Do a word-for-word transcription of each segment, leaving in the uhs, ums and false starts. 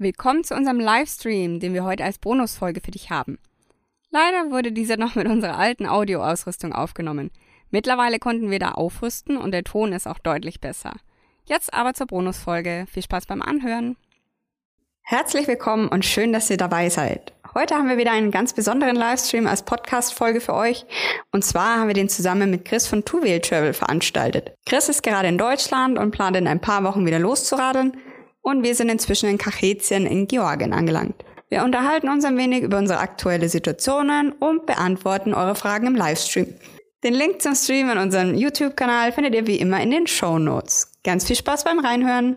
Willkommen zu unserem Livestream, den wir heute als Bonusfolge für dich haben. Leider wurde dieser noch mit unserer alten Audioausrüstung aufgenommen. Mittlerweile konnten wir da aufrüsten und der Ton ist auch deutlich besser. Jetzt aber zur Bonusfolge. Viel Spaß beim Anhören. Herzlich willkommen und schön, dass ihr dabei seid. Heute haben wir wieder einen ganz besonderen Livestream als Podcast-Folge für euch. Und zwar haben wir den zusammen mit Chris von Two Wheel Travel veranstaltet. Chris ist gerade in Deutschland und plant in ein paar Wochen wieder loszuradeln. Und wir sind inzwischen in Kachetien in Georgien angelangt. Wir unterhalten uns ein wenig über unsere aktuelle Situationen und beantworten eure Fragen im Livestream. Den Link zum Stream in unserem YouTube-Kanal findet ihr wie immer in den Shownotes. Ganz viel Spaß beim Reinhören!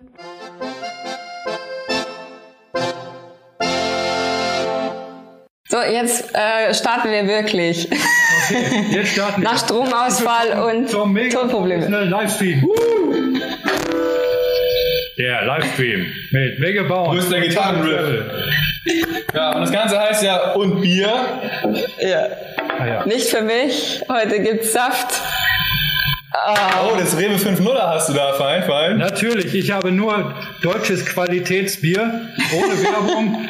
So, jetzt äh, starten wir wirklich. Okay, jetzt starten wir. Nach Stromausfall und Tonprobleme. Livestream. Der Livestream mit Mega Bauern. Größter Gitarrenriff. Ja, und das Ganze heißt ja und Bier. Ja. Ah, ja. Nicht für mich. Heute gibt's Saft. Oh, oh das Rewe fünf nuller hast du da, fein, fein. Natürlich, ich habe nur deutsches Qualitätsbier, ohne Werbung.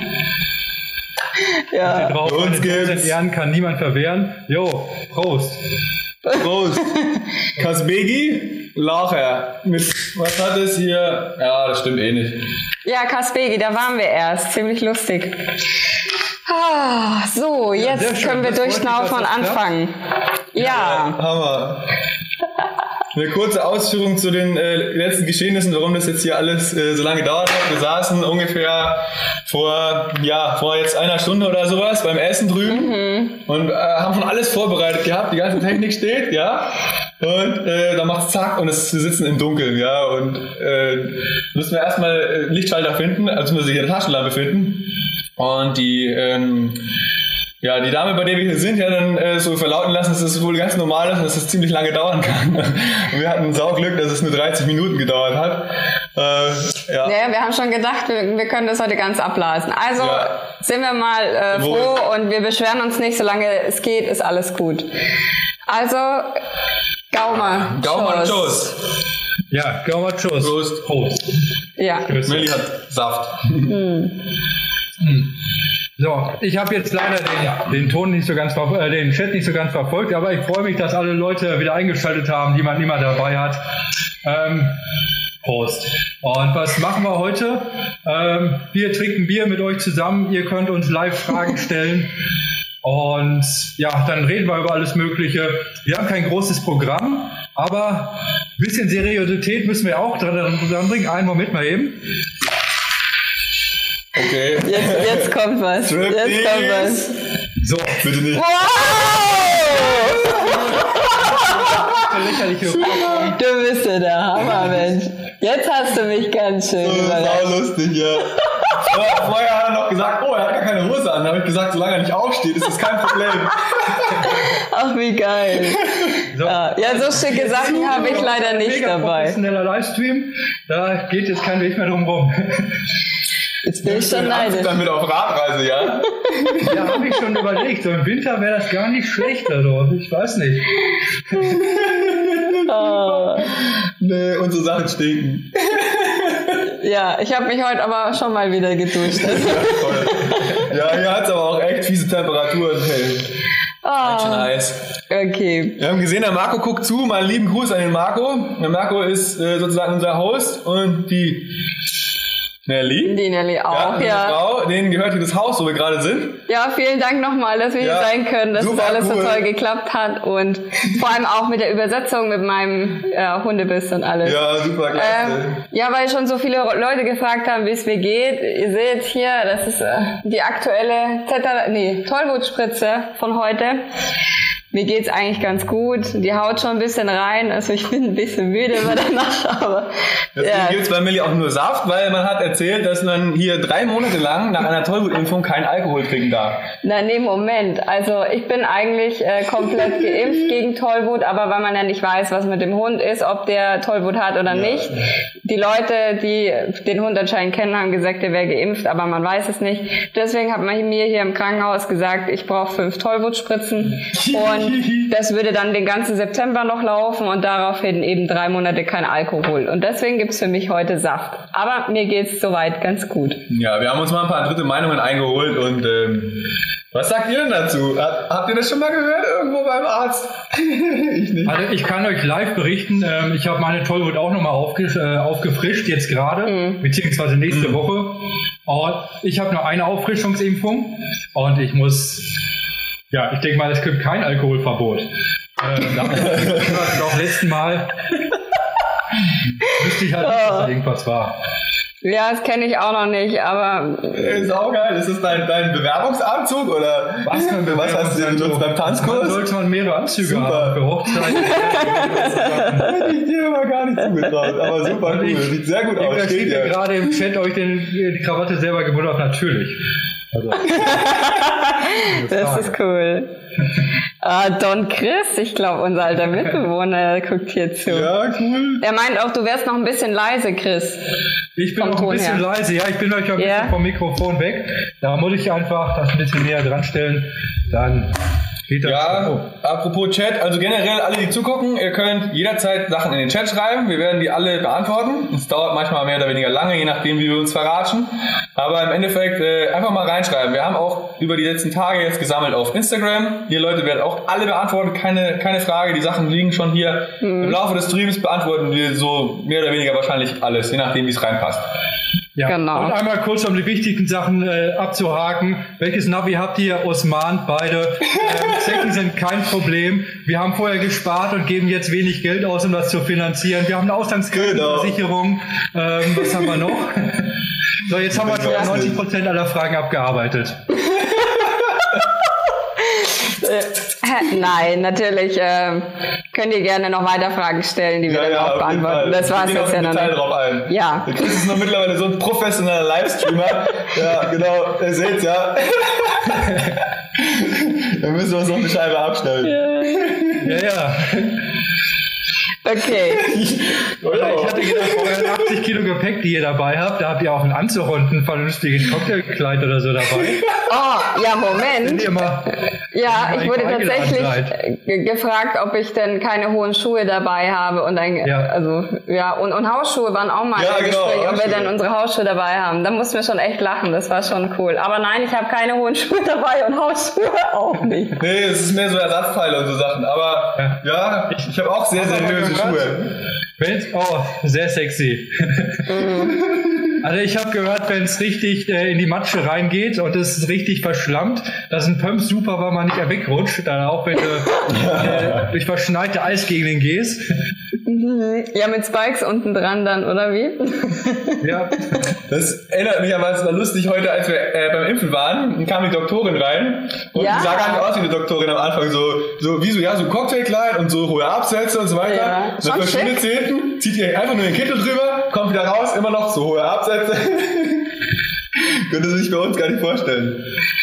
Ja. Drauf, Uns gibt's. Ehren kann niemand verwehren. Jo, Prost. Prost. Kasbegi, Lacher. Mit, was hat es hier? Ja, das stimmt eh nicht. Ja, Kasbegi, da waren wir erst. Ziemlich lustig. Ah, so, Ja, jetzt schön. können wir Das durchschnaufen und freut mich, dass das anfangen. Ja. Ja, Hammer. Eine kurze Ausführung zu den äh, letzten Geschehnissen, warum das jetzt hier alles äh, so lange gedauert hat. Wir saßen ungefähr vor, ja, vor jetzt einer Stunde oder sowas beim Essen drüben Mhm. und äh, haben schon alles vorbereitet gehabt. Die ganze Technik steht, ja. Und äh, dann macht's zack und es, wir sitzen im Dunkeln, ja. Und äh, müssen wir erstmal äh, Lichtschalter finden, also müssen wir hier eine Taschenlampe finden. Und die ähm, Ja, die Dame, bei der wir hier sind, ja dann äh, so verlauten lassen, dass es wohl ganz normal ist und dass es ziemlich lange dauern kann. Und wir hatten Sauglück, dass es nur dreißig Minuten gedauert hat. Äh, ja. Ja, wir haben schon gedacht, wir, wir können das heute ganz abblasen. Also Ja. sind wir mal äh, froh Wohl. und wir beschweren uns nicht, solange es geht, ist alles gut. Also, Gaumer. Gaumer und Tschüss. Tschüss. Ja, Gaumer, Tschüss. Prost. Prost. Ja. Melli hat Saft. So, ich habe jetzt leider den, den Ton nicht so ganz, ver- äh, den Chat nicht so ganz verfolgt, aber ich freue mich, dass alle Leute wieder eingeschaltet haben, die man immer dabei hat. Ähm, Prost. Und was machen wir heute? Ähm, wir trinken Bier mit euch zusammen. Ihr könnt uns live Fragen stellen. Und ja, dann reden wir über alles Mögliche. Wir haben kein großes Programm, aber ein bisschen Seriosität müssen wir auch dran, dran bringen. Einen Moment mal eben. Okay. Jetzt, jetzt kommt was. Striptease. Jetzt kommt was. So, Bitte nicht. Wow! lächerliche Du bist ja der Hammer, Mensch. Jetzt hast du mich ganz schön Das ist überrascht. auch lustig, ja. Vor- Vorher hat er noch gesagt, oh, er hat gar keine Hose an. Da habe ich gesagt, solange er nicht aufsteht, ist das kein Problem. Ach, wie geil. So. Ja, ja, so schicke Sachen habe ich leider nicht Mega dabei. professioneller Livestream, da geht jetzt kein Weg mehr drum rum. Jetzt bin ich schon Dann neidisch. damit auf Radreise, ja? Ja, habe ich schon überlegt. So im Winter wäre das gar nicht schlechter, doch. Ich weiß nicht. Oh. Nee, unsere Sachen stinken. Ja, ich habe mich heute aber schon mal wieder geduscht. Ja, voll. Ja, hier hat es aber auch echt fiese Temperaturen. Hey. Ganz schön Oh, heiß. okay. Wir haben gesehen, der Marco guckt zu. Mal einen lieben Gruß an den Marco. Der Marco ist äh, sozusagen unser Host und die Nelly. Die Nelly auch, unsere ja. Frau, denen gehört hier das Haus, wo wir gerade sind. Ja, vielen Dank nochmal, dass wir Ja, hier sein können, dass das super alles cool. so toll geklappt hat und vor allem auch mit der Übersetzung mit meinem äh, Hundebiss und alles. Ja, super klasse. Ähm, ja, weil schon so viele Leute gefragt haben, wie es mir geht. Ihr seht hier, das ist äh, die aktuelle Zeta, nee, Tollwutspritze von heute. Mir geht's eigentlich ganz gut. Die haut schon ein bisschen rein. Also ich bin ein bisschen müde über der Nacht, aber Deswegen ja. gibt's bei Milli auch nur Saft, weil man hat erzählt, dass man hier drei Monate lang nach einer Tollwutimpfung keinen Alkohol trinken darf. Na, nee, Moment. Also ich bin eigentlich äh, komplett geimpft gegen Tollwut, aber weil man ja nicht weiß, was mit dem Hund ist, ob der Tollwut hat oder Ja. nicht. Die Leute, die den Hund anscheinend kennen, haben gesagt, der wäre geimpft, aber man weiß es nicht. Deswegen hat man mir hier im Krankenhaus gesagt, ich brauche fünf Tollwutspritzen. Und Und das würde dann den ganzen September noch laufen und daraufhin eben drei Monate kein Alkohol. Und deswegen gibt's für mich heute Saft. Aber mir geht's soweit ganz gut. Ja, wir haben uns mal ein paar dritte Meinungen eingeholt und ähm, was sagt ihr denn dazu? Habt ihr das schon mal gehört irgendwo beim Arzt? Ich nicht. Also ich kann euch live berichten, ähm, ich habe meine Tollwut auch nochmal aufge äh, aufgefrischt, jetzt gerade, mhm. beziehungsweise nächste mhm. Woche. Und ich habe nur eine Auffrischungsimpfung und ich muss, ja, ich denke mal, es gibt kein Alkoholverbot. Ähm, da das auch letzten Mal wüsste ich halt nicht, dass da irgendwas war. Ja, das kenne ich auch noch nicht, aber... Ist auch geil. Ist das dein, dein Bewerbungsanzug oder was, was hast du denn benutzt beim Tanzkurs? Man sollte man mehrere Anzüge super. haben für Hochzeiten. Hätte ich dir aber gar nicht zugetraut, aber super cool. Sieht sehr gut aus. Da steht ja gerade im Chat euch den, die Krawatte selber gewundert, natürlich. Also, das ist cool. Ah, Don Chris, ich glaube, unser alter Mitbewohner guckt hier zu. Ja, cool. Er meint auch, du wärst noch ein bisschen leise, Chris. Ich bin noch ein bisschen her. leise, ja, ich bin euch ein yeah. bisschen vom Mikrofon weg. Da muss ich einfach das ein bisschen näher dran stellen. Dann geht das. Ja, oh. Apropos Chat, also generell alle, die zugucken, ihr könnt jederzeit Sachen in den Chat schreiben. Wir werden die alle beantworten. Es dauert manchmal mehr oder weniger lange, je nachdem, wie wir uns verratschen. Aber im Endeffekt äh, einfach mal reinschreiben. Wir haben auch über die letzten Tage jetzt gesammelt auf Instagram. Ihr Leute werden auch alle beantworten, keine, keine Frage. Die Sachen liegen schon hier. Mhm. Im Laufe des Streams beantworten wir so mehr oder weniger wahrscheinlich alles, je nachdem, wie es reinpasst. Ja, genau. Und einmal kurz, um die wichtigen Sachen äh, abzuhaken. Welches Navi habt ihr? Osman, beide. Ähm, Zecken sind kein Problem. Wir haben vorher gespart und geben jetzt wenig Geld aus, um das zu finanzieren. Wir haben eine Auslandskreditversicherung. Genau. Ähm, was haben wir noch? So, jetzt haben wir schon neunzig Prozent aller Fragen abgearbeitet. Nein, natürlich äh, könnt ihr gerne noch weiter Fragen stellen, die wir ja, dann ja, auch beantworten. Das war's jetzt ja noch nicht. Drauf ein. Ja. Der Chris ist noch mittlerweile so ein professioneller Livestreamer. Ja, genau, ihr seht's ja. Dann müssen wir uns noch eine Scheibe abstellen. Ja, ja. ja. Okay. Ich, ich hatte gedacht, euren achtzig Kilo Gepäck, die ihr dabei habt, da habt ihr auch einen Anzug und einen vernünftigen Cocktailkleid oder so dabei. Oh, ja, Moment. Ihr mal, ja, ich wurde tatsächlich g- gefragt, ob ich denn keine hohen Schuhe dabei habe und ein, ja. also, ja, und, und Hausschuhe waren auch mal ja, im genau, Gespräch, ob wir denn unsere Hausschuhe dabei haben. Da mussten wir schon echt lachen, das war schon cool. Aber nein, ich habe keine hohen Schuhe dabei und Hausschuhe auch nicht. Nee, es ist mehr so Ersatzteile und so Sachen, aber ja, ja ich, ich habe auch sehr seriöse Schuhe. Wenn's, oh, sehr sexy. Also ich habe gehört, wenn es richtig äh, in die Matsche reingeht und es ist richtig verschlammt, das ist ein Pump super, weil man nicht wegrutscht, dann auch wenn du äh, durch verschneite Eisgegenden gehst. Ja, mit Spikes unten dran dann, oder wie? Ja. Das erinnert mich aber, es war lustig heute, als wir äh, beim Impfen waren, dann kam die Doktorin rein und ja. die sah gar nicht aus wie eine Doktorin am Anfang, so, so wie so, ja, so ein Cocktailkleid und so hohe Absätze und so weiter. Ja. Dann verschwindet sie hinten, zieht ihr einfach nur den Kittel drüber, kommt wieder raus, immer noch so hohe Absätze. Könnte sich bei uns gar nicht vorstellen.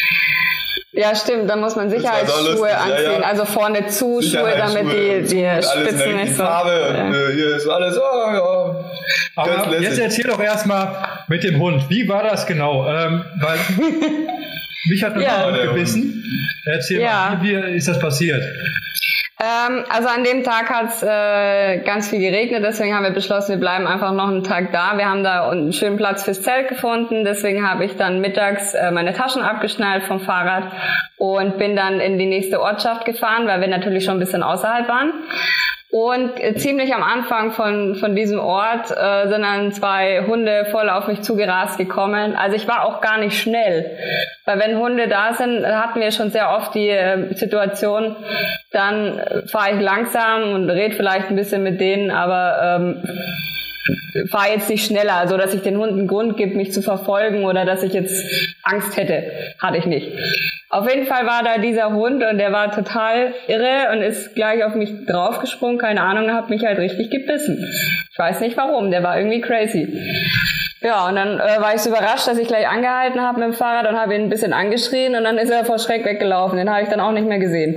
Ja, stimmt, da muss man Sicherheitsschuhe anziehen, ja, ja. also vorne zu Schuhe, damit die, die Spitzen nicht so... Farbe, ja. äh, hier ist alles, oh, ja. Aber jetzt erzähl doch erstmal mit dem Hund, wie war das genau? Ähm, weil mich hat ein ja. Hund gebissen. Erzähl ja. mal, wie, wie ist das passiert? Ähm, also an dem Tag hat's äh, ganz viel geregnet, deswegen haben wir beschlossen, wir bleiben einfach noch einen Tag da. Wir haben da einen schönen Platz fürs Zelt gefunden, deswegen habe ich dann mittags äh, meine Taschen abgeschnallt vom Fahrrad und bin dann in die nächste Ortschaft gefahren, weil wir natürlich schon ein bisschen außerhalb waren. Und äh, ziemlich am Anfang von von diesem Ort äh, sind dann zwei Hunde voll auf mich zugerast gekommen. Also ich war auch gar nicht schnell, weil wenn Hunde da sind, hatten wir schon sehr oft die äh, Situation, dann äh, fahre ich langsam und rede vielleicht ein bisschen mit denen, aber ähm, fahre jetzt nicht schneller, so dass ich den Hunden Grund gibt, mich zu verfolgen oder dass ich jetzt Angst hätte. Hatte ich nicht. Auf jeden Fall war da dieser Hund und der war total irre und ist gleich auf mich draufgesprungen, keine Ahnung, hat mich halt richtig gebissen. Ich weiß nicht warum, der war irgendwie crazy. Ja, und dann äh, war ich so überrascht, dass ich gleich angehalten habe mit dem Fahrrad und habe ihn ein bisschen angeschrien und dann ist er vor Schreck weggelaufen. Den habe ich dann auch nicht mehr gesehen.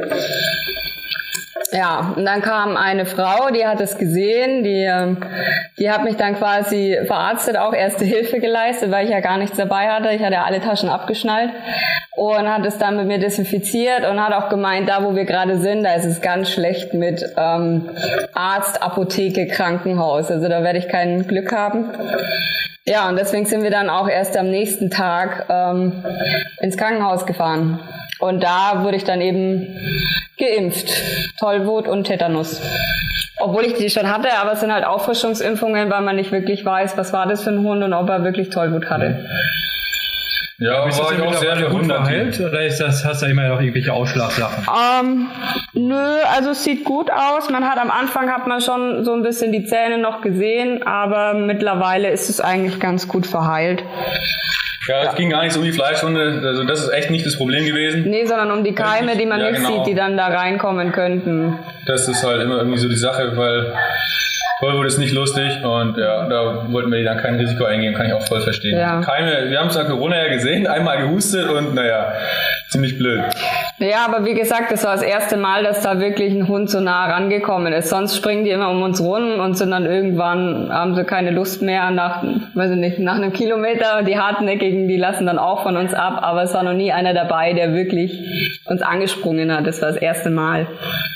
Ja, und dann kam eine Frau, die hat es gesehen, die, die hat mich dann quasi verarztet, auch Erste Hilfe geleistet, weil ich ja gar nichts dabei hatte. Ich hatte ja alle Taschen abgeschnallt. und hat es dann mit mir desinfiziert und hat auch gemeint, da wo wir gerade sind, da ist es ganz schlecht mit ähm, Arzt, Apotheke, Krankenhaus. Also da werde ich kein Glück haben. Ja, und deswegen sind wir dann auch erst am nächsten Tag ähm, ins Krankenhaus gefahren. Und da wurde ich dann eben geimpft. Tollwut und Tetanus. Obwohl ich die schon hatte, aber es sind halt Auffrischungsimpfungen, weil man nicht wirklich weiß, was war das für ein Hund und ob er wirklich Tollwut hatte. Ja, ist war das ich auch sehr gut verheilt oder ist das, hast du immer noch irgendwelche Ausschlagsachen? Ähm, nö, also es sieht gut aus. Man hat am Anfang hat man schon so ein bisschen die Zähne noch gesehen, aber mittlerweile ist es eigentlich ganz gut verheilt. Ja, es ja. ging gar nicht so um die Fleischwunde, also das ist echt nicht das Problem gewesen. Nee, sondern um die Keime, die man ja, nicht genau. sieht, die dann da reinkommen könnten. Das ist halt immer irgendwie so die Sache, weil Tollwut ist nicht lustig und ja, da wollten wir dann kein Risiko eingehen, kann ich auch voll verstehen. Ja. Keime, wir haben es an Corona ja gesehen, einmal gehustet und naja, ziemlich blöd. Ja, aber wie gesagt, das war das erste Mal, dass da wirklich ein Hund so nah rangekommen ist. Sonst springen die immer um uns rum und sind dann irgendwann, haben sie keine Lust mehr nach, weiß ich nicht, nach einem Kilometer. Die Hartnäckigen, die lassen dann auch von uns ab, aber es war noch nie einer dabei, der wirklich uns angesprungen hat. Das war das erste Mal.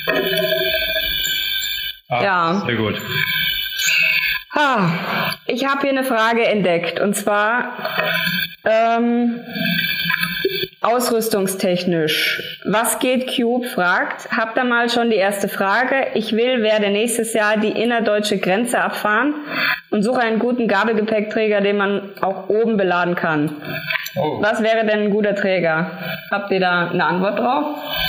Ah, ja. Sehr gut. Ah, ich habe hier eine Frage entdeckt und zwar ähm, ausrüstungstechnisch. Was geht Cube? Fragt. Habt ihr mal schon die erste Frage? Ich will, werde nächstes Jahr die innerdeutsche Grenze abfahren und suche einen guten Gabelgepäckträger, den man auch oben beladen kann. Oh. Was wäre denn ein guter Träger? Habt ihr da eine Antwort drauf?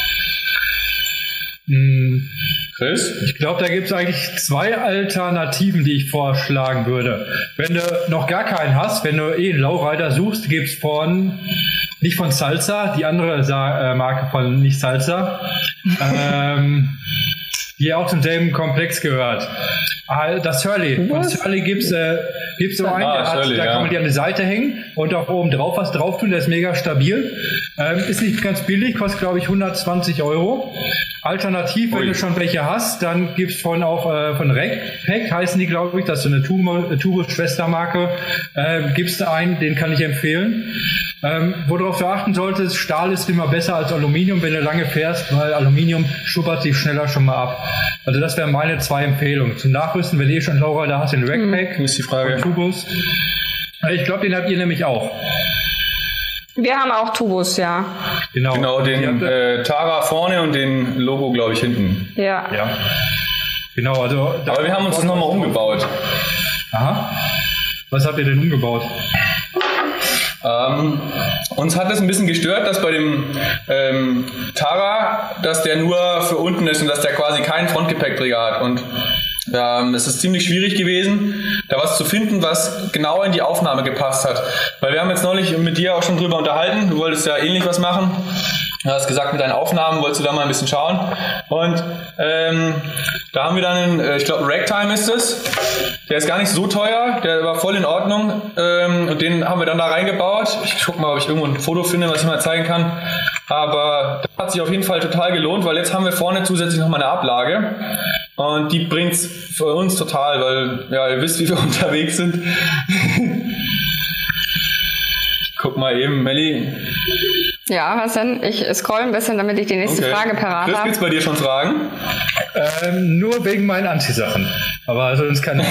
Hm. Chris? Ich glaube, da gibt es eigentlich zwei Alternativen, die ich vorschlagen würde. Wenn du noch gar keinen hast, wenn du eh einen Lowrider suchst, gibt es von, nicht von Salsa, die andere Sa- äh, Marke von nicht Salsa, ähm, die auch zum selben Komplex gehört. Das Hurley. Von Hurley gibt es äh, gibt's so einen, ah, hat, Hurley, da kann ja. man die an die Seite hängen und auch oben drauf was drauf tun, der ist mega stabil. Ähm, ist nicht ganz billig, kostet glaube ich hundertzwanzig Euro. Alternativ, wenn Ui. du schon welche hast, dann gibt's von auch äh, von Rec-Pack, heißen die glaube ich, das ist so eine Tubus-Schwestermarke, äh, gibt's da einen, den kann ich empfehlen. Ähm, worauf du achten solltest, Stahl ist immer besser als Aluminium, wenn du lange fährst, weil Aluminium schuppert sich schneller schon mal ab. Also das wären meine zwei Empfehlungen. Zum Nachrüsten, wenn du eh schon Lowrider hast, den Rec-Pack, hm. ist die Frage. Tubus. Ich glaube, den habt ihr nämlich auch. Wir haben auch Tubus, ja. Genau, genau den äh, Tara vorne und den Logo, glaube ich, hinten. Ja. ja. Genau, also. Aber wir haben uns das nochmal umgebaut. Aha. Was habt ihr denn umgebaut? Ähm, uns hat es ein bisschen gestört, dass bei dem ähm, Tara, dass der nur für unten ist und dass der quasi keinen Frontgepäckträger hat. Und ähm, es ist ziemlich schwierig gewesen, da was zu finden, was genau in die Aufnahme gepasst hat. Weil wir haben jetzt neulich mit dir auch schon drüber unterhalten, du wolltest ja ähnlich was machen. Du hast gesagt, mit deinen Aufnahmen wolltest du da mal ein bisschen schauen. Und ähm, da haben wir dann, einen, ich glaube, Ragtime ist es. Der ist gar nicht so teuer, der war voll in Ordnung. Ähm, und den haben wir dann da reingebaut. Ich guck mal, ob ich irgendwo ein Foto finde, was ich mal zeigen kann. Aber das hat sich auf jeden Fall total gelohnt, weil jetzt haben wir vorne zusätzlich nochmal eine Ablage. Und die bringt's für uns total, weil, ja, ihr wisst, wie wir unterwegs sind. Ich guck mal eben, Melli. Ja, was denn? Ich scroll ein bisschen, damit ich die nächste okay. Frage parat habe. Chris, gibt's bei dir schon Fragen? Ähm, nur wegen meinen Anti-Sachen. Aber sonst keine.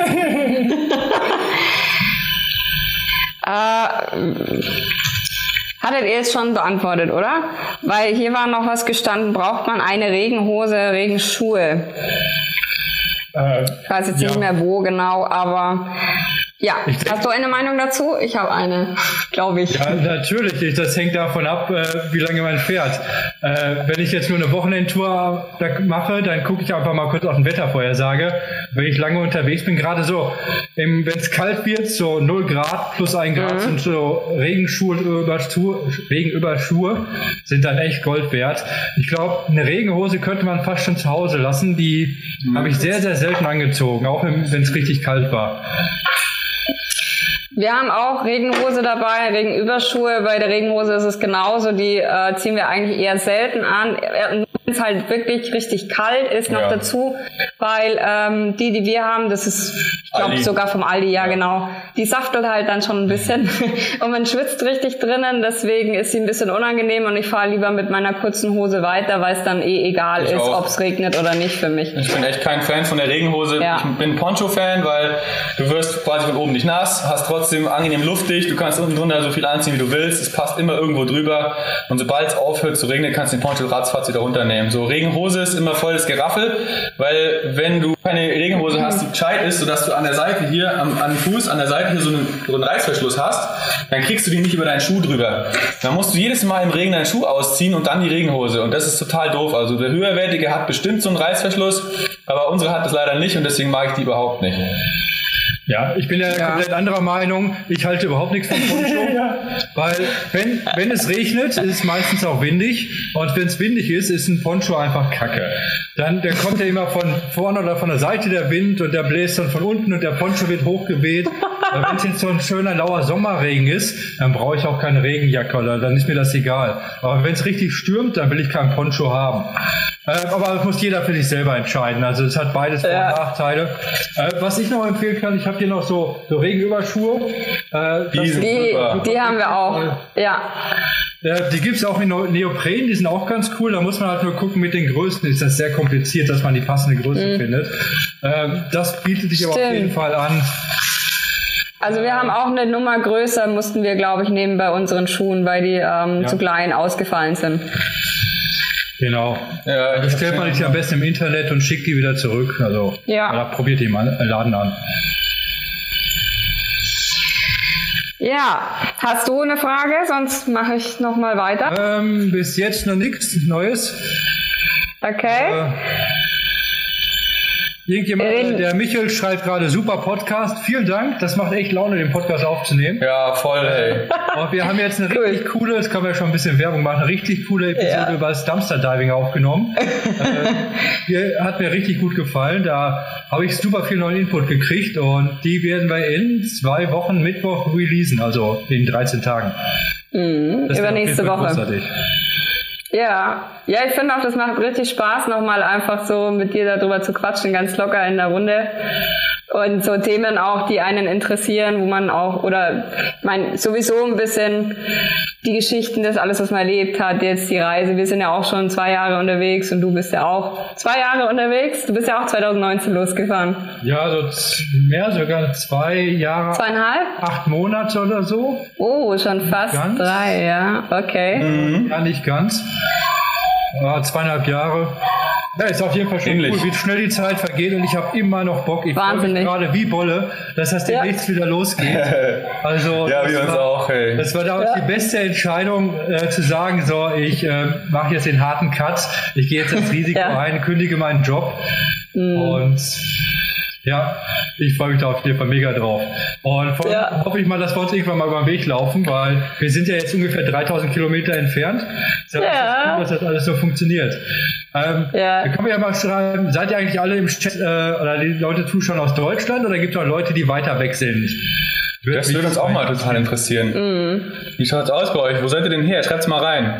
äh, hattet ihr es schon beantwortet, oder? Weil hier war noch was gestanden, braucht man eine Regenhose, Regenschuhe? Äh, ich weiß jetzt ja. nicht mehr wo genau, aber... Ja, ich hast du eine Meinung dazu? Ich habe eine, glaube ich. Ja, natürlich. Das hängt davon ab, wie lange man fährt. Wenn ich jetzt nur eine Wochenendtour mache, dann gucke ich einfach mal kurz auf den Wettervorhersage. Wenn ich lange unterwegs bin, gerade so, wenn es kalt wird, so null Grad plus ein Grad, mhm. sind so Regenschuhe über Regenüberschuhe sind dann echt Gold wert. Ich glaube, eine Regenhose könnte man fast schon zu Hause lassen. Die mhm. habe ich sehr, sehr selten angezogen, auch wenn es richtig kalt war. Wir haben auch Regenhose dabei, Regenüberschuhe. Bei der Regenhose ist es genauso. Die äh, ziehen wir eigentlich eher selten an. es halt wirklich richtig kalt ist noch Ja. dazu, weil ähm, die, die wir haben, das ist, ich glaube Aldi. sogar vom Aldi, ja, Ja. genau, die saftelt halt dann schon ein bisschen und man schwitzt richtig drinnen, deswegen ist sie ein bisschen unangenehm und ich fahre lieber mit meiner kurzen Hose weiter, weil es dann eh egal Ich ist, auch. ob es regnet oder nicht für mich. Ich bin echt kein Fan von der Regenhose. Ja. Ich bin Poncho-Fan, weil du wirst quasi von oben nicht nass, hast trotzdem angenehm luftig, du kannst unten drunter so viel anziehen, wie du willst, es passt immer irgendwo drüber und sobald es aufhört zu regnen, kannst du den Poncho ratzfatz wieder runternehmen. So, Regenhose ist immer voll das Geraffel, weil wenn du keine Regenhose hast, die gescheit ist, sodass du an der Seite hier, am, an dem Fuß, an der Seite hier so einen, so einen Reißverschluss hast, dann kriegst du die nicht über deinen Schuh drüber. Dann musst du jedes Mal im Regen deinen Schuh ausziehen und dann die Regenhose und das ist total doof. Also der höherwertige hat bestimmt so einen Reißverschluss, aber unsere hat das leider nicht und deswegen mag ich die überhaupt nicht. Ja, ich bin ja, Ja. komplett anderer Meinung. Ich halte überhaupt nichts vom Poncho, weil wenn, wenn es regnet, ist es meistens auch windig und wenn es windig ist, ist ein Poncho einfach Kacke. Dann, der kommt ja immer von vorne oder von der Seite der Wind und der bläst dann von unten und der Poncho wird hochgeweht. Wenn es jetzt so ein schöner lauer Sommerregen ist, dann brauche ich auch keine Regenjacke oder dann ist mir das egal. Aber wenn es richtig stürmt, dann will ich keinen Poncho haben. Äh, aber das muss jeder für sich selber entscheiden. Also es hat beides Vor- und Ja. Nachteile. Äh, was ich noch empfehlen kann, ich habe hier noch so, so Regenüberschuhe. Äh, Die sind Die, super. die haben wir auch, ja. Äh, die gibt's auch in Neo- Neopren, die sind auch ganz cool. Da muss man halt nur gucken mit den Größen. Ist das sehr kompliziert, dass man die passende Größe findet. Ähm, das bietet sich aber auf Stimmt. jeden Fall an. Also wir haben auch eine Nummer größer, mussten wir, glaube ich, nehmen bei unseren Schuhen, weil die ähm, Ja. zu klein ausgefallen sind. Genau. Ja, Da bestellt man die am besten im Internet und schickt die wieder zurück. Also Ja. oder probiert die im An- Laden an. Ja, hast du eine Frage? Sonst mache ich nochmal weiter. Ähm, bis jetzt noch nichts Neues. Okay. Äh, Irgendjemand, Reden- der Michael schreibt gerade, super Podcast. Vielen Dank. Das macht echt Laune, den Podcast aufzunehmen. Ja, voll, ey. Und wir haben jetzt eine richtig coole, das kann man ja schon ein bisschen Werbung machen, eine richtig coole Episode Ja. über das Dumpster Diving aufgenommen. äh, die hat mir richtig gut gefallen. Da habe ich super viel neuen Input gekriegt und die werden wir in zwei Wochen Mittwoch releasen, also in dreizehn Tagen. Mhm, Das wird auf übernächste jeden Fall Woche. großartig. Ja, ja, ich finde auch, das macht richtig Spaß, nochmal einfach so mit dir darüber zu quatschen, ganz locker in der Runde. Und so Themen auch, die einen interessieren, wo man auch, oder ich meine, sowieso ein bisschen die Geschichten, das alles, was man erlebt hat, jetzt die Reise. Wir sind ja auch schon zwei Jahre unterwegs und du bist ja auch zwei Jahre unterwegs. Du bist ja auch zwanzig neunzehn losgefahren. Ja, so z- mehr, sogar zwei Jahre, Zweieinhalb? acht Monate oder so. Oh, schon fast Ganz? drei, ja. Okay. Ja, nicht ganz. Ja, zweieinhalb Jahre. Ja, ist auf jeden Fall schon Ähnlich. cool, wie schnell die Zeit vergeht und ich habe immer noch Bock. Ich freue mich Wahnsinnig. gerade wie Bolle, dass das Ja. demnächst wieder losgeht. Also, Ja, das wir uns war- auch, ey. Das war damals Ja. die beste Entscheidung, äh, zu sagen, so, ich äh, mache jetzt den harten Cut, ich gehe jetzt ins Risiko Ja. ein, kündige meinen Job und ja, ich freue mich da auf jeden Fall mega drauf. Und vor allem Ja. hoffe ich mal, dass wir uns irgendwann mal über den Weg laufen, weil wir sind ja jetzt ungefähr dreitausend Kilometer entfernt. Das ist Ja. cool, dass das alles so funktioniert. Ähm, Ja. Da kann man ja mal schreiben, seid ihr eigentlich alle im Chat, äh, oder die Leute zuschauen aus Deutschland oder gibt es auch Leute, die weiter weg sind? Das würde uns auch mal total interessieren. Mhm. Wie schaut's aus bei euch? Wo seid ihr denn her? Schreibt's mal rein.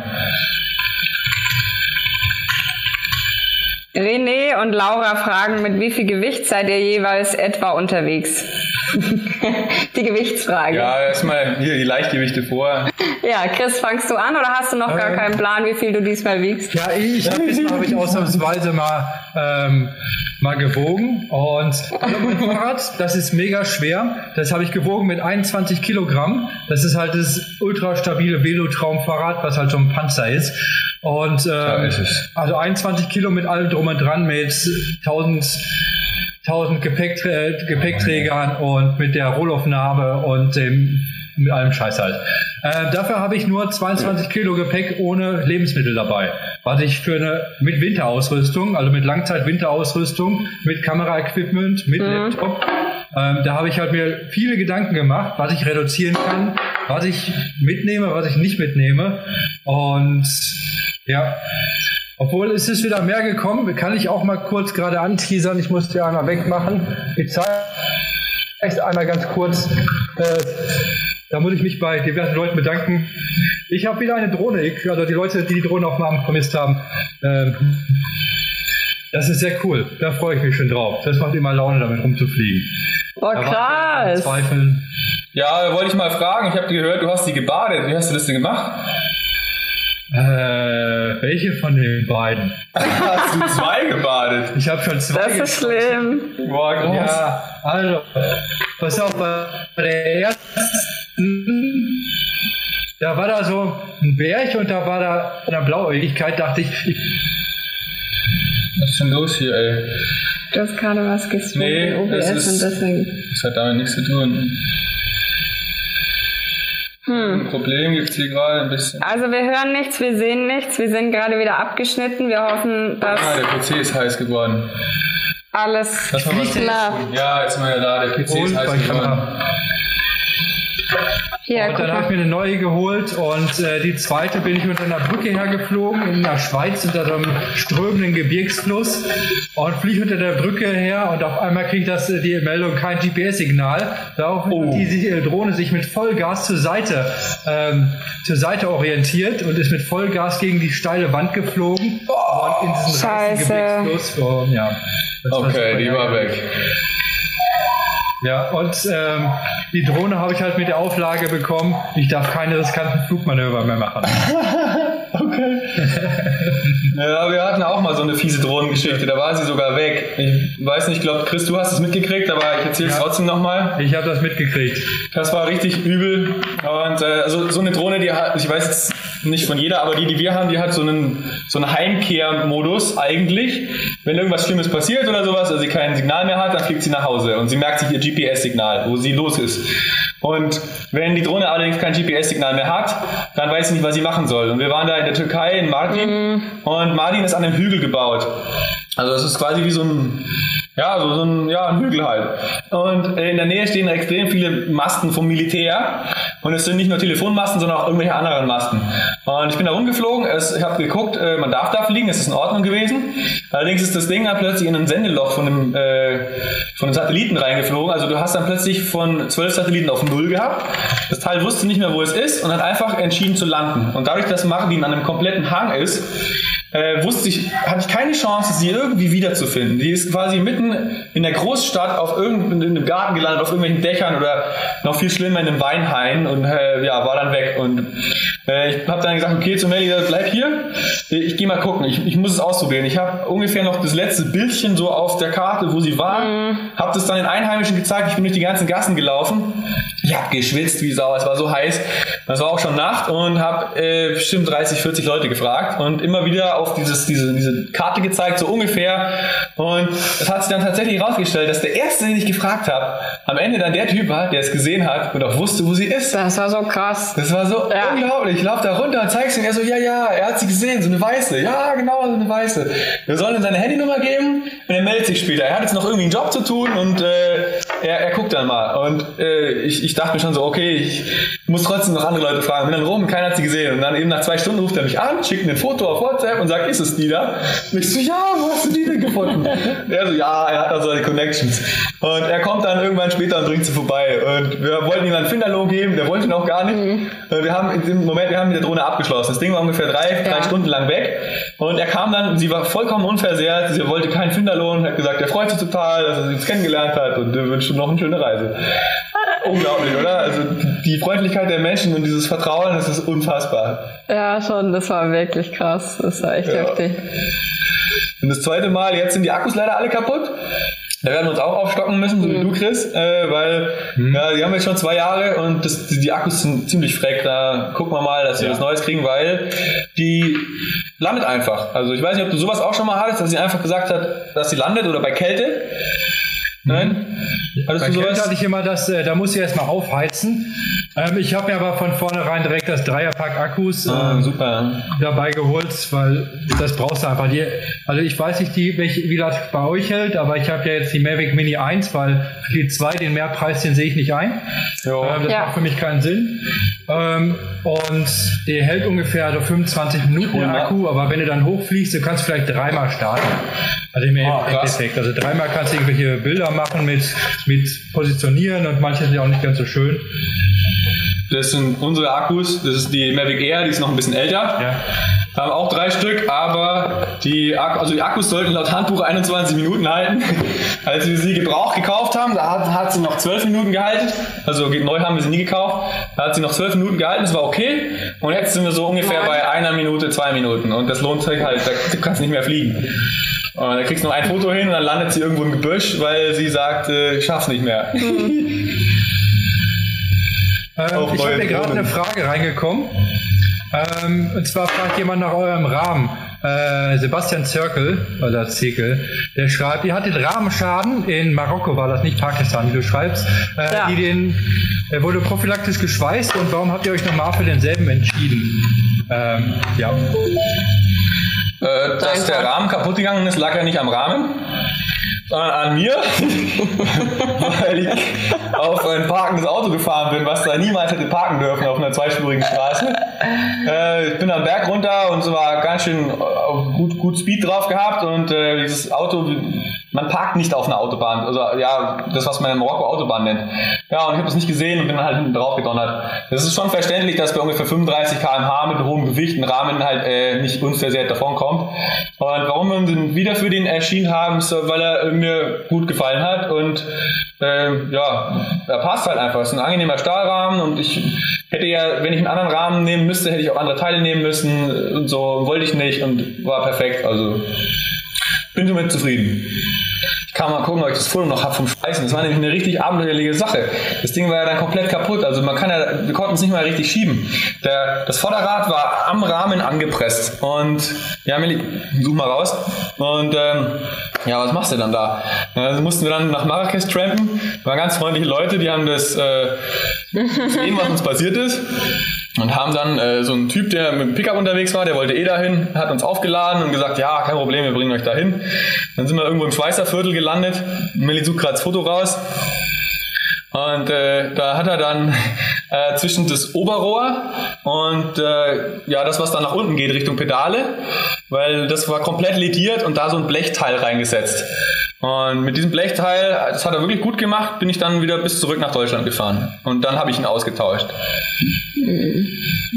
René und Laura fragen, mit wie viel Gewicht seid ihr jeweils etwa unterwegs? Die Gewichtsfrage. Ja, erstmal hier die Leichtgewichte vor. Ja, Chris, fangst du an oder hast du noch gar Ähm. keinen Plan, wie viel du diesmal wiegst? Ja, ich habe hab ich ausnahmsweise mal, ähm, mal gewogen und also mein Fahrrad, das ist mega schwer. Das habe ich gewogen mit einundzwanzig Kilogramm. Das ist halt das ultra stabile Velotraum-Fahrrad, was halt so ein Panzer ist. Und ähm, ist es. also einundzwanzig Kilo mit allem drum und dran, mit tausend tausend Gepäckträ Gepäckträgern und mit der Rohlaufnahme und dem, mit allem Scheiß halt. Äh, dafür habe ich nur zweiundzwanzig Kilo Gepäck ohne Lebensmittel dabei. Was ich für eine, mit Winterausrüstung, also mit Langzeit-Winterausrüstung, mit Kameraequipment, mit Laptop, ähm, da habe ich halt mir viele Gedanken gemacht, was ich reduzieren kann, was ich mitnehme, was ich nicht mitnehme. Und ja, obwohl es ist wieder mehr gekommen, kann ich auch mal kurz gerade anteasern, ich muss die einmal wegmachen. Ich zeige echt einmal ganz kurz, äh, Da muss ich mich bei diversen Leuten bedanken. Ich habe wieder eine Drohne. Ich, also die Leute, die die Drohne auf dem Abend vermisst haben. Ähm, das ist sehr cool. Da freue ich mich schon drauf. Das macht immer Laune, damit rumzufliegen. Oh, krass. Zweifeln. Ja, wollte ich mal fragen. Ich habe gehört, du hast die gebadet. Wie hast du das denn gemacht? Äh, welche von den beiden? Hast du zwei gebadet? Ich habe schon zwei gebadet. Das ist schlimm. Boah, groß. Ja, also, pass auf, bei der ersten, da war da so ein Berg und da war da eine Blauäugigkeit, dachte ich, ich was ist denn los hier, ey? Du hast gerade was gestreamt nee, in O B S das ist, und deswegen... Das hat damit nichts zu tun. Hm. Ein Problem gibt es hier gerade ein bisschen. Also wir hören nichts, wir sehen nichts, wir sind gerade wieder abgeschnitten. Wir hoffen, dass... Ah, der P C ist heiß geworden. Alles das klar. Ja, jetzt sind wir ja da, der P C und ist heiß geworden. Hier, und dann habe ich mir eine neue geholt und äh, die zweite bin ich unter einer Brücke hergeflogen in der Schweiz unter so einem strömenden Gebirgsfluss und fliege unter der Brücke her und auf einmal kriege ich das, die Meldung, kein G P S-Signal. Daraufhin oh. hat die äh, Drohne sich mit Vollgas zur Seite, ähm, zur Seite orientiert und ist mit Vollgas gegen die steile Wand geflogen oh, und in diesen reißen Gebirgsfluss. Und, ja, okay, die war weg. Ja, und ähm, die Drohne habe ich halt mit der Auflage bekommen, ich darf keine riskanten Flugmanöver mehr machen. Okay. Ja, wir hatten auch mal so eine fiese Drohnengeschichte, da war sie sogar weg. Ich weiß nicht, ich glaube, Chris, du hast es mitgekriegt, aber ich erzähle es ja trotzdem nochmal. Ich habe das mitgekriegt. Das war richtig übel. Und äh, also so eine Drohne, die hat, ich weiß jetzt nicht von jeder, aber die, die wir haben, die hat so einen, so einen Heimkehrmodus eigentlich. Wenn irgendwas Schlimmes passiert oder sowas, also sie kein Signal mehr hat, dann fliegt sie nach Hause und sie merkt sich ihr G P S-Signal, wo sie los ist. Und wenn die Drohne allerdings kein G P S-Signal mehr hat, dann weiß sie nicht, was sie machen soll. Und wir waren da in der Türkei, in Mardin, mhm. und Mardin ist an einem Hügel gebaut. Also es ist quasi wie so ein, ja, so, so ein, ja, ein Hügel halt. Und in der Nähe stehen extrem viele Masten vom Militär. Und es sind nicht nur Telefonmasten, sondern auch irgendwelche anderen Masten. Und ich bin da rumgeflogen, es, ich habe geguckt, äh, man darf da fliegen, es ist in Ordnung gewesen. Allerdings ist das Ding dann plötzlich in ein Sendeloch von einem, äh, von einem Satelliten reingeflogen. Also du hast dann plötzlich von zwölf Satelliten auf null gehabt. Das Teil wusste nicht mehr, wo es ist und hat einfach entschieden zu landen. Und dadurch, dass Mardin an einem kompletten Hang ist, Äh, wusste ich, hatte ich keine Chance, sie irgendwie wiederzufinden. Die ist quasi mitten in der Großstadt auf irgendeinem Garten gelandet, auf irgendwelchen Dächern oder noch viel schlimmer in einem Weinhain und äh, ja, war dann weg. Und äh, ich habe dann gesagt, okay, zu Melli, bleib hier, ich gehe mal gucken, ich, ich muss es ausprobieren. Ich habe ungefähr noch das letzte Bildchen so auf der Karte, wo sie war, mhm. habe das dann den Einheimischen gezeigt, ich bin durch die ganzen Gassen gelaufen. Ich habe geschwitzt wie Sau, es war so heiß. Das war auch schon Nacht und habe äh, bestimmt dreißig, vierzig Leute gefragt und immer wieder auf dieses, diese, diese Karte gezeigt, so ungefähr. Und es hat sich dann tatsächlich herausgestellt, dass der Erste, den ich gefragt habe, am Ende dann der Typ war, der es gesehen hat und auch wusste, wo sie ist. Das war so krass. Das war so ja. unglaublich. Ich laufe da runter und zeig's ihm. Er so, ja, ja, er hat sie gesehen, so eine Weiße. Ja, genau, so eine Weiße. Wir sollen ihm seine Handynummer geben und er meldet sich später. Er hat jetzt noch irgendwie einen Job zu tun und äh, er, er guckt dann mal. Und äh, ich, ich dachte mir schon so, okay, ich muss trotzdem noch andere Leute fragen. Bin dann rum, keiner hat sie gesehen. Und dann eben nach zwei Stunden ruft er mich an, schickt mir ein Foto auf WhatsApp und sagt, ist es die da? Und ich so, ja, wo hast du die denn gefunden? Er so, ja, er hat da seine Connections. Und er kommt dann irgendwann später und bringt sie vorbei. Und wir wollten ihm einen Finderlohn geben, der wollte ihn auch gar nicht. Mhm. Wir haben in dem Moment, wir haben mit der Drohne abgeschlossen. Das Ding war ungefähr drei, drei ja. Stunden lang weg. Und er kam dann, sie war vollkommen unversehrt, sie wollte keinen Finderlohn, hat gesagt, er freut sich total, dass er sie jetzt kennengelernt hat und er wünscht ihm noch eine schöne Reise. Unglaublich, oder? Also die Freundlichkeit der Menschen und dieses Vertrauen, das ist unfassbar. Ja, schon, das war wirklich krass. Das war echt ja. heftig. Und das zweite Mal, jetzt sind die Akkus leider alle kaputt. Da werden wir uns auch aufstocken müssen, so mhm. wie du, Chris, äh, weil mhm. ja, die haben jetzt schon zwei Jahre und das, die, die Akkus sind ziemlich freck. Da gucken wir mal, dass wir ja. was Neues kriegen, weil die landet einfach. Also ich weiß nicht, ob du sowas auch schon mal hattest, dass sie einfach gesagt hat, dass sie landet oder bei Kälte. Nein? Bei Kälte hatte ich immer das, äh, da muss ich erstmal aufheizen. Ähm, ich habe mir aber von vornherein direkt das Dreierpack Akkus ah, ähm, super. dabei geholt, weil das brauchst du einfach. Die, also ich weiß nicht, die, welche, wie das bei euch hält, aber ich habe ja jetzt die Mavic Mini eins, weil für die zwei, den Mehrpreis, den sehe ich nicht ein. Ähm, das ja. macht für mich keinen Sinn. Ähm, und der hält ungefähr so fünfundzwanzig Minuten der Akku, aber wenn du dann hochfliegst, du kannst vielleicht dreimal starten. Also im oh, Endeffekt. Also dreimal kannst du irgendwelche Bilder machen mit, mit Positionieren und manche sind ja auch nicht ganz so schön. Das sind unsere Akkus. Das ist die Mavic Air, die ist noch ein bisschen älter. Ja. Haben auch drei Stück, aber die, Ak- also die Akkus sollten laut Handbuch einundzwanzig Minuten halten. Als wir sie gebraucht gekauft haben, da hat, hat sie noch zwölf Minuten gehalten. Also neu haben wir sie nie gekauft. Da hat sie noch zwölf Minuten gehalten, das war okay. Und jetzt sind wir so ungefähr Nein. bei einer Minute, zwei Minuten. Und das lohnt sich halt, du kannst nicht mehr fliegen. Und dann kriegst du noch ein Foto hin und dann landet sie irgendwo im Gebüsch, weil sie sagt, äh, ich schaff's nicht mehr. Mhm. ähm, ich habe hier gerade eine Frage reingekommen. Ähm, und zwar fragt jemand nach eurem Rahmen. Äh, Sebastian Zirkel, oder Zirkel, der schreibt, ihr hattet Rahmenschaden, in Marokko war das, nicht Pakistan, wie du schreibst, äh, ja. die den, der wurde prophylaktisch geschweißt, und warum habt ihr euch nochmal für denselben entschieden? Ähm, ja. Äh, dass der Rahmen kaputt gegangen ist, lag ja nicht am Rahmen, sondern an mir, weil ich auf ein parkendes Auto gefahren bin, was da niemals hätte parken dürfen auf einer zweispurigen Straße. Äh, ich bin am Berg runter und es war ganz schön gut, gut Speed drauf gehabt, und äh, dieses Auto, man parkt nicht auf einer Autobahn, also ja, das, was man in Marokko Autobahn nennt. Ja, und ich habe das nicht gesehen und bin dann halt hinten drauf gedonnert. Das ist schon verständlich, dass bei ungefähr fünfunddreißig Kilometer pro Stunde mit hohem Gewicht ein Rahmen halt äh, nicht unversehrt davonkommt. Und warum wir uns wieder für den erschienen haben, ist, weil er mir gut gefallen hat, und äh, ja, er passt halt einfach. Es ist ein angenehmer Stahlrahmen, und ich hätte ja, wenn ich einen anderen Rahmen nehmen müsste, hätte ich auch andere Teile nehmen müssen, und so wollte ich nicht, und war perfekt. Also bin somit zufrieden. Ich kann mal gucken, ob ich das Foto noch habe vom Schweißen. Das war nämlich eine richtig abenteuerliche Sache. Das Ding war ja dann komplett kaputt. Also man kann ja, wir konnten es nicht mal richtig schieben. Der, das Vorderrad war am Rahmen angepresst. Und ja, Melli, such mal raus. Und ähm, ja, was machst du dann da? Also mussten wir dann nach Marrakesch trampen. Das waren ganz freundliche Leute, die haben das äh, gesehen, was uns passiert ist. Und haben dann äh, so einen Typ, der mit dem Pickup unterwegs war, der wollte eh dahin, hat uns aufgeladen und gesagt, ja, kein Problem, wir bringen euch dahin. Dann sind wir irgendwo im Schweißerviertel gelandet. Melli sucht gerade das Foto raus. Und äh, da hat er dann äh, zwischen das Oberrohr und äh, ja, das, was dann nach unten geht, Richtung Pedale, weil das war komplett lediert, und da so ein Blechteil reingesetzt. Und mit diesem Blechteil, das hat er wirklich gut gemacht, bin ich dann wieder bis zurück nach Deutschland gefahren. Und dann habe ich ihn ausgetauscht. Mhm.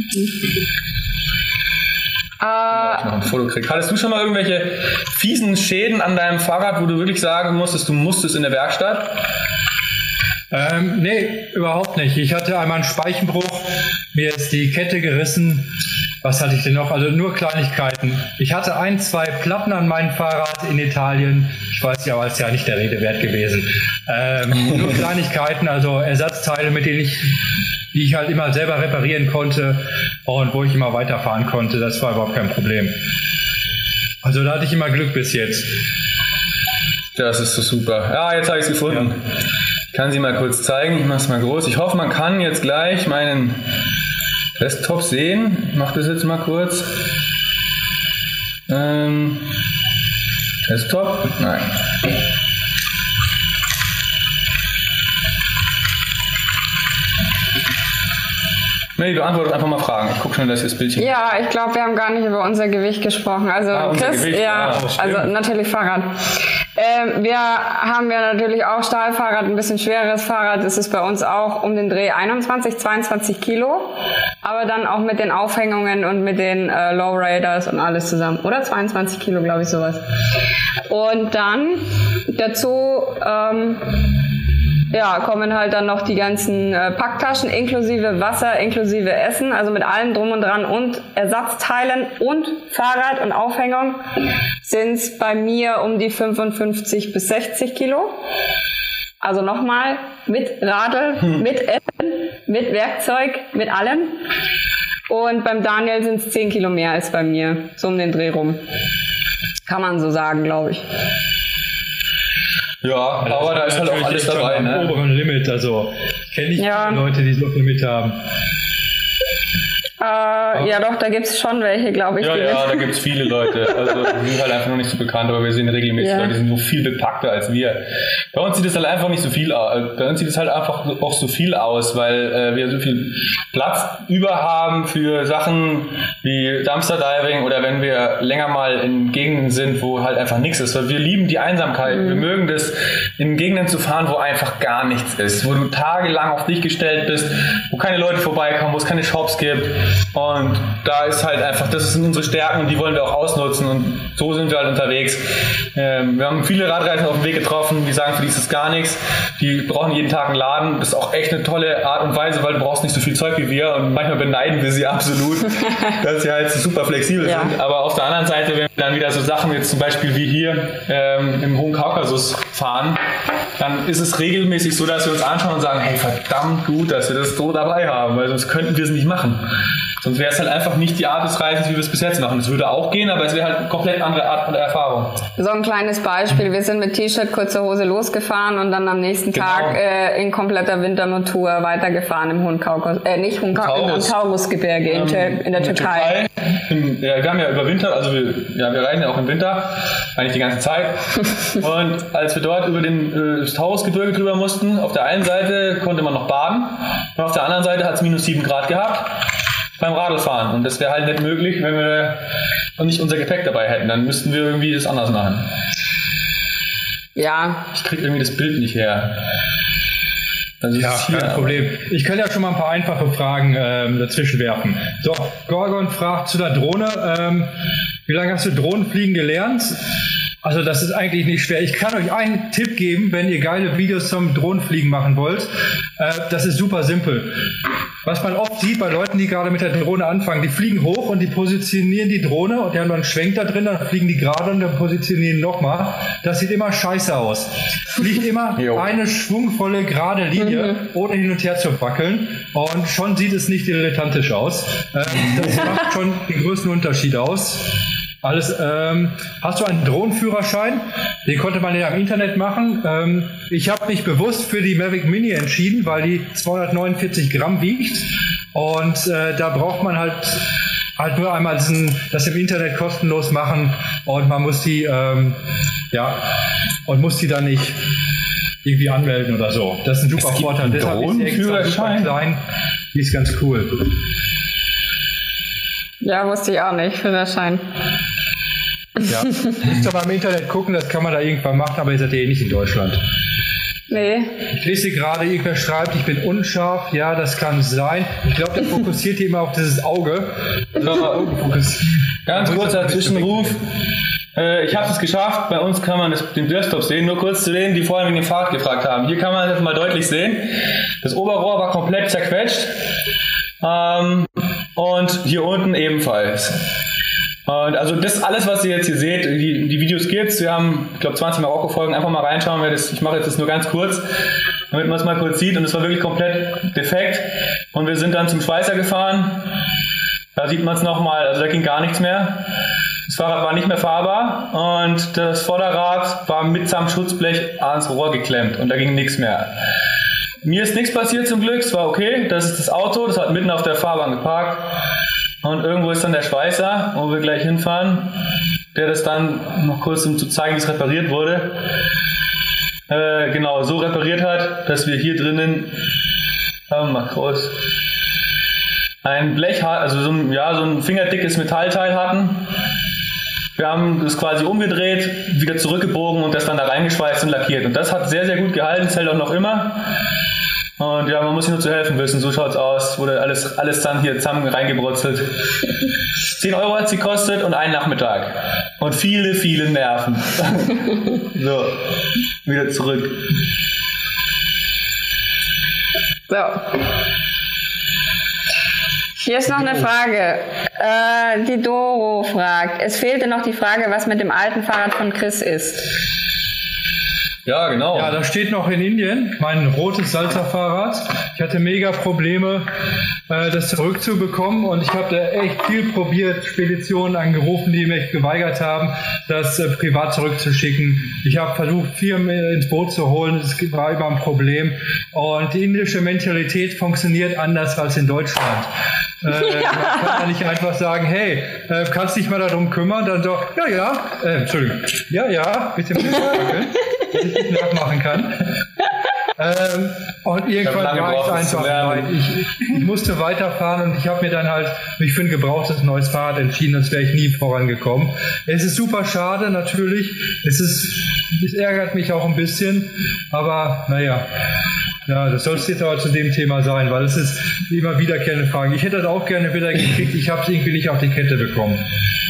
Uh, ich noch ein Foto krieg. Hattest du schon mal irgendwelche fiesen Schäden an deinem Fahrrad, wo du wirklich sagen musstest, du musstest in der Werkstatt? Ähm, nee, überhaupt nicht. Ich hatte einmal einen Speichenbruch, mir ist die Kette gerissen. Was hatte ich denn noch? Also nur Kleinigkeiten. Ich hatte ein, zwei Platten an meinem Fahrrad in Italien. Ich weiß ja, aber es ist ja nicht der Rede wert gewesen. Ähm, nur Kleinigkeiten, also Ersatzteile, mit denen ich, die ich halt immer selber reparieren konnte und wo ich immer weiterfahren konnte. Das war überhaupt kein Problem. Also da hatte ich immer Glück bis jetzt. Das ist so super. Ja, jetzt habe ich es gefunden. Ja. Ich kann sie mal kurz zeigen. Ich mache es mal groß. Ich hoffe, man kann jetzt gleich meinen Desktop sehen. Ich mache das jetzt mal kurz. Ähm, Desktop? Nein. Nee, du antwortest einfach mal Fragen. Ich gucke schon, dass ich das Bildchen... Ja, ich glaube, wir haben gar nicht über unser Gewicht gesprochen. Also ah, unser Chris, Gewicht. ja, Ah, also natürlich Fahrrad. Ähm, wir haben ja natürlich auch Stahlfahrrad, ein bisschen schwereres Fahrrad. Das ist bei uns auch um den Dreh einundzwanzig, zweiundzwanzig Kilo. Aber dann auch mit den Aufhängungen und mit den äh, Lowriders und alles zusammen. Oder zweiundzwanzig Kilo, glaube ich, sowas. Und dann dazu... Ähm, Ja, kommen halt dann noch die ganzen äh, Packtaschen inklusive Wasser, inklusive Essen, also mit allem drum und dran und Ersatzteilen und Fahrrad und Aufhängung sind es bei mir um die fünfundfünfzig bis sechzig Kilo. Also nochmal mit Radl, hm. mit Essen, mit Werkzeug, mit allem. Und beim Daniel sind es zehn Kilo mehr als bei mir, so um den Dreh rum. Kann man so sagen, glaube ich. Ja, also aber da ist halt auch alles dabei, ne? Am oberen Limit, also ich kenne nicht ja. viele Leute, die so ein Limit haben. Äh, ja doch, da gibt es schon welche, glaube ich. Ja, ja, da gibt es viele Leute. Also die sind halt einfach noch nicht so bekannt, aber wir sehen regelmäßig ja. Leute, die sind noch viel bepackter als wir. Bei uns sieht es halt einfach nicht so viel aus. Bei uns sieht es halt einfach auch so viel aus, weil äh, wir so viel Platz über haben für Sachen wie Dumpster Diving oder wenn wir länger mal in Gegenden sind, wo halt einfach nichts ist. Weil wir lieben die Einsamkeit. Mhm. Wir mögen das, in Gegenden zu fahren, wo einfach gar nichts ist. Wo du tagelang auf dich gestellt bist, wo wo keine Leute vorbeikommen, wo es keine Shops gibt. Und da ist halt einfach, das sind unsere Stärken und die wollen wir auch ausnutzen und so sind wir halt unterwegs. Ähm, wir haben viele Radreisende auf dem Weg getroffen, die sagen, für die ist es gar nichts. Die brauchen jeden Tag einen Laden. Das ist auch echt eine tolle Art und Weise, weil du brauchst nicht so viel Zeug wie wir und manchmal beneiden wir sie absolut, dass sie halt super flexibel ja. sind. Aber auf der anderen Seite, wenn wir dann wieder so Sachen jetzt zum Beispiel wie hier ähm, im Hohen Kaukasus fahren, dann ist es regelmäßig so, dass wir uns anschauen und sagen, hey, verdammt gut, dass wir das so dabei haben, weil sonst könnten wir es nicht machen. Sonst wäre es halt einfach nicht die Art des Reisens, wie wir es bis jetzt machen. Es würde auch gehen, aber es wäre halt eine komplett andere Art von Erfahrung. So ein kleines Beispiel. Wir sind mit T-Shirt, kurzer Hose losgefahren und dann am nächsten genau. Tag äh, in kompletter Wintermontur weitergefahren im Hohen Kaukasus, äh, nicht Hohen Kaukasus, im Taurusgebirge in, ähm, in der in Türkei. Türkei. In, ja, wir haben ja über Winter, also wir, ja, wir reisen ja auch im Winter, eigentlich die ganze Zeit. Und als wir dort über den, äh, das Taurusgebirge drüber mussten, auf der einen Seite konnte man noch baden und auf der anderen Seite hat es minus sieben Grad gehabt beim Radlfahren. Und das wäre halt nicht möglich, wenn wir nicht unser Gepäck dabei hätten. Dann müssten wir irgendwie das anders machen. Ja. Ich krieg irgendwie das Bild nicht her. Also ja, kein hier, Problem. Ich kann ja schon mal ein paar einfache Fragen ähm, dazwischen werfen. So, Gorgon fragt zu der Drohne. Ähm, wie lange hast du Drohnenfliegen gelernt? Also das ist eigentlich nicht schwer. Ich kann euch einen Tipp geben, wenn ihr geile Videos zum Drohnenfliegen machen wollt. Äh, das ist super simpel. Was man oft sieht bei Leuten, die gerade mit der Drohne anfangen, die fliegen hoch und die positionieren die Drohne und die haben dann einen Schwenk da drin, dann fliegen die gerade und dann positionieren nochmal. Das sieht immer scheiße aus. Fliegt immer eine schwungvolle, gerade Linie, mhm. ohne hin und her zu wackeln und schon sieht es nicht dilettantisch aus. Äh, das macht schon den größten Unterschied aus. Alles, ähm, hast du einen Drohnenführerschein? Den konnte man ja im Internet machen. Ähm, ich habe mich bewusst für die Mavic Mini entschieden, weil die zweihundertneunundvierzig Gramm wiegt und äh, da braucht man halt halt nur einmal diesen, das im Internet kostenlos machen und man muss die ähm, ja und muss die dann nicht irgendwie anmelden oder so. Das ist ein super Vorteil. Deshalb ist die extra super klein. Die ist ganz cool. Ja, wusste ich auch nicht, Führerschein. Ja, müsst aber im Internet gucken, das kann man da irgendwann machen, aber ihr seid ja eh nicht in Deutschland. Nee. Ich lese gerade, irgendwer schreibt, ich bin unscharf. Ja, das kann sein. Ich glaube, der fokussiert hier immer auf dieses Auge. Also, ganz kurzer Zwischenruf. Äh, ich habe es geschafft. Bei uns kann man das, den Desktop sehen. Nur kurz zu denen, die vorhin wegen dem Fahrrad gefragt haben. Hier kann man das mal deutlich sehen. Das Oberrohr war komplett zerquetscht. Ähm, und hier unten ebenfalls. Und also das alles, was ihr jetzt hier seht, die, die Videos gibt's. Wir haben, ich glaube, zwanzig Marokko-Folgen. Einfach mal reinschauen, weil das, ich mache jetzt das nur ganz kurz, damit man es mal kurz sieht. Und es war wirklich komplett defekt. Und wir sind dann zum Schweißer gefahren. Da sieht man es nochmal. Also da ging gar nichts mehr. Das Fahrrad war nicht mehr fahrbar und das Vorderrad war mitsamt Schutzblech ans Rohr geklemmt und da ging nichts mehr. Mir ist nichts passiert zum Glück, es war okay. Das ist das Auto, das hat mitten auf der Fahrbahn geparkt. Und irgendwo ist dann der Schweißer, wo wir gleich hinfahren, der das dann noch kurz, um zu zeigen, wie es repariert wurde, äh, genau so repariert hat, dass wir hier drinnen, ähm, mal groß, ein Blech, also so ein, ja, so ein fingerdickes Metallteil hatten. Wir haben das quasi umgedreht, wieder zurückgebogen und das dann da reingeschweißt und lackiert. Und das hat sehr, sehr gut gehalten, das hält auch noch immer. Und ja, man muss sich nur zu helfen wissen, so schaut's aus. Wurde alles, alles dann hier zusammen reingebrutzelt. zehn Euro hat sie gekostet und einen Nachmittag. Und viele, viele Nerven. So, wieder zurück. So. Hier ist noch eine Frage. Äh, die Doro fragt, es fehlte noch die Frage, was mit dem alten Fahrrad von Chris ist. Ja, genau. Ja, das steht noch in Indien, mein rotes Salzer-Fahrrad. Ich hatte mega Probleme, äh, das zurückzubekommen und ich habe da echt viel probiert, Speditionen angerufen, die mich geweigert haben, das äh, privat zurückzuschicken. Ich habe versucht, Firmen ins Boot zu holen, es war immer ein Problem. Und die indische Mentalität funktioniert anders als in Deutschland. Äh, ja. Man kann ja nicht einfach sagen, hey, äh, kannst dich mal darum kümmern? Dann so, ja, ja, äh, Entschuldigung, ja, ja, bitte mit wackeln, dass ich das nachmachen kann. Ähm, und irgendwann war ich einfach weit. Ich, ich musste weiterfahren und ich habe mir dann halt mich für ein gebrauchtes neues Fahrrad entschieden, sonst wäre ich nie vorangekommen. Es ist super schade, natürlich. Es ist, es ärgert mich auch ein bisschen, aber naja. Ja, das soll es jetzt aber zu dem Thema sein, weil es ist immer wiederkehrende Fragen. Ich hätte das auch gerne wieder gekriegt, ich habe es irgendwie nicht auf die Kette bekommen.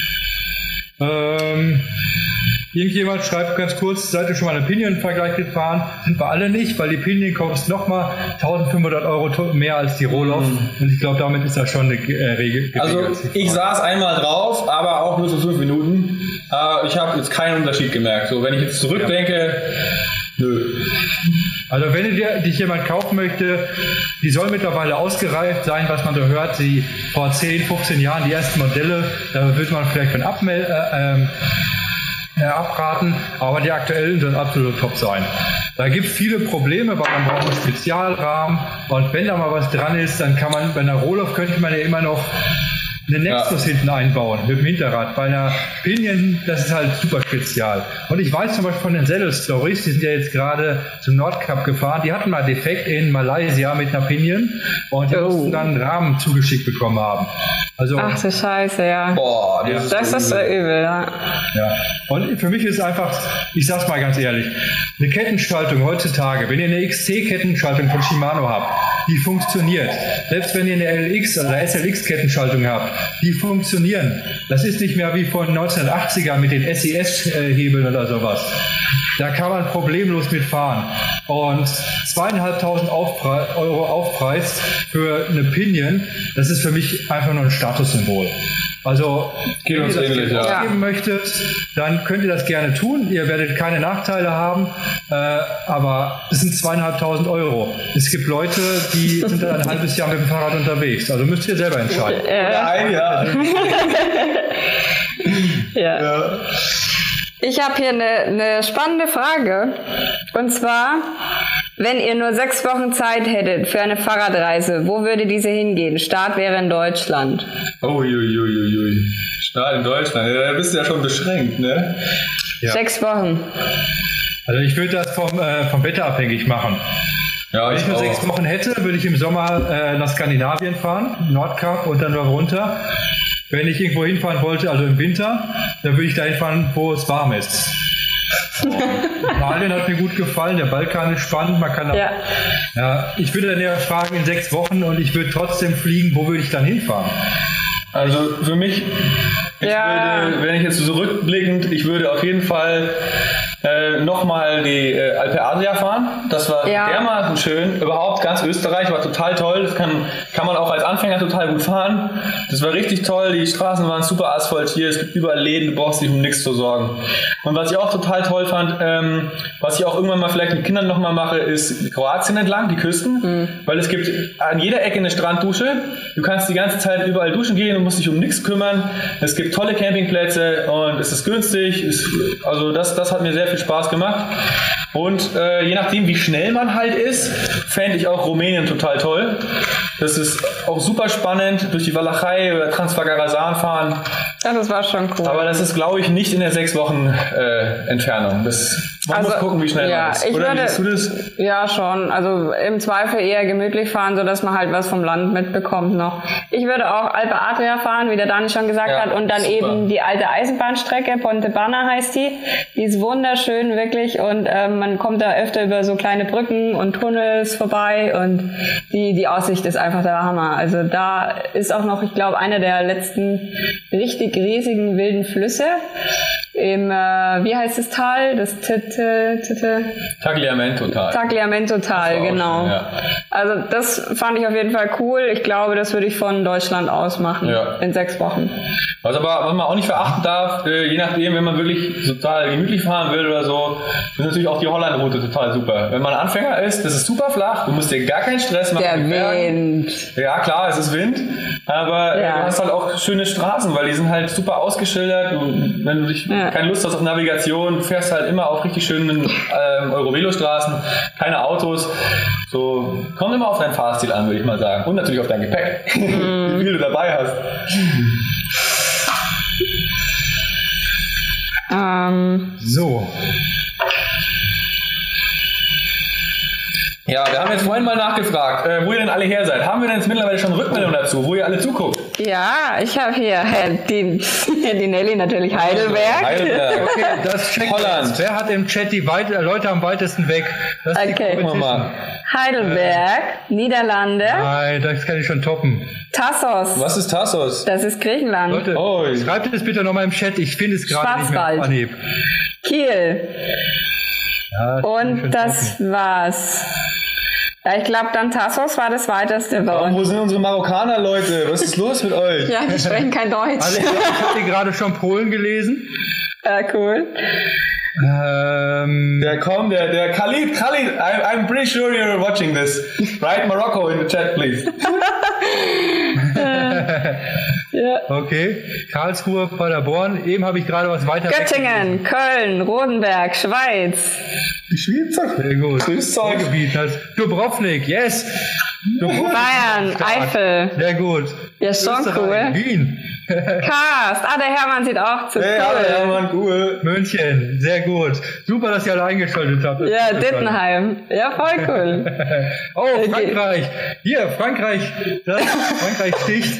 Ähm, irgendjemand schreibt ganz kurz, seid ihr schon mal einen Pinion-Vergleich gefahren? Sind wir alle nicht, weil die Pinion kostet nochmal eintausendfünfhundert Euro mehr als die Rohloff. Mhm. Und ich glaube, damit ist das schon eine äh, Regel. Also ich saß einmal drauf, aber auch nur für fünf Minuten. Äh, ich habe jetzt keinen Unterschied gemerkt. So, wenn ich jetzt zurückdenke, ja. Nö. Also wenn dir, dich jemand kaufen möchte, die soll mittlerweile ausgereift sein, was man so hört. Sie vor zehn, fünfzehn Jahren, die ersten Modelle, da würde man vielleicht von Abmel äh, ähm, äh, abraten, aber die aktuellen sollen absolut top sein. Da gibt es viele Probleme, weil man braucht einen Spezialrahmen und wenn da mal was dran ist, dann kann man, bei einer Rohloff könnte man ja immer noch eine Nexus ja. hinten einbauen mit dem Hinterrad. Bei einer Pinion, das ist halt super spezial. Und ich weiß zum Beispiel von den Saddle Stories, die sind ja jetzt gerade zum Nordkap gefahren, die hatten mal Defekt in Malaysia mit einer Pinion und die oh. mussten dann einen Rahmen zugeschickt bekommen haben. Also, ach du Scheiße, ja. Boah, das, ja. das ist so übel, ja. ja. Und für mich ist einfach, ich sag's mal ganz ehrlich, eine Kettenschaltung heutzutage, wenn ihr eine X C-Kettenschaltung von Shimano habt, die funktioniert. Selbst wenn ihr eine L X oder S L X-Kettenschaltung habt, die funktionieren. Das ist nicht mehr wie von neunzehnhundertachtziger mit den S E S-Hebeln oder sowas. Da kann man problemlos mitfahren. Und zweieinhalbtausend Aufpre- Euro Aufpreis für eine Pinion, das ist für mich einfach nur ein Statussymbol. Also, wenn ihr das ähnlich, ja. ausgeben möchtet, dann könnt ihr das gerne tun. Ihr werdet keine Nachteile haben, äh, aber es sind zweieinhalbtausend Euro. Es gibt Leute, die sind dann ein halbes Jahr mit dem Fahrrad unterwegs. Also müsst ihr selber entscheiden. Äh. Ein Jahr. ja. ja. Ich habe hier eine, eine spannende Frage. Und zwar, wenn ihr nur sechs Wochen Zeit hättet für eine Fahrradreise, wo würde diese hingehen? Start wäre in Deutschland. Uiuiuiui. Start in Deutschland, ja, da bist du ja schon beschränkt, ne? Ja. Sechs Wochen. Also ich würde das vom, äh, vom Wetter abhängig machen. Ja, Wenn ich nur auch. sechs Wochen hätte, würde ich im Sommer äh, nach Skandinavien fahren, Nordkap und dann noch runter. Wenn ich irgendwo hinfahren wollte, also im Winter, dann würde ich dahin fahren, wo es warm ist. Italien hat mir gut gefallen, der Balkan ist spannend, man kann auch, ja. ja. Ich würde dann eher fragen in sechs Wochen und ich würde trotzdem fliegen, wo würde ich dann hinfahren? Also für mich, ich ja. würde, wenn ich jetzt zurückblickend, ich würde auf jeden Fall äh, nochmal die äh, Alpe Adria fahren. Das war ja. dermaßen schön. Überhaupt ganz Österreich war total toll. Das kann, kann man auch als Anfänger total gut fahren. Das war richtig toll. Die Straßen waren super asphaltiert. Es gibt überall Läden. Du brauchst dich um nichts zu sorgen. Und was ich auch total toll fand, ähm, was ich auch irgendwann mal vielleicht mit Kindern nochmal mache, ist Kroatien entlang, die Küsten. Mhm. Weil es gibt an jeder Ecke eine Stranddusche. Du kannst die ganze Zeit überall duschen gehen und musst dich um nichts kümmern. Es gibt tolle Campingplätze und es ist günstig. Es, also das, das hat mir sehr viel Spaß gemacht. Und äh, je nachdem, wie schnell man halt ist, fände ich auch Rumänien total toll. Das ist auch super spannend, durch die Walachei oder Transfagarasan fahren. Ja, das war schon cool. Aber das ist, glaube ich, nicht in der sechs Wochen äh, Entfernung. Das, man also, muss gucken, wie schnell ja, man ist. Ich Oder würde, wie siehst du das? Ja, schon. Also im Zweifel eher gemütlich fahren, sodass man halt was vom Land mitbekommt noch. Ich würde auch Alpe Adria fahren, wie der Dani schon gesagt ja, hat. Und dann super. eben die alte Eisenbahnstrecke, Ponte Banna heißt die. Die ist wunderschön, wirklich. Und ähm, man kommt da öfter über so kleine Brücken und Tunnels vorbei. Und die, die Aussicht ist einfach der Hammer. Also da ist auch noch, ich glaube, einer der letzten richtig riesigen wilden Flüsse im, äh, wie heißt das Tal? Das Tagliamento-Tal. Tagliamento-Tal, genau. Schön, ja. Also das fand ich auf jeden Fall cool. Ich glaube, das würde ich von Deutschland aus machen ja. in sechs Wochen. Was aber, was man auch nicht verachten darf, äh, je nachdem, wenn man wirklich total gemütlich fahren will oder so, ist natürlich auch die Holland-Route total super. Wenn man Anfänger ist, das ist super flach, du musst dir gar keinen Stress machen. Der Wind. Ja klar, es ist Wind, aber ja. du hast halt auch schöne Straßen, weil die sind halt super ausgeschildert. Du, wenn du dich ja. keine Lust hast auf Navigation, du fährst halt immer auf richtig schönen ähm, Eurovelo-Straßen, keine Autos. So, kommt immer auf deinen Fahrstil an, würde ich mal sagen. Und natürlich auf dein Gepäck, mm. wie viel du dabei hast. Ähm. So. Ja, wir haben jetzt vorhin mal nachgefragt, äh, wo ihr denn alle her seid. Haben wir denn jetzt mittlerweile schon Rückmeldung dazu, wo ihr alle zuguckt? Ja, ich habe hier äh, die, die Nelly natürlich Heidelberg. Heidelberg. Okay, das checkt Holland. Wer hat im Chat die weit, Leute am weitesten weg? Das ist die Okay. Gucken wir mal. Heidelberg, Niederlande, Nein, das kann ich schon toppen. Tassos, Was ist Tassos? das ist Griechenland, Leute, Oh. schreibt es bitte nochmal im Chat. Ich finde es gerade nicht mehr auf Schwarzwald. Anhieb. Kiel Ja, das kann ich schon und das toppen. war's. Ja, ich glaube, dann Tassos war das weiteste bei Und uns. wo sind unsere Marokkaner, Leute? Was ist los mit euch? Ja, die sprechen kein Deutsch. Also ich, glaub, ich habe gerade schon Polen gelesen. Ja, cool. Ähm, Der komm, der, der Khalid, Khalid, I'm, I'm pretty sure you're watching this. Write Morocco in the chat, please. Ja. okay, Karlsruhe, Paderborn. Eben habe ich gerade was weiter. Göttingen, Köln, Rodenberg, Schweiz. Die Schweizer. Sehr gut. Grüß Zeug. Ruhrgebiet, das Dubrovnik, yes. Dubrovnik. Bayern, Stark. Eifel. Sehr gut. Ja, schon Österreich, cool. Wien. Karst. Ah, der Hermann sieht auch zu. Hey, cool. hallo, Hermann, cool. München, sehr gut. Super, dass ihr alle eingeschaltet habt. Das Ja, ist Dittenheim. Ja, voll cool. Oh, Frankreich. Hier, Frankreich. Das, Frankreich sticht.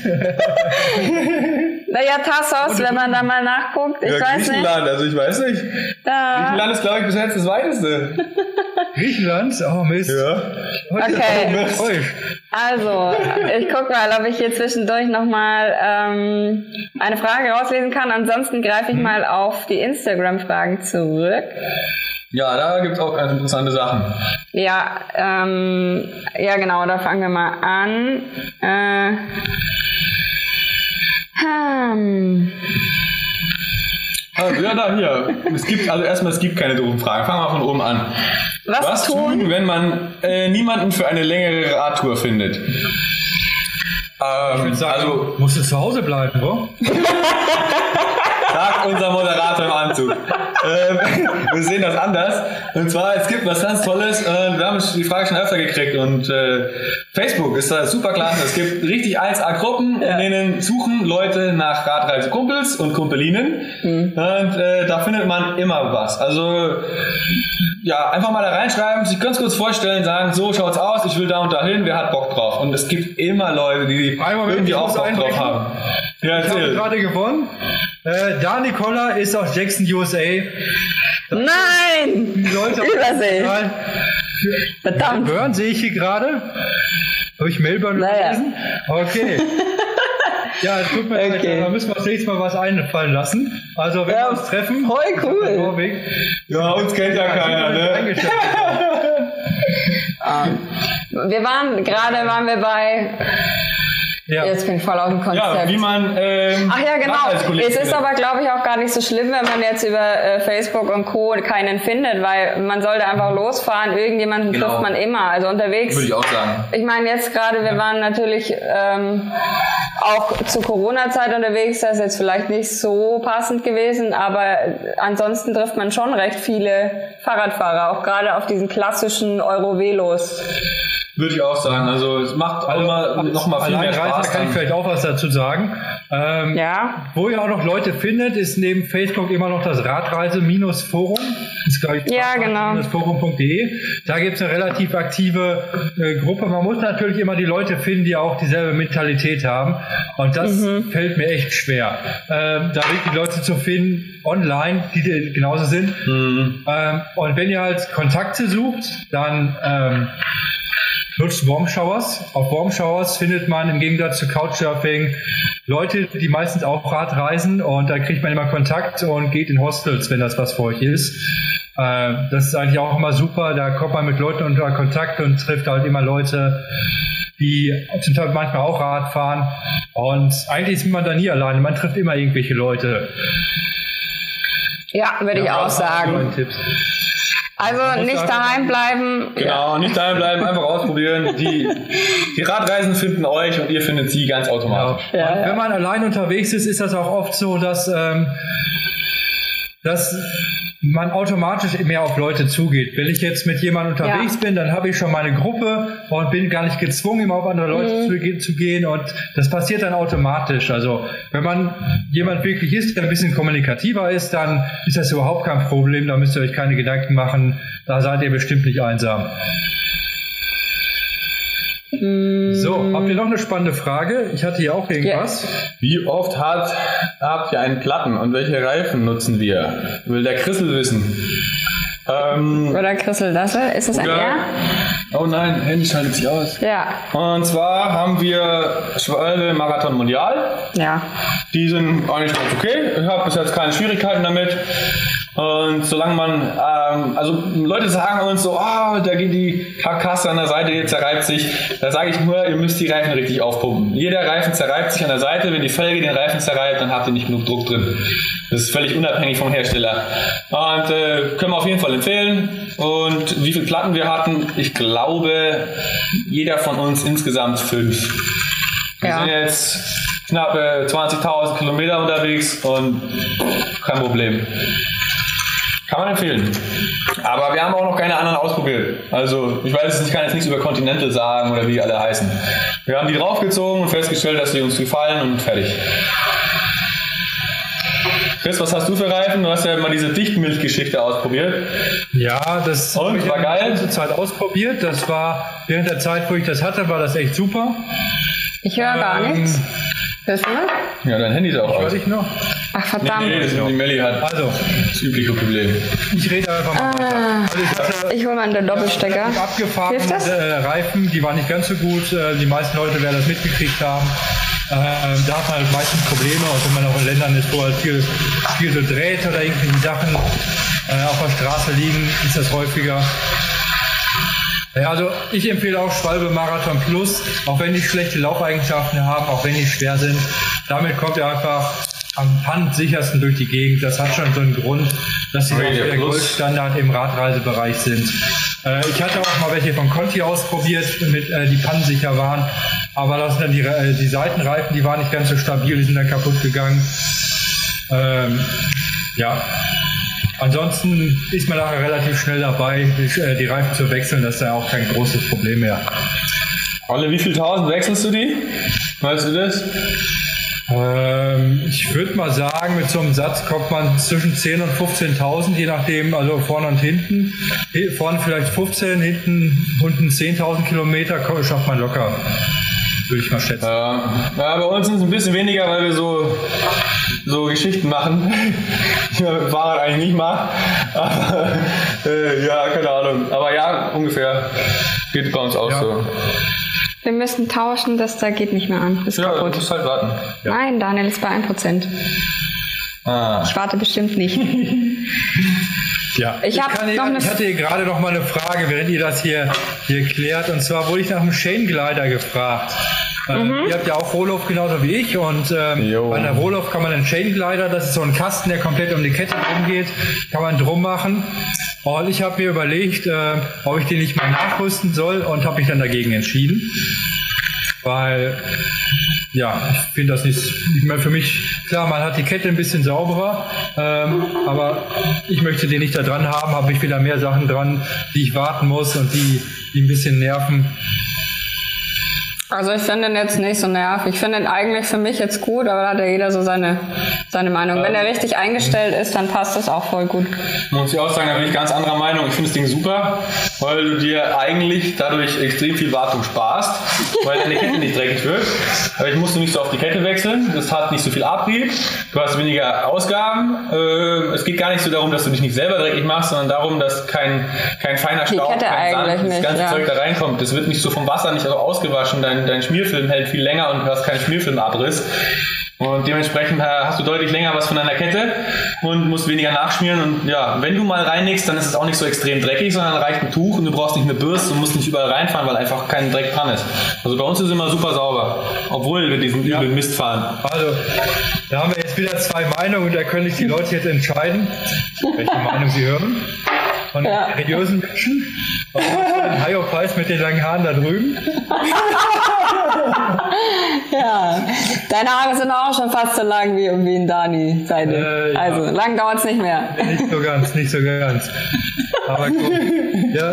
Naja, Tassos, wenn man da mal nachguckt, ich Ja, weiß nicht. Griechenland, also ich weiß nicht. Ja. Griechenland ist, glaube ich, bis jetzt das weiteste. Griechenland? Oh, Mist. Ja. Okay. Enttäuscht. Also, ich guck mal, ob ich hier zwischendurch nochmal ähm, eine Frage rauslesen kann. Ansonsten greife ich mal auf die Instagram-Fragen zurück. Ja, da gibt es auch ganz interessante Sachen. Ja, ähm, ja genau, da fangen wir mal an. Äh, hm. Also, ja, da, hier. Es gibt, also erstmal, es gibt keine doofen Fragen. Fangen wir von oben an. Was, Was tun? tun, wenn man äh, niemanden für eine längere Radtour findet? Ich Ähm, würde sagen, also, musst du zu Hause bleiben, wo? sagt unser Moderator im Anzug. ähm, wir sehen das anders. Und zwar, es gibt was ganz Tolles. Äh, wir haben die Frage schon öfter gekriegt. Und äh, Facebook ist da super klasse. Es gibt richtig eins A-Gruppen, Ja. in denen suchen Leute nach Radreisekumpels und Kumpelinen. Mhm. Und äh, da findet man immer was. Also, ja, einfach mal da reinschreiben, sich ganz kurz vorstellen, sagen, so schaut's aus, ich will da und da hin, wer hat Bock drauf? Und es gibt immer Leute, die Einen Moment, irgendwie ich auch muss Bock drauf einbrechen. haben. Ja, Ich habe erzähl. gerade gewonnen. Äh, Da Nicola ist aus Jackson, U S A. Nein! Die Leute Übersee. Nein. Verdammt. Melbourne sehe ich hier gerade. Habe ich Melbourne Naja. gelesen? Okay. Ja, es tut mir leid, Okay. da müssen wir uns nächstes Mal was einfallen lassen. Also wenn Ja, wir uns treffen, voll cool. in Norwegen, Ja, uns kennt ja keiner, ne? eingeschätzt. Wir waren, gerade waren wir bei, Ja. jetzt bin ich voll auf dem Konzept. Ja, wie man. Ähm, Ach ja, genau. Radreisekollegen Es ist findet. aber, glaube ich, auch gar nicht so schlimm, wenn man jetzt über äh, Facebook und Co. keinen findet, weil man sollte einfach losfahren. Irgendjemanden Genau. trifft man immer. Also unterwegs. Würde ich auch sagen. Ich meine, jetzt gerade, wir waren natürlich ähm, auch zu Corona-Zeit unterwegs, das ist jetzt vielleicht nicht so passend gewesen, aber ansonsten trifft man schon recht viele Fahrradfahrer, auch gerade auf diesen klassischen Eurovelos. Würde ich auch sagen. Also es macht auch immer noch mal viel mehr Alleinreise, Spaß. da kann ich dann. vielleicht auch was dazu sagen. Ähm, Ja. Wo ihr auch noch Leute findet, ist neben Facebook immer noch das Radreise-Forum. Das ist, glaube ich, Ja, genau. forum punkt de. Da gibt es eine relativ aktive äh, Gruppe. Man muss natürlich immer die Leute finden, die auch dieselbe Mentalität haben. Und das Mhm. fällt mir echt schwer. Ähm, da wirklich die Leute zu finden, online, die, die genauso sind. Mhm. Ähm, und wenn ihr halt Kontakte sucht, dann ähm, nutzt Warm Showers. Auf Warm Showers findet man im Gegensatz zu Couchsurfing Leute, die meistens auch Rad reisen, und da kriegt man immer Kontakt und geht in Hostels, wenn das was für euch ist. Äh, das ist eigentlich auch immer super. Da kommt man mit Leuten unter Kontakt und trifft halt immer Leute, die zum Teil manchmal auch Rad fahren. Und eigentlich ist man da nie alleine. Man trifft immer irgendwelche Leute. Ja, würde ich auch sagen. Tipps. Also nicht daheim bleiben. Genau, nicht daheim bleiben, einfach ausprobieren. Die, die Radreisen finden euch und ihr findet sie ganz automatisch. Ja. Ja, Und ja. wenn man allein unterwegs ist, ist das auch oft so, dass, ähm, dass man automatisch mehr auf Leute zugeht. Wenn ich jetzt mit jemandem unterwegs Ja. bin, dann habe ich schon meine Gruppe und bin gar nicht gezwungen, immer auf andere Leute Mhm. zu, ge- zu gehen, und das passiert dann automatisch. Also wenn man jemand wirklich ist, der ein bisschen kommunikativer ist, dann ist das überhaupt kein Problem, da müsst ihr euch keine Gedanken machen, da seid ihr bestimmt nicht einsam. So, habt ihr noch eine spannende Frage? Ich hatte hier auch irgendwas. Ja. Wie oft hat, habt ihr einen Platten und welche Reifen nutzen wir? Will der Christel wissen. Ähm, Oder Christel Dasse, ist das ein R? Oh nein, Handy schaltet sich aus. Ja. Und zwar haben wir Schwalbe Marathon Mondial. Ja. Die sind eigentlich ganz okay. Ich habe bis jetzt keine Schwierigkeiten damit. Und solange man, ähm, also Leute sagen uns so, oh, da geht die Karkasse an der Seite, die zerreibt sich. Da sage ich nur, ihr müsst die Reifen richtig aufpumpen. Jeder Reifen zerreibt sich an der Seite. Wenn die Felge den Reifen zerreibt, dann habt ihr nicht genug Druck drin. Das ist völlig unabhängig vom Hersteller. Und äh, können wir auf jeden Fall empfehlen. Und wie viele Platten wir hatten, ich glaube, jeder von uns insgesamt fünf. Wir Ja. sind jetzt knappe zwanzigtausend Kilometer unterwegs und kein Problem. Kann man empfehlen. Aber wir haben auch noch keine anderen ausprobiert. Also ich weiß, ich kann jetzt nichts über Continental sagen oder wie die alle heißen. Wir haben die draufgezogen und festgestellt, dass sie uns gefallen und fertig. Chris, was hast du für Reifen? Du hast ja mal diese Dichtmilchgeschichte ausprobiert. Ja, das Und, habe ich war geil? die ganze Zeit ausprobiert. Das war, während der Zeit, wo ich das hatte, war das echt super. Ich höre gar Ähm, nichts. Hörst du mal? Ja, dein Handy ist auch aus. Weiß ich noch. Ach, verdammt. Nee, das ist die Melli hat Also, das übliche Problem. ich rede einfach mal weiter. Ah, Also ich hatte ich hole mal einen Doppelstecker. relativ abgefahrene Hilft das? äh, Reifen, die waren nicht ganz so gut. Äh, die meisten Leute werden das mitgekriegt haben. Äh, da hat man halt meistens Probleme, und wenn man auch in Ländern ist, wo halt viel, viel so dreht oder irgendwelche Sachen äh, auf der Straße liegen, ist das häufiger. Ja, also ich empfehle auch Schwalbe Marathon Plus, auch wenn die schlechte Laufeigenschaften haben, auch wenn die schwer sind. Damit kommt ihr einfach am pannensichersten durch die Gegend. Das hat schon so einen Grund, dass sie Okay, auch der der Plus. Goldstandard im Radreisebereich sind. Äh, ich hatte auch mal welche von Conti ausprobiert, mit, äh, die pannensicher waren, aber das sind dann die, äh, die Seitenreifen, die waren nicht ganz so stabil, die sind dann kaputt gegangen. Ähm, ja. Ansonsten ist man nachher relativ schnell dabei, die, äh, die Reifen zu wechseln. Das ist ja auch kein großes Problem mehr. Olle, wie viel tausend wechselst du die? Weißt du das? Ähm, ich würde mal sagen, mit so einem Satz kommt man zwischen zehntausend und fünfzehntausend, je nachdem, also vorne und hinten. He- Vorne vielleicht fünfzehn, hinten, unten zehntausend Kilometer, komm, schafft man locker. Würde ich mal schätzen. Ja, ja, bei uns sind es ein bisschen weniger, weil wir so, so Geschichten machen, die man mit dem Fahrrad eigentlich nicht macht. Aber, äh, ja, keine Ahnung. Aber ja, ungefähr geht bei uns auch Ja. so. Wir müssen tauschen, das da geht nicht mehr an. Das ist Ja, du kaputt. musst halt warten. Nein, Daniel ist bei ein Prozent. Ah. Ich warte bestimmt nicht. Ja. Ich hab kann hier- noch eine- ich hatte hier gerade noch mal eine Frage, während ihr das hier, hier klärt. Und zwar wurde ich nach einem Chain Glider gefragt. Ähm, Mhm. Ihr habt ja auch Rohloff genauso wie ich. Und ähm, Jo. bei einer Rohloff kann man einen Chain Glider, das ist so ein Kasten, der komplett um die Kette rumgeht, kann man drum machen. Und ich habe mir überlegt, äh, ob ich den nicht mal nachrüsten soll, und habe mich dann dagegen entschieden. Weil, ja, ich finde das nicht, ich meine, für mich, klar, man hat die Kette ein bisschen sauberer, ähm, aber ich möchte den nicht da dran haben, habe ich wieder mehr Sachen dran, die ich warten muss und die, die ein bisschen nerven. Also ich finde den jetzt nicht so nervig. Ich finde den eigentlich für mich jetzt gut, aber da hat ja jeder so seine, seine Meinung. Wenn er richtig eingestellt ist, dann passt das auch voll gut. Muss ich auch sagen, da bin ich ganz anderer Meinung. Ich finde das Ding super, weil du dir eigentlich dadurch extrem viel Wartung sparst, weil deine Kette nicht dreckig wird. Dadurch musst du nicht so auf die Kette wechseln, das hat nicht so viel Abrieb, du hast weniger Ausgaben. Äh, es geht gar nicht so darum, dass du dich nicht selber dreckig machst, sondern darum, dass kein, kein feiner Die Staub, Kette kein Sand, eigentlich das nicht, ganze ja. Zeug da reinkommt. Das wird nicht so vom Wasser nicht so ausgewaschen, dein, dein Schmierfilm hält viel länger und du hast keinen Schmierfilmabriss. Und dementsprechend äh, hast du deutlich länger was von deiner Kette und musst weniger nachschmieren. Und ja, wenn du mal reinigst, dann ist es auch nicht so extrem dreckig, sondern reicht ein Tuch und du brauchst nicht eine Bürste und musst nicht überall reinfahren, weil einfach kein Dreck dran ist. Also bei uns ist es immer super sauber, obwohl wir diesen üblen Mist fahren. Also, da haben wir jetzt wieder zwei Meinungen, und da können sich die Leute jetzt entscheiden, welche Meinung sie hören. Von den Ja. seriösen Menschen, von den High-Preis mit den langen Haaren da drüben. Ja, deine Haare sind auch schon fast so lang wie, wie in Dani seine. Äh, ja. Also lang dauert es nicht mehr. Nicht so ganz, nicht so ganz. Aber gut. Ja.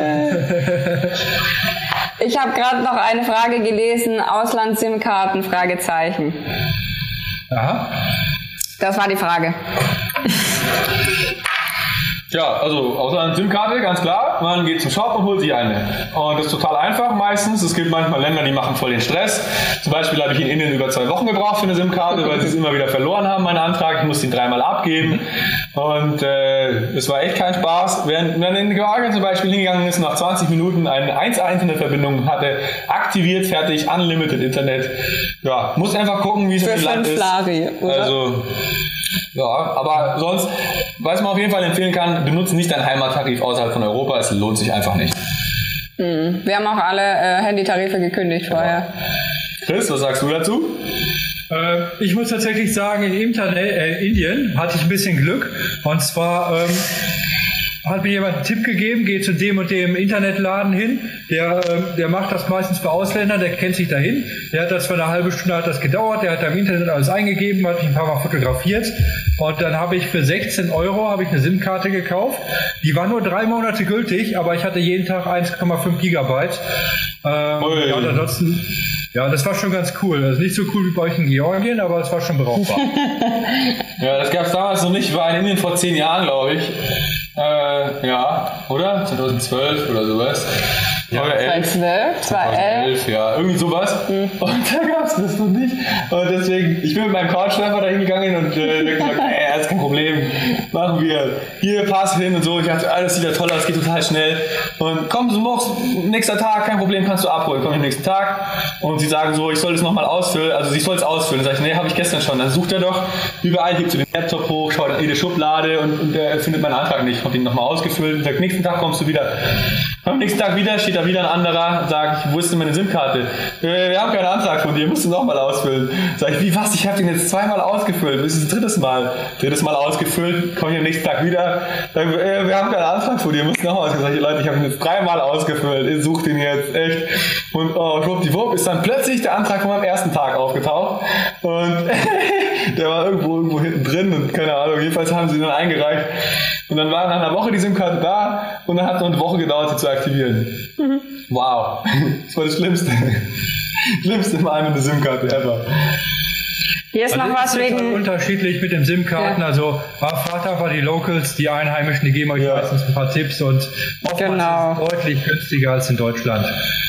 Ich habe gerade noch eine Frage gelesen, Auslands-SIM-Karten, Fragezeichen. Aha. Das war die Frage. Ja, also außer einer SIM-Karte, ganz klar, man geht zum Shop und holt sich eine. Und das ist total einfach meistens. Es gibt manchmal Länder, die machen voll den Stress. Zum Beispiel habe ich in Indien über zwei Wochen gebraucht für eine SIM-Karte, weil sie es immer wieder verloren haben, meinen Antrag. Ich musste ihn dreimal abgeben. Und äh, es war echt kein Spaß. Während man in Georgien zum Beispiel hingegangen ist, nach zwanzig Minuten eine eins A Internetverbindung hatte, aktiviert, fertig, unlimited Internet. Ja, muss einfach gucken, wie es im Land ist. Lari, oder? Also, ja, aber sonst, was man auf jeden Fall empfehlen kann, benutze nicht deinen Heimattarif außerhalb von Europa, es lohnt sich einfach nicht. Mhm. Wir haben auch alle äh, Handytarife gekündigt vorher. Chris, was sagst du dazu? Äh, ich muss tatsächlich sagen, in Internet, äh, Indien hatte ich ein bisschen Glück. Und zwar ähm, hat mir jemand einen Tipp gegeben, geh zu dem und dem Internetladen hin. Der, ähm, der macht das meistens für Ausländer, der kennt sich dahin. Der hat das für eine halbe Stunde hat das gedauert, der hat da im Internet alles eingegeben, hat mich ein paar Mal fotografiert. Und dann habe ich für sechzehn Euro habe ich eine SIM-Karte gekauft. Die war nur drei Monate gültig, aber ich hatte jeden Tag eins Komma fünf Gigabyte. Ähm, ja, und ansonsten, ja, das war schon ganz cool. Also nicht so cool wie bei euch in Georgien, aber es war schon brauchbar. Ja, das gab es damals noch nicht. Ich war in Indien vor zehn Jahren, glaube ich. Äh, ja, oder? zweitausendzwölf oder sowas. Ja, zweitausendzwölf, zweitausendelf. Ja, irgendwie sowas. Mhm. Und da gab es das noch nicht. Und deswegen, ich bin mit meinem Couchschreiber da hingegangen und äh, der gesagt, ey, das ist kein Problem. Machen wir. Hier, pass hin und so. Ich dachte, alles sieht ja toll aus, es geht total schnell. Und komm, du machst, nächster Tag, kein Problem, kannst du abholen. Komm, am nächsten Tag. Und sie sagen so, ich soll das nochmal ausfüllen. Also, sie soll es ausfüllen. Dann sag ich, nee, habe ich gestern schon. Dann sucht er doch überall, hebt du den Laptop hoch, schaut in jede Schublade und, und er findet meinen Antrag nicht. Hab ihn nochmal ausgefüllt und sagt, nächsten Tag kommst du wieder. Am nächsten Tag wieder, steht da wieder ein anderer, sag ich, wo ist denn meine SIM-Karte? Äh, wir haben keinen Antrag von dir, musst du nochmal ausfüllen. Sag ich, wie, was? Ich habe den jetzt zweimal ausgefüllt. Das ist das drittes Mal. Drittes Mal ausgefüllt, komme ich am nächsten Tag wieder. Sag, äh, wir haben keinen Antrag von dir, musst du nochmal ausgefüllt. Sag ich, Leute, ich habe ihn jetzt dreimal ausgefüllt. Ich suche den jetzt, echt. Und oh, schwuppdiwupp ist dann plötzlich der Antrag von meinem ersten Tag aufgetaucht. Und der war irgendwo, irgendwo hinten drin und keine Ahnung, jedenfalls haben sie ihn dann eingereicht. Und dann war nach einer Woche die SIM-Karte da und dann hat es noch eine Woche gedauert, sie zu aktivieren. Mhm. Wow, das war das Schlimmste. Schlimmste Mal mit der SIM-Karte ever. Hier ist also noch was wegen... Halt unterschiedlich mit den SIM-Karten, ja. Also fragt einfach die Locals, die Einheimischen, die geben euch ja. meistens ein paar Tipps und oftmals genau. ist es deutlich günstiger als in Deutschland.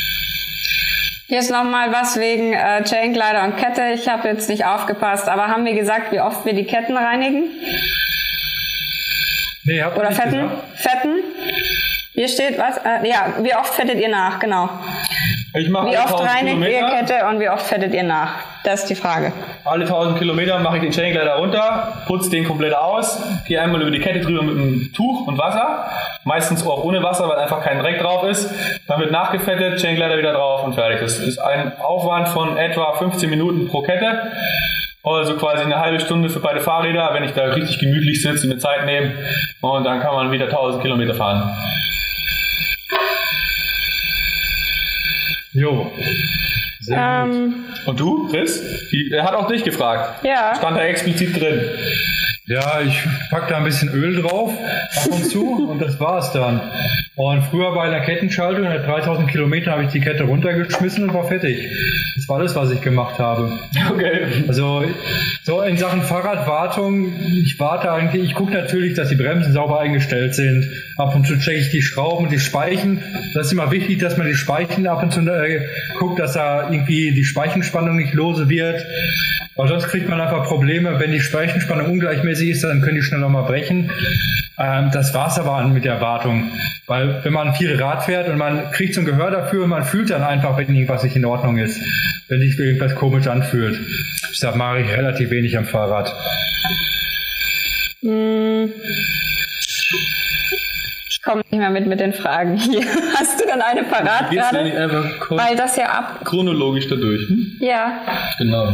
Hier ist nochmal was wegen äh, Chainkleider und Kette. Ich habe jetzt nicht aufgepasst, aber haben wir gesagt, wie oft wir die Ketten reinigen? Nee, habt ihr Oder nicht fetten? gesagt. Fetten? Hier steht was? Äh, ja, wie oft fettet ihr nach? Genau. Ich mache wie alle oft reinigt Kilometer. ihr Kette und wie oft fettet ihr nach? Das ist die Frage. Alle tausend Kilometer mache ich den Chainkleider runter, putze den komplett aus, gehe einmal über die Kette drüber mit einem Tuch und Wasser. Meistens auch ohne Wasser, weil einfach kein Dreck drauf ist. Dann wird nachgefettet, Chainkleider wieder drauf und fertig. Das ist ein Aufwand von etwa fünfzehn Minuten pro Kette. Also quasi eine halbe Stunde für beide Fahrräder, wenn ich da richtig gemütlich sitze, mir Zeit nehme. Und dann kann man wieder tausend Kilometer fahren. Jo. Sehr ähm, gut. Und du, Chris? Er hat auch dich gefragt. Ja. Stand da explizit drin. Ja, ich pack da ein bisschen Öl drauf, ab und zu, und das war's dann. Und früher bei einer Kettenschaltung, nach dreitausend Kilometern, habe ich die Kette runtergeschmissen und war fertig. Das war alles, was ich gemacht habe. Okay. Also, so in Sachen Fahrradwartung, ich warte eigentlich, ich gucke natürlich, dass die Bremsen sauber eingestellt sind. Ab und zu checke ich die Schrauben und die Speichen. Das ist immer wichtig, dass man die Speichen ab und zu äh, guckt, dass da irgendwie die Speichenspannung nicht lose wird. Weil sonst kriegt man einfach Probleme, wenn die Speichenspannung ungleichmäßig ist, dann können die schnell nochmal brechen. Ähm, das war's aber mit der Wartung. Weil wenn man viel Rad fährt und man kriegt so ein Gehör dafür und man fühlt dann einfach, wenn irgendwas nicht in Ordnung ist. Wenn sich irgendwas komisch anfühlt. Deshalb mache ich relativ wenig am Fahrrad. Hm. Ich komme nicht mehr mit mit den Fragen hier. Hast du dann eine parat Geht's gerade? nicht einfach kurz Weil das ja ab... chronologisch dadurch. Hm? Ja. Genau.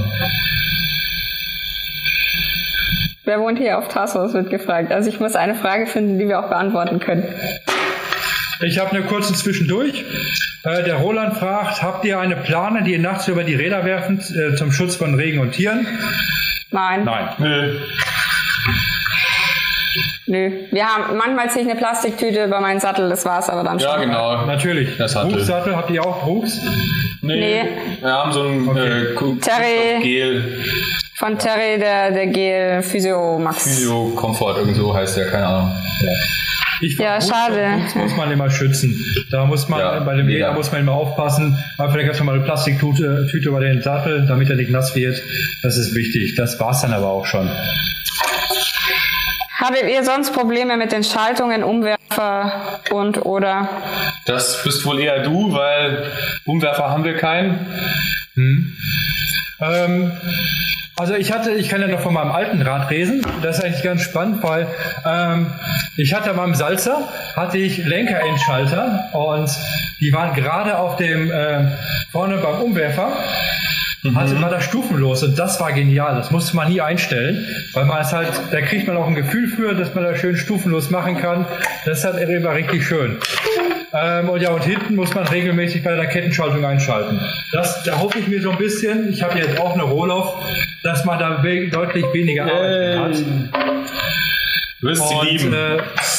Wer wohnt hier auf Tassos, wird gefragt. Also ich muss eine Frage finden, die wir auch beantworten können. Ich habe eine kurze Zwischendurch. Äh, der Roland fragt, habt ihr eine Plane, die ihr nachts über die Räder werfen, äh, zum Schutz von Regen und Tieren? Nein. Nein. Nö. Nö. Wir haben, manchmal ziehe ich eine Plastiktüte über meinen Sattel, das war's aber dann schon. Ja, genau. Natürlich. Das Sattel. Brooks-Sattel, habt ihr auch Brooks? Nee. Nee. Wir haben so ein Okay. äh, Terry. Gel. Von Terry, der, der Gel Physio Max. Physio Comfort, irgend so heißt der, keine Ahnung. Ja. Ich ja, schade. Das muss man immer schützen. Da muss man, ja, bei dem Leder ja. muss man immer aufpassen. Einfach eine ganz normale Plastiktüte Tüte über den Sattel, damit er nicht nass wird. Das ist wichtig. Das war's dann aber auch schon. Hattet ihr sonst Probleme mit den Schaltungen, Umwerfer und oder? Das bist wohl eher du, weil Umwerfer haben wir keinen. Hm. Ähm, also ich hatte, ich kann ja noch von meinem alten Rad reden. Das ist eigentlich ganz spannend, weil ähm, ich hatte beim Salzer hatte ich Lenkerendschalter und die waren gerade auf dem äh, vorne beim Umwerfer. Mhm. Also war das stufenlos und das war genial. Das musste man nie einstellen, weil man es halt, da kriegt man auch ein Gefühl für, dass man das schön stufenlos machen kann. Das ist halt immer richtig schön. Ähm, und ja, und hinten muss man regelmäßig bei der Kettenschaltung einschalten. Das, da hoffe ich mir so ein bisschen, ich habe jetzt auch eine Rohloff, dass man da we- deutlich weniger Arbeit hat. Du wirst sie lieben. Äh,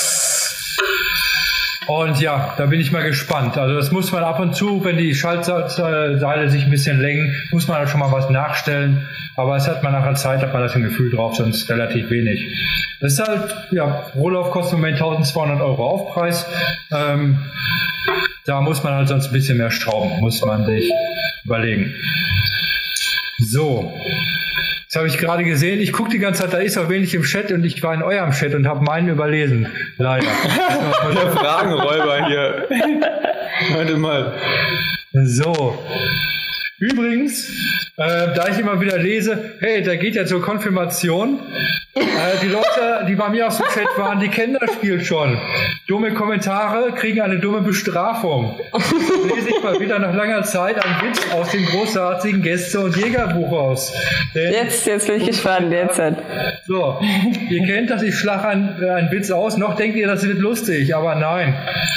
Und ja, da bin ich mal gespannt. Also das muss man ab und zu, wenn die Schaltseile sich ein bisschen lenken, muss man da schon mal was nachstellen. Aber es hat man nach einer Zeit, hat man das ein Gefühl drauf, sonst relativ wenig. Das ist halt, ja, Rohloff kostet im Moment tausendzweihundert Euro Aufpreis. Ähm, da muss man halt sonst ein bisschen mehr schrauben, muss man sich überlegen. So. Das habe ich gerade gesehen. Ich gucke die ganze Zeit, da ist auch wenig im Chat und ich war in eurem Chat und habe meinen überlesen. Leider. Der Fragenräuber hier. Warte mal. So. Übrigens, äh, da ich immer wieder lese, hey, da geht ja zur Konfirmation. Äh, die Leute, die bei mir aus dem Chat waren, die kennen das Spiel schon. Dumme Kommentare kriegen eine dumme Bestrafung. Lese ich mal wieder nach langer Zeit einen Witz aus dem großartigen Gäste- und Jägerbuch aus. Denn jetzt, jetzt bin ich gespannt, jetzt. So, ihr kennt das, ich schlage einen, einen Witz aus, noch denkt ihr, das wird lustig, aber nein.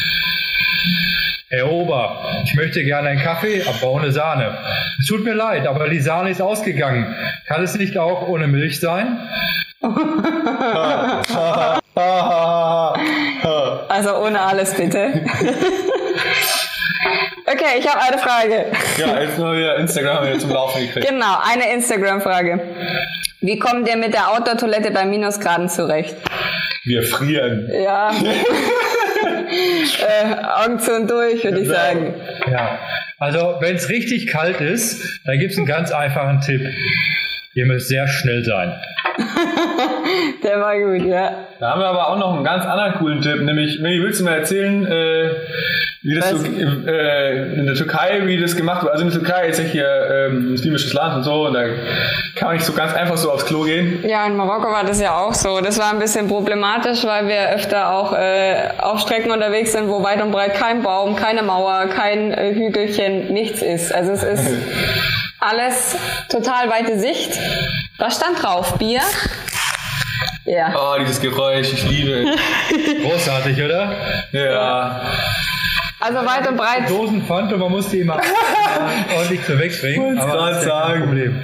Herr Ober, ich möchte gerne einen Kaffee, aber ohne Sahne. Es tut mir leid, aber die Sahne ist ausgegangen. Kann es nicht auch ohne Milch sein? Also ohne alles bitte. Okay, ich habe eine Frage. Ja, jetzt mal wieder Instagram wieder zum Laufen gekriegt. Genau, eine Instagram-Frage. Wie kommt ihr mit der Outdoor-Toilette bei Minusgraden zurecht? Wir frieren. Ja. äh, Augen zu und durch, würde ich sagen. Ja, also wenn es richtig kalt ist, dann gibt es einen ganz einfachen Tipp. Ihr müsst sehr schnell sein. Der war gut, ja. Da haben wir aber auch noch einen ganz anderen coolen Tipp, nämlich, Melli, willst du mir erzählen, äh, wie das so, äh, in der Türkei, wie das gemacht wird? Also in der Türkei ist ja hier ähm, muslimisches Land und so, und da kann man nicht so ganz einfach so aufs Klo gehen. Ja, in Marokko war das ja auch so. Das war ein bisschen problematisch, weil wir öfter auch äh, auf Strecken unterwegs sind, wo weit und breit kein Baum, keine Mauer, kein äh, Hügelchen, nichts ist. Also es ist alles total weite Sicht. Was stand drauf? Bier? Ja. Oh, dieses Geräusch, ich liebe es. Großartig, oder? Ja. Also weit und breit. Dosen Pfand und man muss die immer ordentlich so wegbringen. Aber das ist kein Problem.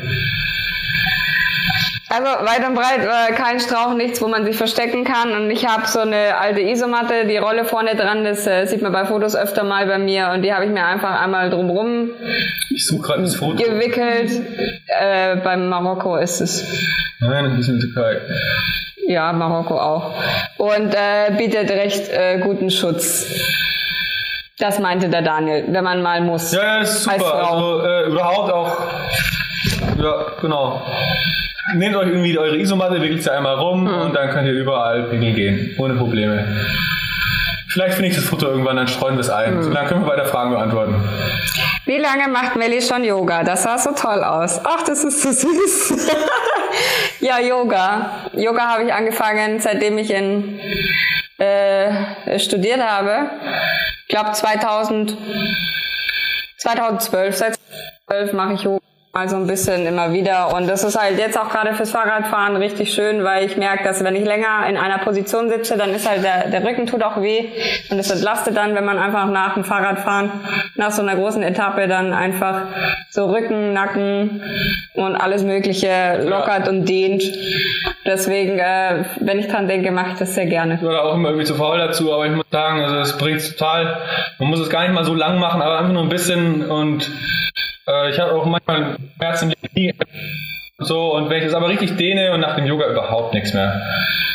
Also weit und breit äh, kein Strauch, nichts, wo man sich verstecken kann. Und ich habe so eine alte Isomatte, die Rolle vorne dran, das äh, sieht man bei Fotos öfter mal bei mir. Und die habe ich mir einfach einmal drumrum ich suche gerade das Foto. gewickelt. Äh, beim Marokko ist es. Nein, das ist in der Türkei. Ja, Marokko auch. Und äh, bietet recht äh, guten Schutz. Das meinte der Daniel, wenn man mal muss. Ja, ja, das ist super. Also äh, überhaupt auch. Ja, genau. Nehmt euch irgendwie eure Isomatte, wickelt sie einmal rum mhm. und dann könnt ihr überall pinkeln gehen. Ohne Probleme. Vielleicht finde ich das Foto irgendwann, dann streuen wir es ein. Mhm. So, dann können wir weiter Fragen beantworten. Wie lange macht Melli schon Yoga? Das sah so toll aus. Ach, das ist so süß. Ja, Yoga. Yoga habe ich angefangen, seitdem ich in äh, studiert habe. Ich glaube zweitausend, zweitausendzwölf. Seit zweitausendzwölf mache ich Yoga. Also ein bisschen immer wieder, und das ist halt jetzt auch gerade fürs Fahrradfahren richtig schön, weil ich merke, dass wenn ich länger in einer Position sitze, dann ist halt der, der Rücken tut auch weh und es entlastet dann, wenn man einfach nach dem Fahrradfahren, nach so einer großen Etappe dann einfach so Rücken, Nacken und alles Mögliche lockert und dehnt. Deswegen, äh, wenn ich dran denke, mache ich das sehr gerne. Ich war auch immer irgendwie zu faul dazu, aber ich muss sagen, also es bringt total, man muss es gar nicht mal so lang machen, aber einfach nur ein bisschen. Und ich habe auch manchmal Schmerzen im Knie und so, und wenn ich das aber richtig dehne und nach dem Yoga überhaupt nichts mehr.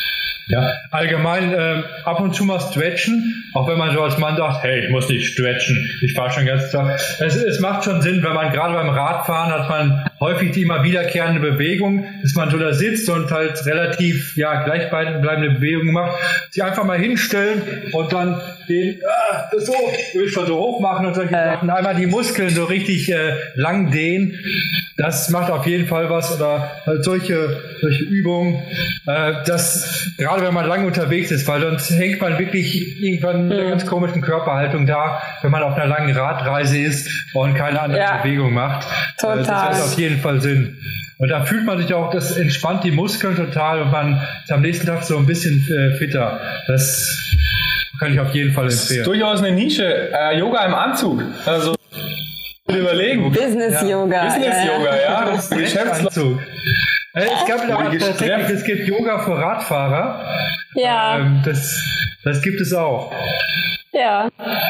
Ja, allgemein äh, ab und zu mal stretchen, auch wenn man so als Mann sagt, hey, ich muss nicht stretchen, ich fahre schon ganz Tag. Es, es macht schon Sinn, wenn man gerade beim Radfahren hat man häufig die immer wiederkehrende Bewegung, dass man so da sitzt und halt relativ ja gleichbleibende Bewegungen macht, sich einfach mal hinstellen und dann den ah, das so, will schon so hoch machen und solche äh. Sachen, einmal die Muskeln so richtig äh, lang dehnen, das macht auf jeden Fall was, oder halt solche, solche Übungen, äh, das gerade wenn man lange unterwegs ist, weil sonst hängt man wirklich irgendwann mit einer ganz komischen Körperhaltung da, wenn man auf einer langen Radreise ist und keine andere ja. Bewegung macht. Total. Das hat auf jeden Fall Sinn. Und da fühlt man sich auch, das entspannt die Muskeln total und man ist am nächsten Tag so ein bisschen äh, fitter. Das kann ich auf jeden Fall empfehlen. Das ist durchaus eine Nische. Äh, Yoga im Anzug. Also überlegen. Business-Yoga. Ja. Business-Yoga, ja. Das ist Geschäftsanzug. Es gab ja auch tatsächlich, es gibt Yoga für Radfahrer. Ja. Ähm, das, das gibt es auch. Ja.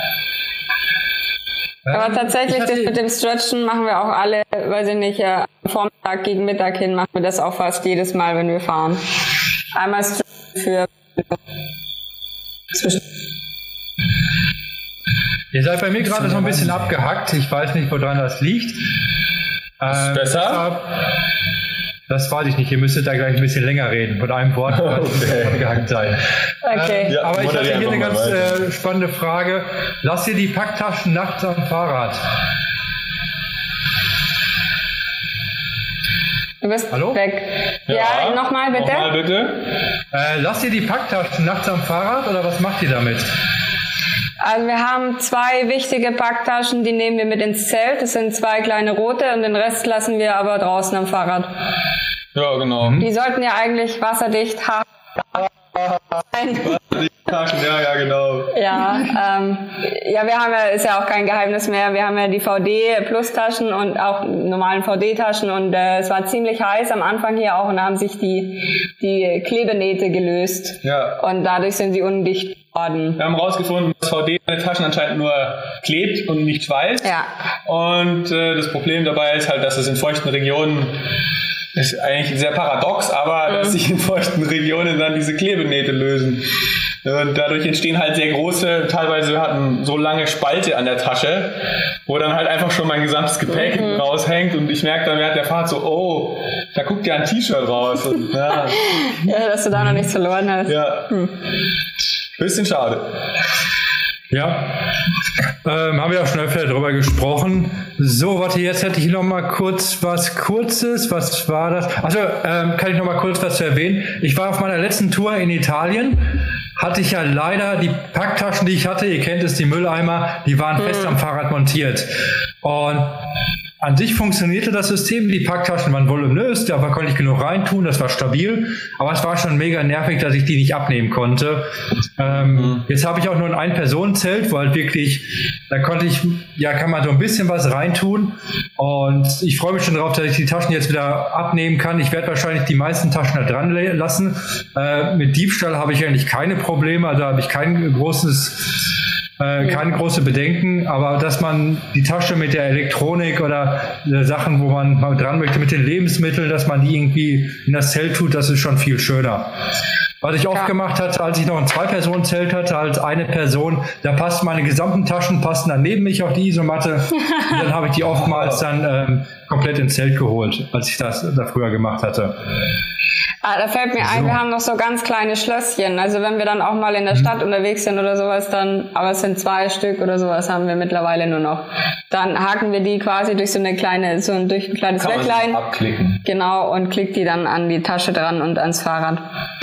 Aber tatsächlich, das mit dem Stretchen machen wir auch alle, weiß ich nicht, äh, Vormittag gegen Mittag hin machen wir das auch fast jedes Mal, wenn wir fahren. Einmal Stretchen für zwischen. Ihr seid bei mir gerade so ein bisschen abgehackt. Ich weiß nicht, woran das liegt. Ähm, besser? Das weiß ich nicht. Ihr müsstet da gleich ein bisschen länger reden. Von einem Wort okay. abgehackt sein. Okay. Äh, ja, aber ich hatte hier eine ganz äh, spannende Frage. Lasst ihr die Packtaschen nachts am Fahrrad? Du bist Hallo? weg. Ja, ja nochmal bitte. Nochmal bitte. Äh, lasst ihr die Packtaschen nachts am Fahrrad oder was macht ihr damit? Also wir haben zwei wichtige Packtaschen, die nehmen wir mit ins Zelt. Das sind zwei kleine rote und den Rest lassen wir aber draußen am Fahrrad. Ja, genau. Die sollten ja eigentlich wasserdicht haben. Taschen, ja, ja, genau. Ja, ähm, ja, wir haben ja, ist ja auch kein Geheimnis mehr, wir haben ja die V D-Plus-Taschen und auch normalen V D-Taschen und äh, es war ziemlich heiß am Anfang hier auch und da haben sich die, die Klebenähte gelöst. Ja. Und dadurch sind sie undicht worden. Wir haben herausgefunden, dass V D in den Taschen anscheinend nur klebt und nicht schweißt. Ja. Und äh, das Problem dabei ist halt, dass es in feuchten Regionen ist eigentlich sehr paradox, aber mhm. dass sich in feuchten Regionen dann diese Klebenähte lösen. Und dadurch entstehen halt sehr große, teilweise wir hatten so lange Spalte an der Tasche, wo dann halt einfach schon mein gesamtes Gepäck mhm. raushängt und ich merke dann während der Fahrt so, oh, da guckt ja ein T-Shirt raus. Und, ja. ja, dass du da noch nichts verloren hast. Ja. Hm. Bisschen schade. Ja, ähm, haben wir auch schon öfter darüber gesprochen. So, warte, jetzt hätte ich noch mal kurz was Kurzes. Was war das? Also, ähm, kann ich noch mal kurz was erwähnen? Ich war auf meiner letzten Tour in Italien, hatte ich ja leider die Packtaschen, die ich hatte, ihr kennt es, die Mülleimer, die waren hm. fest am Fahrrad montiert. Und an sich funktionierte das System, die Packtaschen waren voluminös, da konnte ich genug reintun, das war stabil, aber es war schon mega nervig, dass ich die nicht abnehmen konnte. Ähm, mhm. Jetzt habe ich auch nur ein Ein-Personen-Zelt, wo halt wirklich, da konnte ich, ja, kann man so ein bisschen was reintun und ich freue mich schon darauf, dass ich die Taschen jetzt wieder abnehmen kann. Ich werde wahrscheinlich die meisten Taschen da dran lassen. Äh, mit Diebstahl habe ich eigentlich keine Probleme, also habe ich kein großes Äh, keine große Bedenken, aber dass man die Tasche mit der Elektronik oder äh, Sachen, wo man mal dran möchte, mit den Lebensmitteln, dass man die irgendwie in das Zelt tut, das ist schon viel schöner. Was ich oft ja. gemacht hatte, als ich noch ein Zwei-Personen-Zelt hatte, als eine Person, da passten meine gesamten Taschen, passten dann neben mich auf die Isomatte und dann habe ich die oftmals dann ähm, komplett ins Zelt geholt, als ich das da früher gemacht hatte. Ah, da fällt mir so. ein, wir haben noch so ganz kleine Schlösschen. Also wenn wir dann auch mal in der Stadt mhm. unterwegs sind oder sowas, dann, aber es sind zwei Stück oder sowas, haben wir mittlerweile nur noch. Dann haken wir die quasi durch so eine kleine, so ein, durch ein kleines Kann Löchlein. Man abklicken. Genau, und klickt die dann an die Tasche dran und ans Fahrrad.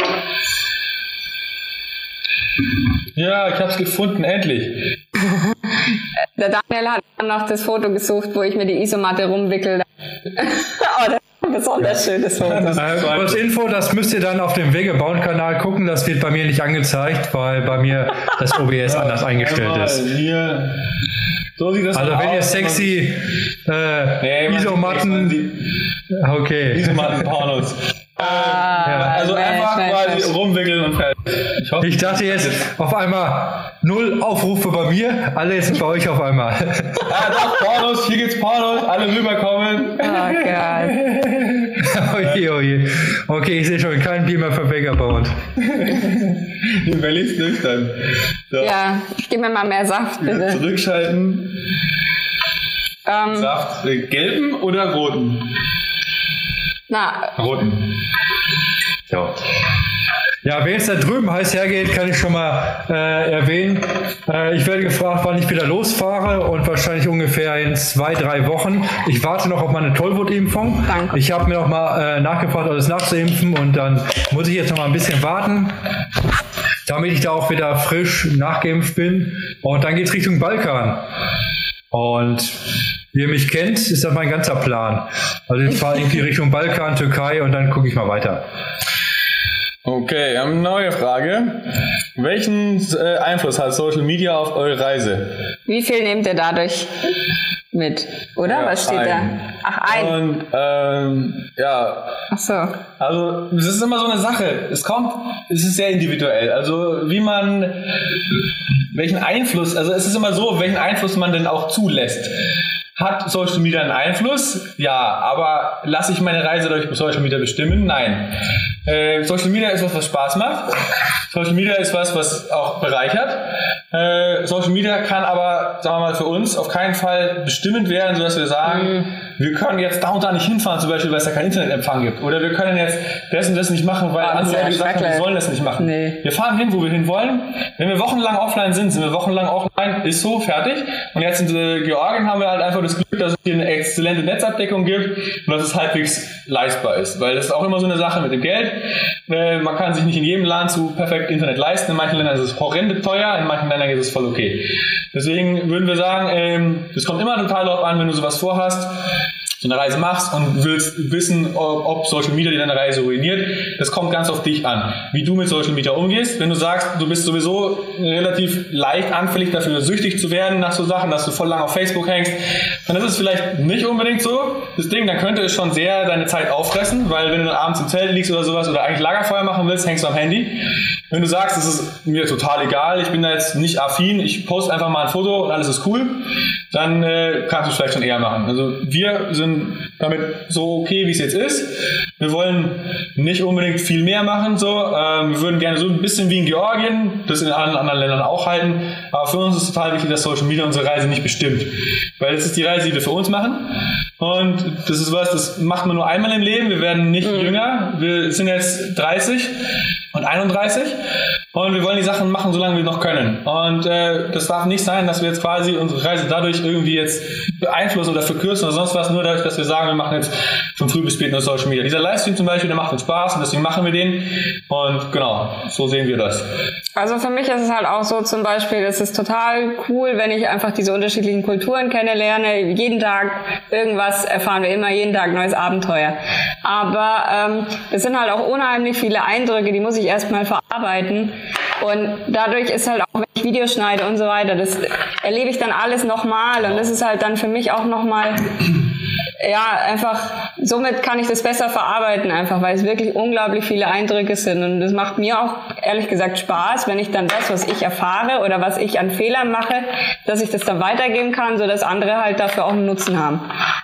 Ja, ich hab's gefunden, endlich. Der Daniel hat dann noch das Foto gesucht, wo ich mir die Isomatte rumwickel. Oh, das ist ein besonders schönes Foto. Äh, kurz Info, das müsst ihr dann auf dem Wegebauen-Kanal gucken, das wird bei mir nicht angezeigt, weil bei mir das O B S ja, anders eingestellt ist. Hier. So sieht das also aus. wenn ihr sexy äh, nee, Isomatten... Okay. Isomatten-Pornos. Ah, ja, also nein, einfach nein, quasi nein. rumwickeln und fertig. Ich, ich dachte jetzt auf einmal, null Aufrufe bei mir, alles bei euch auf einmal. Ah, doch, Pornos, hier geht's Pornos, alle rüberkommen. Oh Gott. Oje, oje. Okay, ich sehe schon, kein Bier mehr für Vagabond. Die Berlin ist nüchtern. So. Ja, gib mir mal mehr Saft, bitte. Zurückschalten. Ähm, Saft, äh, gelben oder roten? na, Roten. So. Ja, wen es da drüben heiß hergeht, kann ich schon mal äh, erwähnen. Äh, ich werde gefragt, wann ich wieder losfahre und wahrscheinlich ungefähr in zwei, drei Wochen. Ich warte noch auf meine Tollwutimpfung. Danke. Ich habe mir noch mal äh, nachgefragt, alles nachzuimpfen und dann muss ich jetzt noch mal ein bisschen warten, damit ich da auch wieder frisch nachgeimpft bin. Und dann geht's Richtung Balkan. Und wie ihr mich kennt, ist das mein ganzer Plan. Also ich fahre irgendwie Richtung Balkan, Türkei und dann gucke ich mal weiter. Okay, eine neue Frage. Welchen äh, Einfluss hat Social Media auf eure Reise? wie viel nehmt ihr dadurch mit, oder? Ja, Was steht ein. da? Ach, ein. Und ähm, ja, Ach so. also es ist immer so eine Sache. Es kommt, es ist sehr individuell. Also wie man, welchen Einfluss, also es ist immer so, welchen Einfluss man denn auch zulässt. Hat Social Media einen Einfluss? Ja, aber lasse ich meine Reise durch Social Media bestimmen? Nein. Äh, Social Media ist was, was Spaß macht. Social Media ist was, was auch bereichert. Äh, Social Media kann aber, sagen wir mal, für uns auf keinen Fall bestimmend werden, sodass wir sagen, mhm. wir können jetzt da und da nicht hinfahren, zum Beispiel, weil es da keinen Internetempfang gibt. Oder wir können jetzt das und das nicht machen, weil oh, andere ja gesagt haben, wir sollen das nicht machen. Nee. Wir fahren hin, wo wir hin wollen. Wenn wir wochenlang offline sind, sind wir wochenlang offline, ist so, fertig. Und jetzt in äh, Georgien haben wir halt einfach das Glück, dass es hier eine exzellente Netzabdeckung gibt und dass es halbwegs leistbar ist. Weil das ist auch immer so eine Sache mit dem Geld. Äh, man kann sich nicht in jedem Land so perfekt Internet leisten. In manchen Ländern ist es horrende teuer, in manchen Ländern ist es voll okay. Deswegen würden wir sagen, ähm, es kommt immer total darauf an, wenn du sowas vorhast, so eine Reise machst und willst wissen, ob Social Media dir deine Reise ruiniert, das kommt ganz auf dich an, wie du mit Social Media umgehst. Wenn du sagst, du bist sowieso relativ leicht anfällig dafür, süchtig zu werden nach so Sachen, dass du voll lang auf Facebook hängst, dann ist es vielleicht nicht unbedingt so das Ding, dann könnte es schon sehr deine Zeit auffressen, weil wenn du dann abends im Zelt liegst oder sowas oder eigentlich Lagerfeuer machen willst, hängst du am Handy. Wenn du sagst, es ist mir total egal, ich bin da jetzt nicht affin, ich poste einfach mal ein Foto und alles ist cool, dann äh, kannst du es vielleicht schon eher machen. Also wir sind damit so okay, wie es jetzt ist. Wir wollen nicht unbedingt viel mehr machen, so. Ähm, wir würden gerne so ein bisschen wie in Georgien, das in allen anderen Ländern auch halten, aber für uns ist total wichtig, dass Social Media unsere Reise nicht bestimmt. Weil das ist die Reise, die wir für uns machen und das ist was, das macht man nur einmal im Leben, wir werden nicht mhm. jünger, wir sind jetzt dreißig und einunddreißig und wir wollen die Sachen machen, solange wir noch können. Und äh, das darf nicht sein, dass wir jetzt quasi unsere Reise dadurch irgendwie jetzt beeinflussen oder verkürzen oder sonst was, nur dadurch, dass wir sagen, wir machen jetzt von früh bis spät nur Social Media. Dieser Livestream zum Beispiel, der macht uns Spaß und deswegen machen wir den. Und genau, so sehen wir das. Also für mich ist es halt auch so zum Beispiel, es ist total cool, wenn ich einfach diese unterschiedlichen Kulturen kennenlerne. Jeden Tag irgendwas erfahren wir immer, jeden Tag neues Abenteuer. Aber ähm, es sind halt auch unheimlich viele Eindrücke, die muss ich erstmal verarbeiten. Und dadurch ist halt auch, wenn ich Videos schneide und so weiter, das erlebe ich dann alles nochmal und das ist halt dann für mich auch nochmal, ja, einfach, somit kann ich das besser verarbeiten einfach, weil es wirklich unglaublich viele Eindrücke sind und das macht mir auch ehrlich gesagt Spaß, wenn ich dann das, was ich erfahre oder was ich an Fehlern mache, dass ich das dann weitergeben kann, sodass andere halt dafür auch einen Nutzen haben.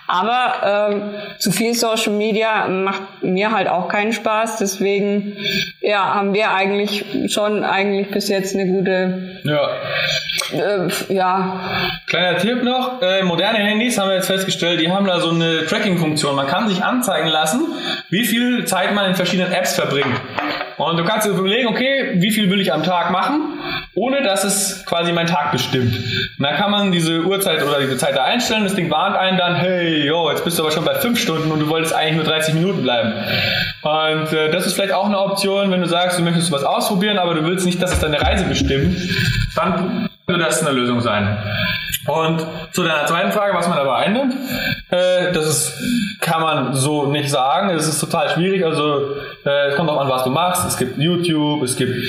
Aber ähm, zu viel Social Media macht mir halt auch keinen Spaß, deswegen ja, haben wir eigentlich schon eigentlich bis jetzt eine gute ja. Äh, ja. Kleiner Tipp noch, äh, moderne Handys haben wir jetzt festgestellt, die haben da so eine Tracking-Funktion. Man kann sich anzeigen lassen, wie viel Zeit man in verschiedenen Apps verbringt. Und du kannst dir überlegen, okay, wie viel will ich am Tag machen, ohne dass es quasi meinen Tag bestimmt. Und dann kann man diese Uhrzeit oder diese Zeit da einstellen, das Ding warnt einen dann, hey, yo, jetzt bist du aber schon bei fünf Stunden und du wolltest eigentlich nur dreißig Minuten bleiben. Und äh, das ist vielleicht auch eine Option, wenn du sagst, du möchtest was ausprobieren, aber du willst nicht, dass es deine Reise bestimmt, dann könnte das eine Lösung sein. Und zu deiner zweiten Frage, was man dabei einnimmt, äh, das ist, kann man so nicht sagen, es ist total schwierig, also äh, es kommt auch an, was du machst, es gibt YouTube, es gibt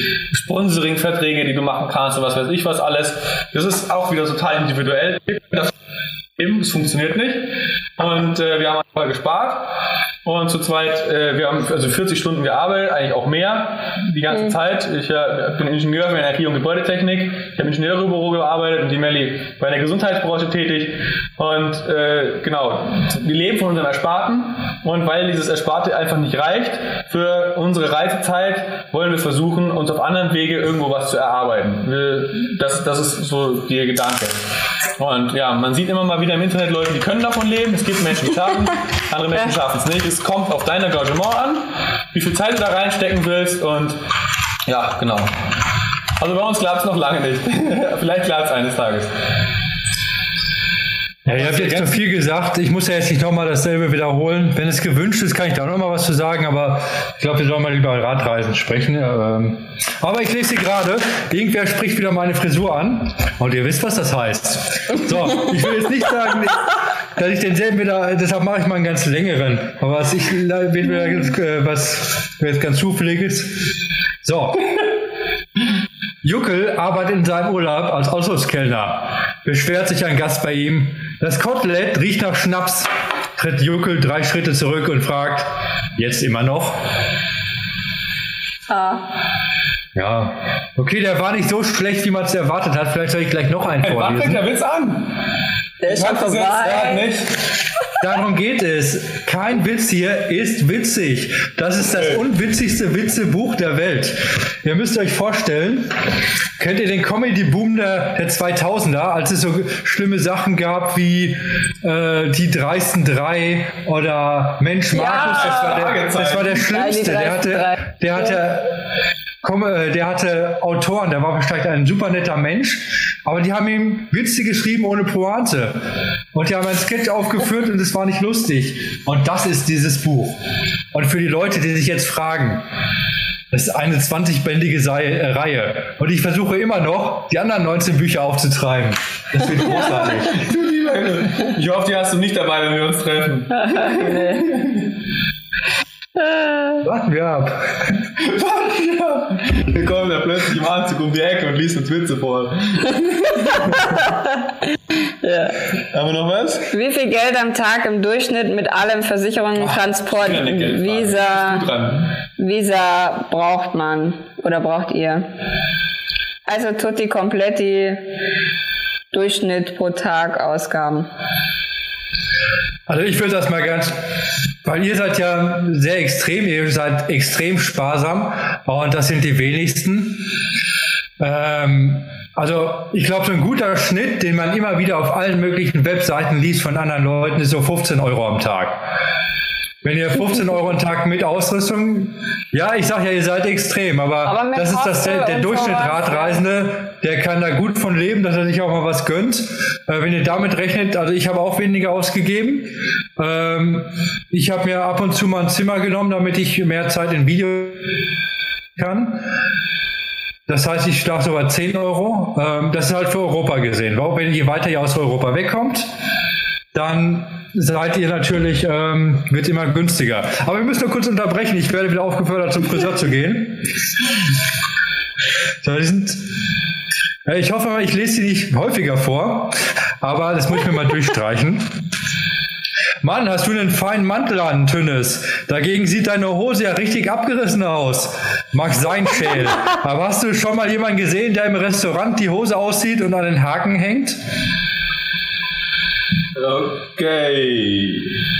Sponsoring-Verträge, die du machen kannst und was weiß ich was alles, das ist auch wieder total individuell. es funktioniert nicht. Und äh, wir haben einfach gespart. Und zu zweit, äh, wir haben also vierzig Stunden gearbeitet, eigentlich auch mehr, die ganze mhm. Zeit. Ich äh, bin Ingenieur für Energie- und Gebäudetechnik. Ich habe im Ingenieurbüro gearbeitet und die Melli bei der Gesundheitsbranche tätig. Und äh, genau, wir leben von unserem Ersparten. Und weil dieses Ersparte einfach nicht reicht für unsere Reisezeit, wollen wir versuchen, uns auf anderen Wege irgendwo was zu erarbeiten. Wir, das, das ist so der Gedanke. Und ja, man sieht immer mal wieder im Internet Leute, die können davon leben. Es gibt Menschen, die schaffen, andere Menschen schaffen es nicht. Es kommt auf dein Engagement an, wie viel Zeit du da reinstecken willst und ja, genau. Also bei uns klappt es noch lange nicht. Vielleicht klappt es eines Tages. Ja, ihr habt jetzt zu viel gesagt. Ich muss ja jetzt nicht nochmal dasselbe wiederholen. Wenn es gewünscht ist, kann ich da noch mal was zu sagen, aber ich glaube, wir sollen mal über Radreisen sprechen. Aber ich lese hier gerade, irgendwer spricht wieder meine Frisur an und ihr wisst, was das heißt. So, ich will jetzt nicht sagen, dass ich denselben wieder, deshalb mache ich mal einen ganz längeren. Aber was ich wieder was jetzt ganz zufällig ist. So. Juckel arbeitet in seinem Urlaub als Aushilfskellner. Beschwert sich ein Gast bei ihm. Das Kotelett riecht nach Schnaps. Tritt Juckel drei Schritte zurück und fragt, jetzt immer noch? Ah. Ja. Okay, der war nicht so schlecht, wie man es erwartet hat. Vielleicht soll ich gleich noch einen hey, vorlesen. Wann fängt der Witz an? Der ist schon vorbei. Ja, nicht. Darum geht es. Kein Witz hier ist witzig. Das ist das unwitzigste Witzebuch der Welt. Ihr müsst euch vorstellen, kennt ihr den Comedy-Boom der, der zweitausender, als es so schlimme Sachen gab wie äh, die dreisten drei oder Mensch Markus, ja, das war der, das war der Schlimmste. Der hatte, der hatte Der hatte Autoren, der war vielleicht ein super netter Mensch, aber die haben ihm Witze geschrieben ohne Pointe. Und die haben ein Sketch aufgeführt und es war nicht lustig. Und das ist dieses Buch. Und für die Leute, die sich jetzt fragen, das ist eine zwanzigbändige Sei- Reihe. Und ich versuche immer noch, die anderen neunzehn Bücher aufzutreiben. Das wird großartig. Ich hoffe, die hast du nicht dabei, wenn wir uns treffen. Warten wir ab. Warten wir ab. Wir kommen da plötzlich im Anzug um die Ecke und liest uns Witze vor. Ja. Haben wir noch was? Wie viel Geld am Tag im Durchschnitt mit allem Versicherungen, Ach, Transport, Visa, Visa braucht man oder braucht ihr? Also tutti completi Durchschnitt pro Tag Ausgaben. Also ich würde das mal ganz, weil ihr seid ja sehr extrem, ihr seid extrem sparsam und das sind die wenigsten. Ähm, also ich glaube, so ein guter Schnitt, den man immer wieder auf allen möglichen Webseiten liest von anderen Leuten, ist so fünfzehn Euro am Tag. Wenn ihr fünfzehn Euro am Tag mit Ausrüstung, ja, ich sag ja, ihr seid extrem, aber, aber das ist das, der, der Durchschnitt Radreisende, der kann da gut von leben, dass er sich auch mal was gönnt. Äh, wenn ihr damit rechnet, also ich habe auch weniger ausgegeben. Ähm, ich habe mir ab und zu mal ein Zimmer genommen, damit ich mehr Zeit in Video kann. Das heißt, ich schlafe so bei zehn Euro. Ähm, das ist halt für Europa gesehen. Wenn ihr weiter hier aus Europa wegkommt, dann seid ihr natürlich, ähm, wird immer günstiger. Aber wir müssen nur kurz unterbrechen. Ich werde wieder aufgefordert, zum Friseur zu gehen. So, die sind, ja, ich hoffe mal, ich lese die nicht häufiger vor, aber das muss ich mir mal durchstreichen. Mann, hast du einen feinen Mantel an, Tünnes. Dagegen sieht deine Hose ja richtig abgerissen aus. Mag sein, Schäl. Aber hast du schon mal jemanden gesehen, der im Restaurant die Hose aussieht und an den Haken hängt? Okay.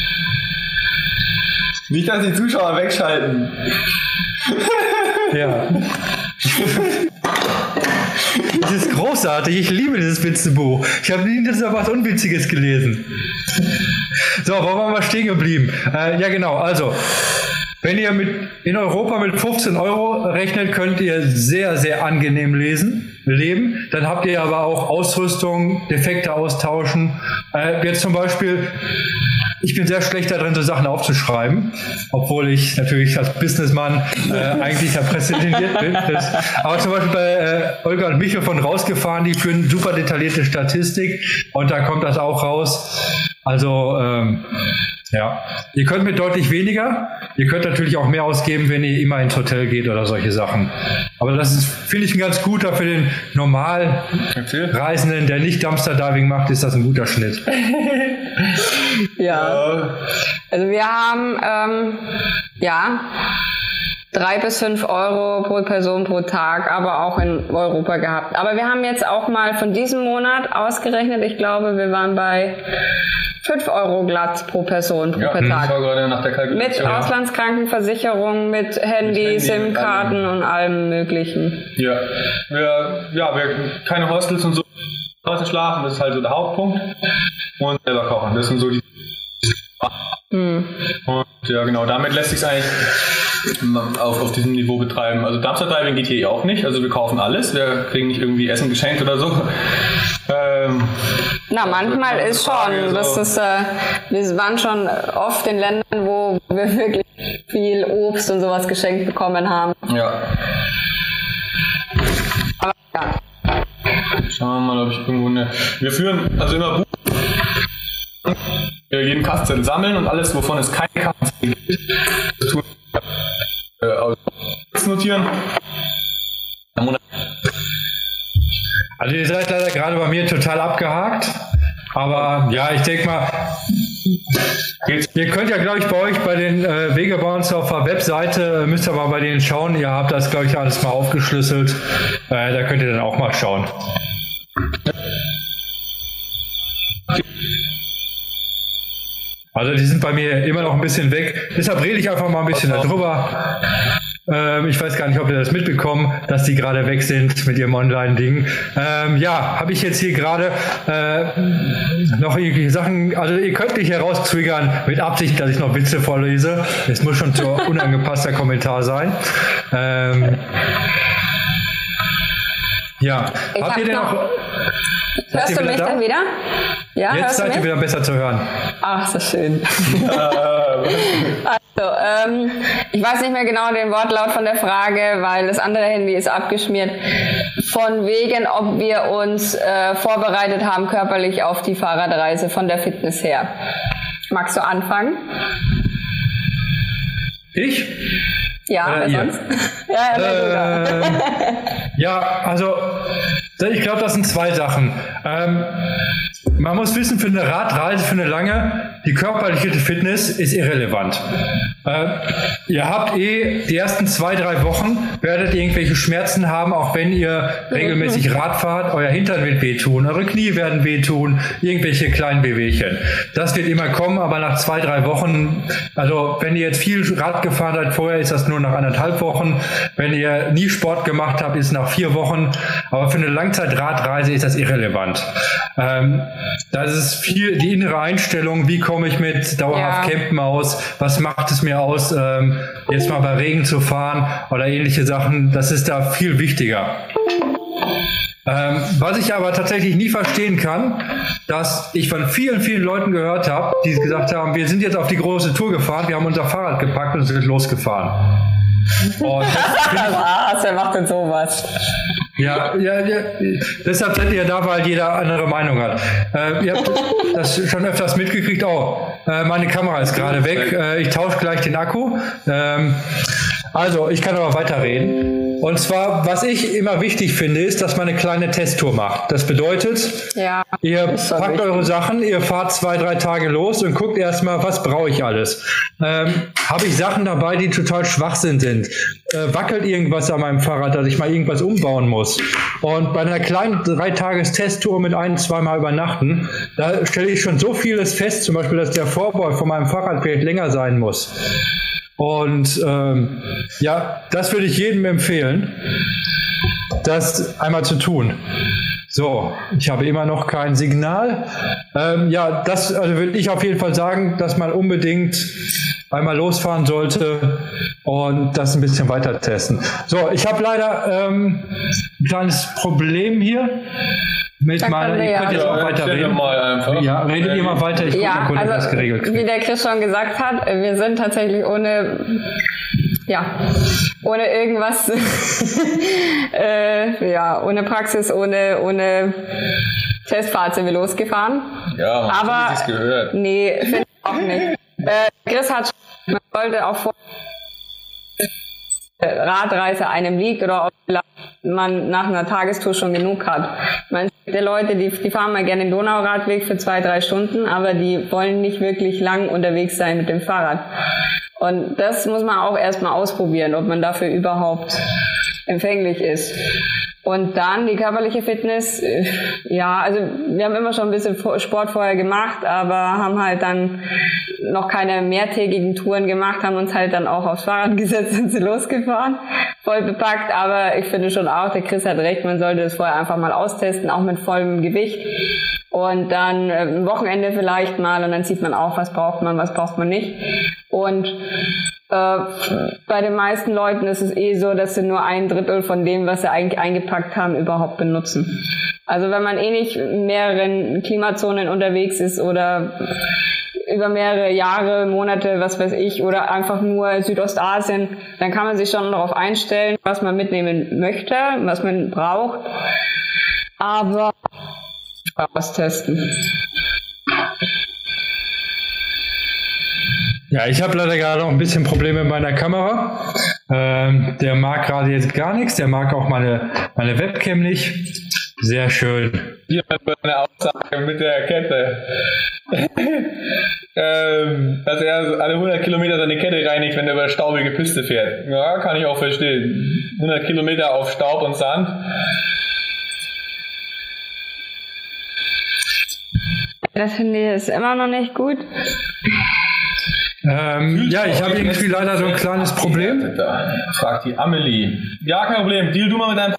Nicht, dass die Zuschauer wegschalten. Ja. Das ist großartig. Ich liebe dieses Witzebuch. Ich habe nie so was Unwitziges gelesen. So, wo waren wir stehen geblieben? Äh, ja, genau. Also, wenn ihr mit in Europa mit fünfzehn Euro rechnet, könnt ihr sehr, sehr angenehm lesen, leben. Dann habt ihr aber auch Ausrüstung, Defekte austauschen. Äh, jetzt zum Beispiel, ich bin sehr schlecht darin, so Sachen aufzuschreiben, obwohl ich natürlich als Businessman äh, eigentlich da präsentiert bin. Das, aber zum Beispiel bei äh, Olga und Michael von Rausgefahren, die führen super detaillierte Statistik und da kommt das auch raus. Also, ähm, ja, ihr könnt mit deutlich weniger. Ihr könnt natürlich auch mehr ausgeben, wenn ihr immer ins Hotel geht oder solche Sachen. Aber das ist, finde ich, ein ganz guter für den Normalreisenden, der nicht Dumpster-Diving macht, ist das ein guter Schnitt. Ja. Also wir haben, ähm, ja, drei bis fünf Euro pro Person pro Tag, aber auch in Europa gehabt. Aber wir haben jetzt auch mal von diesem Monat ausgerechnet, ich glaube, wir waren bei fünf Euro glatt pro Person pro ja, Tag. Das war gerade nach der Kalkulation. Mit Auslandskrankenversicherung, mit Handy, Handy SIM-Karten und allem Möglichen. Ja, wir, ja, wir keine Hostels und so. Draußen schlafen, das ist halt so der Hauptpunkt. Und selber kochen, das sind so die. Hm. Und ja, genau, damit lässt sich es eigentlich auf, auf diesem Niveau betreiben. Also Dumpster Diving geht hier auch nicht, also wir kaufen alles, wir kriegen nicht irgendwie Essen geschenkt oder so. Ähm, Na, manchmal ist schon, das ist, äh, wir waren schon oft in Ländern, wo wir wirklich viel Obst und sowas geschenkt bekommen haben. Ja. Aber ja. Schauen wir mal, ob ich irgendwo eine... Wir führen also immer Buch. Jeden Kassenzettel sammeln und alles, wovon es keine Kassenzettel gibt, tun, äh, notieren. Also ihr seid leider gerade bei mir total abgehakt, aber ja, ich denke mal, ihr könnt ja, glaube ich, bei euch bei den äh, Wegebauern auf der Webseite, müsst ihr mal bei denen schauen, ihr habt das, glaube ich, alles mal aufgeschlüsselt, äh, da könnt ihr dann auch mal schauen. Also die sind bei mir immer noch ein bisschen weg. Deshalb rede ich einfach mal ein bisschen darüber. Ähm, ich weiß gar nicht, ob ihr das mitbekommen, dass die gerade weg sind mit ihrem Online-Ding. Ähm, ja, habe ich jetzt hier gerade äh, noch irgendwelche Sachen, also ihr könnt mich heraustriggern mit Absicht, dass ich noch Witze vorlese. Es muss schon zu unangepasster Kommentar sein. Ähm, ja, ich habt ihr denn noch... Hörst du mich da? Dann wieder? Ja, jetzt seid ihr wieder besser zu hören. Ach, so schön. Also, ähm, ich weiß nicht mehr genau den Wortlaut von der Frage, weil das andere Handy ist abgeschmiert. Von wegen, ob wir uns äh, vorbereitet haben körperlich auf die Fahrradreise von der Fitness her. Magst du anfangen? Ich? Ja, wer sonst? ja, ja, äh, ja, also ich glaube, das sind zwei Sachen. Ähm, man muss wissen, für eine Radreise, für eine lange, die körperliche Fitness ist irrelevant. Äh, ihr habt eh die ersten zwei, drei Wochen, werdet ihr irgendwelche Schmerzen haben, auch wenn ihr regelmäßig Rad fahrt. Euer Hintern wird wehtun, eure Knie werden wehtun, irgendwelche kleinen Wehwehchen. Das wird immer kommen, aber nach zwei, drei Wochen, also wenn ihr jetzt viel Rad gefahren seid vorher, ist das nur nach anderthalb Wochen. Wenn ihr nie Sport gemacht habt, ist es nach vier Wochen. Aber für eine Langzeitradreise ist das irrelevant. Ähm, das ist viel die innere Einstellung, wie komme ich mit dauerhaft ja. Campen aus, was macht es mir aus, ähm, jetzt mal bei Regen zu fahren oder ähnliche Sachen, das ist da viel wichtiger. Ähm, was ich aber tatsächlich nie verstehen kann, dass ich von vielen, vielen Leuten gehört habe, die gesagt haben, wir sind jetzt auf die große Tour gefahren, wir haben unser Fahrrad gepackt und sind losgefahren. Und was? Wer macht denn sowas? Ja, ja, ja, deshalb seid ihr da, weil jeder andere Meinung hat. Äh, ihr habt das schon öfters mitgekriegt. Oh, äh, meine Kamera ist gerade weg. Äh, ich tausche gleich den Akku. Ähm, also, ich kann aber weiterreden. Und zwar, was ich immer wichtig finde, ist, dass man eine kleine Testtour macht. Das bedeutet, ja, ihr packt wichtig. eure Sachen, ihr fahrt zwei, drei Tage los und guckt erstmal, was brauche ich alles. Ähm, Habe ich Sachen dabei, die total Schwachsinn sind? Äh, wackelt irgendwas an meinem Fahrrad, dass ich mal irgendwas umbauen muss? Und bei einer kleinen drei-Tages-Testtour mit ein-, zweimal übernachten, da stelle ich schon so vieles fest, zum Beispiel, dass der Vorbau von meinem Fahrrad vielleicht länger sein muss. Und ähm, ja, das würde ich jedem empfehlen, das einmal zu tun. So, ich habe immer noch kein Signal. Ähm, ja, das also würde ich auf jeden Fall sagen, dass man unbedingt einmal losfahren sollte und das ein bisschen weiter testen. So, ich habe leider ähm, ein kleines Problem hier. Mit meiner, ihr könnt jetzt auch weiter reden. Ja, redet ihr mal weiter, ich gucke mal kurz, also, das geregelt kriegt. Wie der Chris schon gesagt hat, wir sind tatsächlich ohne, ja, ohne irgendwas, äh, ja, ohne Praxis, ohne, ohne Testfahrt sind wir losgefahren. Ja, man aber, hat es gehört. Nee, finde ich auch nicht. Äh, Chris hat schon, man sollte auch vor Radreise einem liegt oder ob man nach einer Tagestour schon genug hat. Ich meine, es gibt ja Leute, die, die fahren mal gerne den Donauradweg für zwei, drei Stunden, aber die wollen nicht wirklich lang unterwegs sein mit dem Fahrrad. Und das muss man auch erstmal ausprobieren, ob man dafür überhaupt empfänglich ist. Und dann die körperliche Fitness, ja, also wir haben immer schon ein bisschen Sport vorher gemacht, aber haben halt dann noch keine mehrtägigen Touren gemacht, haben uns halt dann auch aufs Fahrrad gesetzt und sind losgefahren, voll bepackt. Aber ich finde schon auch, der Chris hat recht, man sollte das vorher einfach mal austesten, auch mit vollem Gewicht. Und dann äh, ein Wochenende vielleicht mal und dann sieht man auch, was braucht man, was braucht man nicht. Und äh, bei den meisten Leuten ist es eh so, dass sie nur ein Drittel von dem, was sie eigentlich eingepackt haben, überhaupt benutzen. Also wenn man eh nicht in mehreren Klimazonen unterwegs ist oder über mehrere Jahre, Monate, was weiß ich, oder einfach nur Südostasien, dann kann man sich schon darauf einstellen, was man mitnehmen möchte, was man braucht. Aber austesten. Ja, ich habe leider gerade noch ein bisschen Probleme mit meiner Kamera. Ähm, der mag gerade jetzt gar nichts. Der mag auch meine, meine Webcam nicht. Sehr schön. Hier eine Aussage mit der Kette. ähm, dass er alle hundert Kilometer seine Kette reinigt, wenn er über staubige Piste fährt. Ja, kann ich auch verstehen. hundert Kilometer auf Staub und Sand. Das finde ich ist immer noch nicht gut. Ähm, ja, ich habe irgendwie leider so ein kleines Problem. Fragt die Amelie. Ja, kein Problem. Deal du mal mit deinem...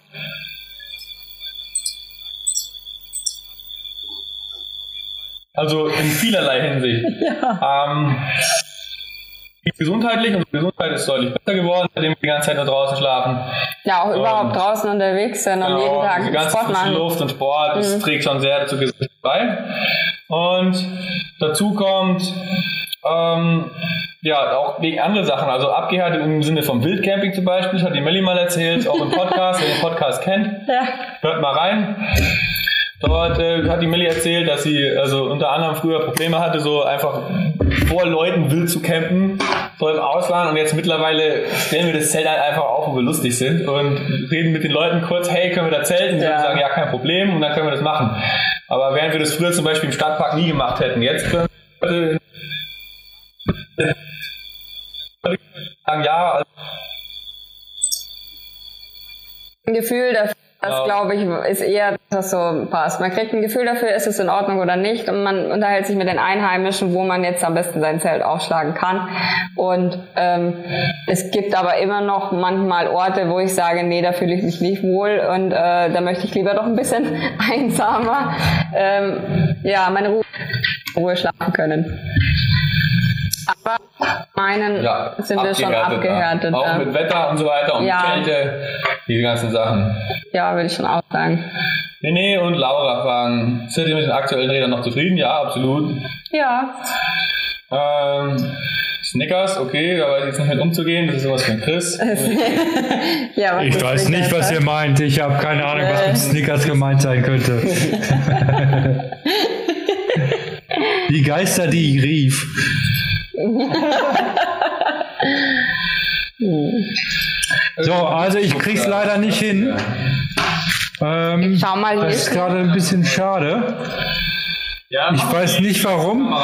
Also in vielerlei Hinsicht. Ja. Ähm, gesundheitlich, und Gesundheit ist deutlich besser geworden, seitdem wir die ganze Zeit nur draußen schlafen. Ja, auch ähm, überhaupt draußen unterwegs sind und genau, jeden Tag die ganze Sport machen. Luft und Sport, das mhm. trägt schon sehr zur Gesundheit bei. Und dazu kommt, ähm, ja, auch wegen anderen Sachen, also abgehärtet im Sinne vom Wildcamping zum Beispiel, das hat die Melli mal erzählt, auch im Podcast, wer den Podcast kennt, ja. Hört mal rein. Dort äh, hat die Melli erzählt, dass sie also unter anderem früher Probleme hatte, so einfach vor Leuten wild zu campen, so im Ausland, und jetzt mittlerweile stellen wir das Zelt halt einfach auf, wo wir lustig sind, und reden mit den Leuten kurz, hey, können wir da zelten? Und die ja. sagen, ja, kein Problem, und dann können wir das machen. Aber während wir das früher zum Beispiel im Stadtpark nie gemacht hätten, jetzt können wir sagen, ja, also ein Gefühl dafür, das glaube ich, ist eher, dass das so passt. Man kriegt ein Gefühl dafür, ist es in Ordnung oder nicht, und man unterhält sich mit den Einheimischen, wo man jetzt am besten sein Zelt aufschlagen kann. Und ähm, es gibt aber immer noch manchmal Orte, wo ich sage, nee, da fühle ich mich nicht wohl, und äh, da möchte ich lieber doch ein bisschen einsamer, ähm, ja, meine Ruhe, Ruhe schlafen können. Aber meinen ja, sind wir schon abgehärtet. Auch mit Wetter und so weiter und ja. Kälte, diese ganzen Sachen. Ja, würde ich schon auch sagen. René und Laura fragen, seid ihr mit den aktuellen Rädern noch zufrieden? Ja, absolut. Ja. Ähm, Snickers, okay, da weiß ich jetzt nicht mit umzugehen, das ist sowas von Chris. ja, ich weiß nicht, was ihr meint, ich habe keine Ahnung, was mit Snickers gemeint sein könnte. Die Geister, die ich rief. So, also ich krieg's leider nicht hin. Ähm, Schau mal, das ist gerade ein bisschen schade. Ja, ich weiß nicht warum.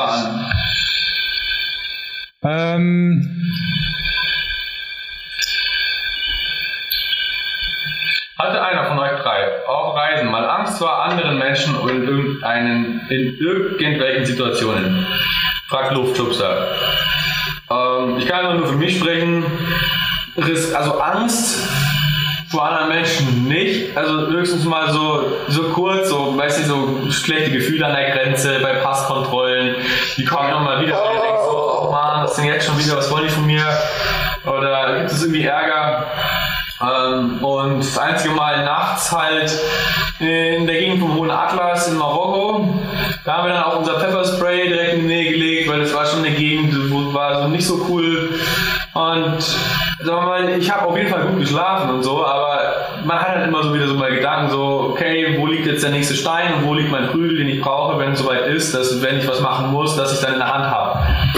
Ähm, Hatte einer von euch drei auf Reisen mal Angst vor anderen Menschen und in, irgendeinen, in irgendwelchen Situationen? Fragt Luftschubser. Ähm, ich kann nur für mich sprechen. Also Angst vor anderen Menschen nicht. Also höchstens mal so, so kurz, so, weißt du, so schlechte Gefühle an der Grenze, bei Passkontrollen. Die kommen immer mal wieder und ich denke so, oh Mann, das sind jetzt schon wieder, was wollen die von mir? Oder gibt es irgendwie Ärger? Ähm, und das einzige Mal nachts halt in der Gegend vom Hohen Atlas in Marokko, da haben wir dann auch unser Pfefferspray direkt in die Nähe gelegt, weil das war schon eine Gegend, wo war so nicht so cool. Und sagen wir mal, ich habe auf jeden Fall gut geschlafen und so, aber man hat halt immer so wieder so mal Gedanken, so, okay, wo liegt jetzt der nächste Stein und wo liegt mein Prügel, den ich brauche, wenn es soweit ist, dass wenn ich was machen muss, dass ich dann in der Hand habe.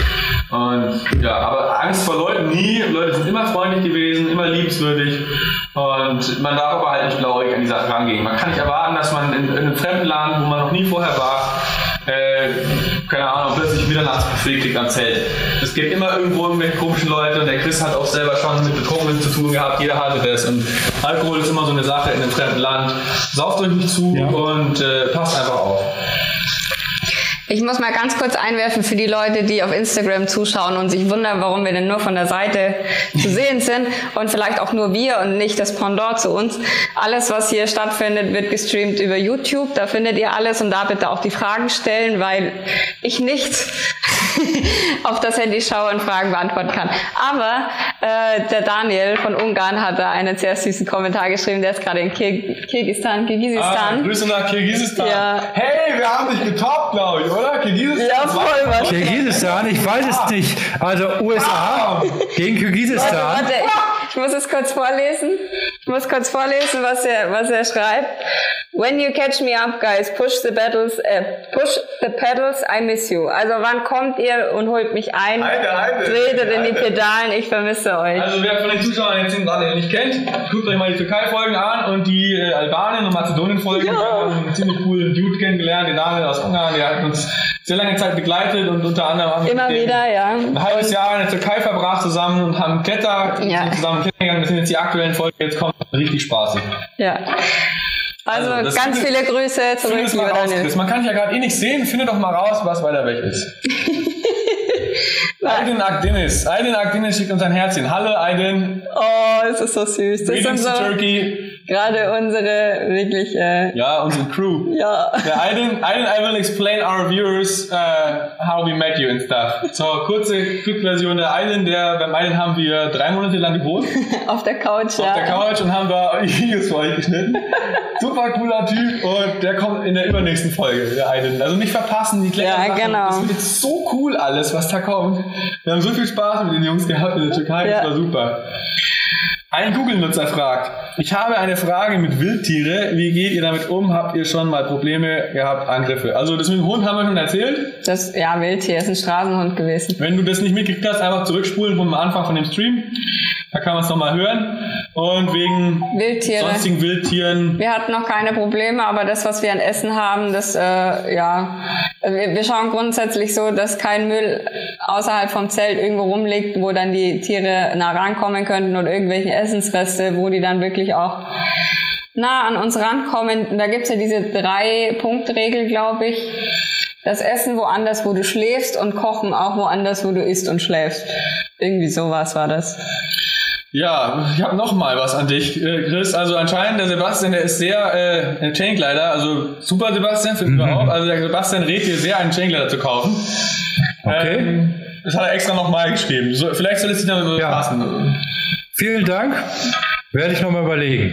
Und ja, aber Angst vor Leuten nie. Leute sind immer freundlich gewesen, immer liebenswürdig. Und man darf aber halt nicht blauäugig an die Sache rangehen. Man kann nicht erwarten, dass man in, in einem fremden Land, wo man noch nie vorher war, äh, keine Ahnung, plötzlich Mitternachtsbuffet kriegt am Zelt. Es gibt immer irgendwo irgendwelche komischen Leute und der Chris hat auch selber schon mit Betrunkenen zu tun gehabt, jeder hatte das. Und Alkohol ist immer so eine Sache in einem fremden Land. Sauft euch nicht zu ja. und äh, passt einfach auf. Ich muss mal ganz kurz einwerfen für die Leute, die auf Instagram zuschauen und sich wundern, warum wir denn nur von der Seite zu sehen sind und vielleicht auch nur wir und nicht das Pendant zu uns. Alles, was hier stattfindet, wird gestreamt über YouTube. Da findet ihr alles und da bitte auch die Fragen stellen, weil ich nicht auf das Handy schaue und Fragen beantworten kann. Aber äh, der Daniel von Ungarn hat da einen sehr süßen Kommentar geschrieben. Der ist gerade in Kir- Kirgisistan, Kirgisistan. Ah, Grüße nach Kirgisistan. Ja. Hey, wir haben dich getoppt, glaube ich, oder? Kirgisistan. Ja, voll, was? Kirgisistan, ich weiß es nicht. Also U S A gegen Kirgisistan. Warte, warte, ich, ich muss es kurz vorlesen. Ich muss kurz vorlesen, was er, was er schreibt. When you catch me up, guys, push the pedals, äh, push the pedals, I miss you. Also wann kommt ihr und holt mich ein? Alter, Alter, tretet in die Alter. Pedalen, ich vermisse euch. Also wer von den Zuschauern jetzt den Daniel nicht kennt, guckt euch mal die Türkei-Folgen an und die äh, Albanien- und Mazedonien-Folgen. Ja. Wir haben einen ziemlich coolen Dude kennengelernt, den Daniel aus Ungarn, der hat uns sehr lange Zeit begleitet und unter anderem haben wir Immer mit dem wieder, ja. ein halbes Jahr in der Türkei verbracht zusammen und haben Kletter Ja. zusammen kennengelernt. Das sind jetzt die aktuellen Folgen, jetzt kommt richtig spaßig. Ja. Also, Also, das ganz findet- viele Grüße zurück, Find es mal lieber raus, Daniel. Chris. Man kann dich ja gerade eh nicht sehen. Finde doch mal raus, was weiter weg ist. Aydin Akdeniz. Aydin Akdeniz schickt uns ein Herzchen. Hallo Aydin. Oh, es ist so süß. Das sind Greetings so to Turkey. gerade unsere wirklich, äh, Ja, unsere Crew. ja. Der Aydin, Aydin, I will explain our viewers uh, how we met you and stuff. So, kurze Quick-Version. Der Aydin, der, beim Aydin haben wir drei Monate lang gewohnt. Auf der Couch, ja. Auf der Couch und haben da Videos für euch geschnitten. Super cooler Typ und der kommt in der übernächsten Folge, der Aydin. Also nicht verpassen, die kleinen Ja, Sachen. genau. Das wird jetzt so cool alles, was da kommt. Wir haben so viel Spaß mit den Jungs gehabt in der Türkei, Ja. das war super. Ein Google-Nutzer fragt, ich habe eine Frage mit Wildtiere, wie geht ihr damit um? Habt ihr schon mal Probleme gehabt, Angriffe? Also das mit dem Hund haben wir schon erzählt. Das, ja, Wildtier ist ein Straßenhund gewesen. Wenn du das nicht mitgekriegt hast, einfach zurückspulen vom Anfang von dem Stream. Da kann man es nochmal hören. Und wegen Wildtiere. sonstigen Wildtieren. Wir hatten noch keine Probleme, aber das, was wir an Essen haben, das, äh, ja, wir, wir schauen grundsätzlich so, dass kein Müll außerhalb vom Zelt irgendwo rumliegt, wo dann die Tiere nah rankommen könnten oder irgendwelche Essensreste, wo die dann wirklich auch nah an uns rankommen. Da gibt's ja diese Drei-Punkt-Regel, glaube ich. Das Essen woanders, wo du schläfst und Kochen auch woanders, wo du isst und schläfst. Irgendwie sowas war das. Ja, ich habe noch mal was an dich, äh, Chris. Also anscheinend, der Sebastian, der ist sehr äh, Chainkleider. Also super Sebastian, finden wir auch. Also der Sebastian rät dir sehr, einen Chainkleider zu kaufen. Okay. Ähm, das hat er extra nochmal geschrieben. So, vielleicht soll es sich dann so Ja. passen. Vielen Dank. Werde ich nochmal überlegen.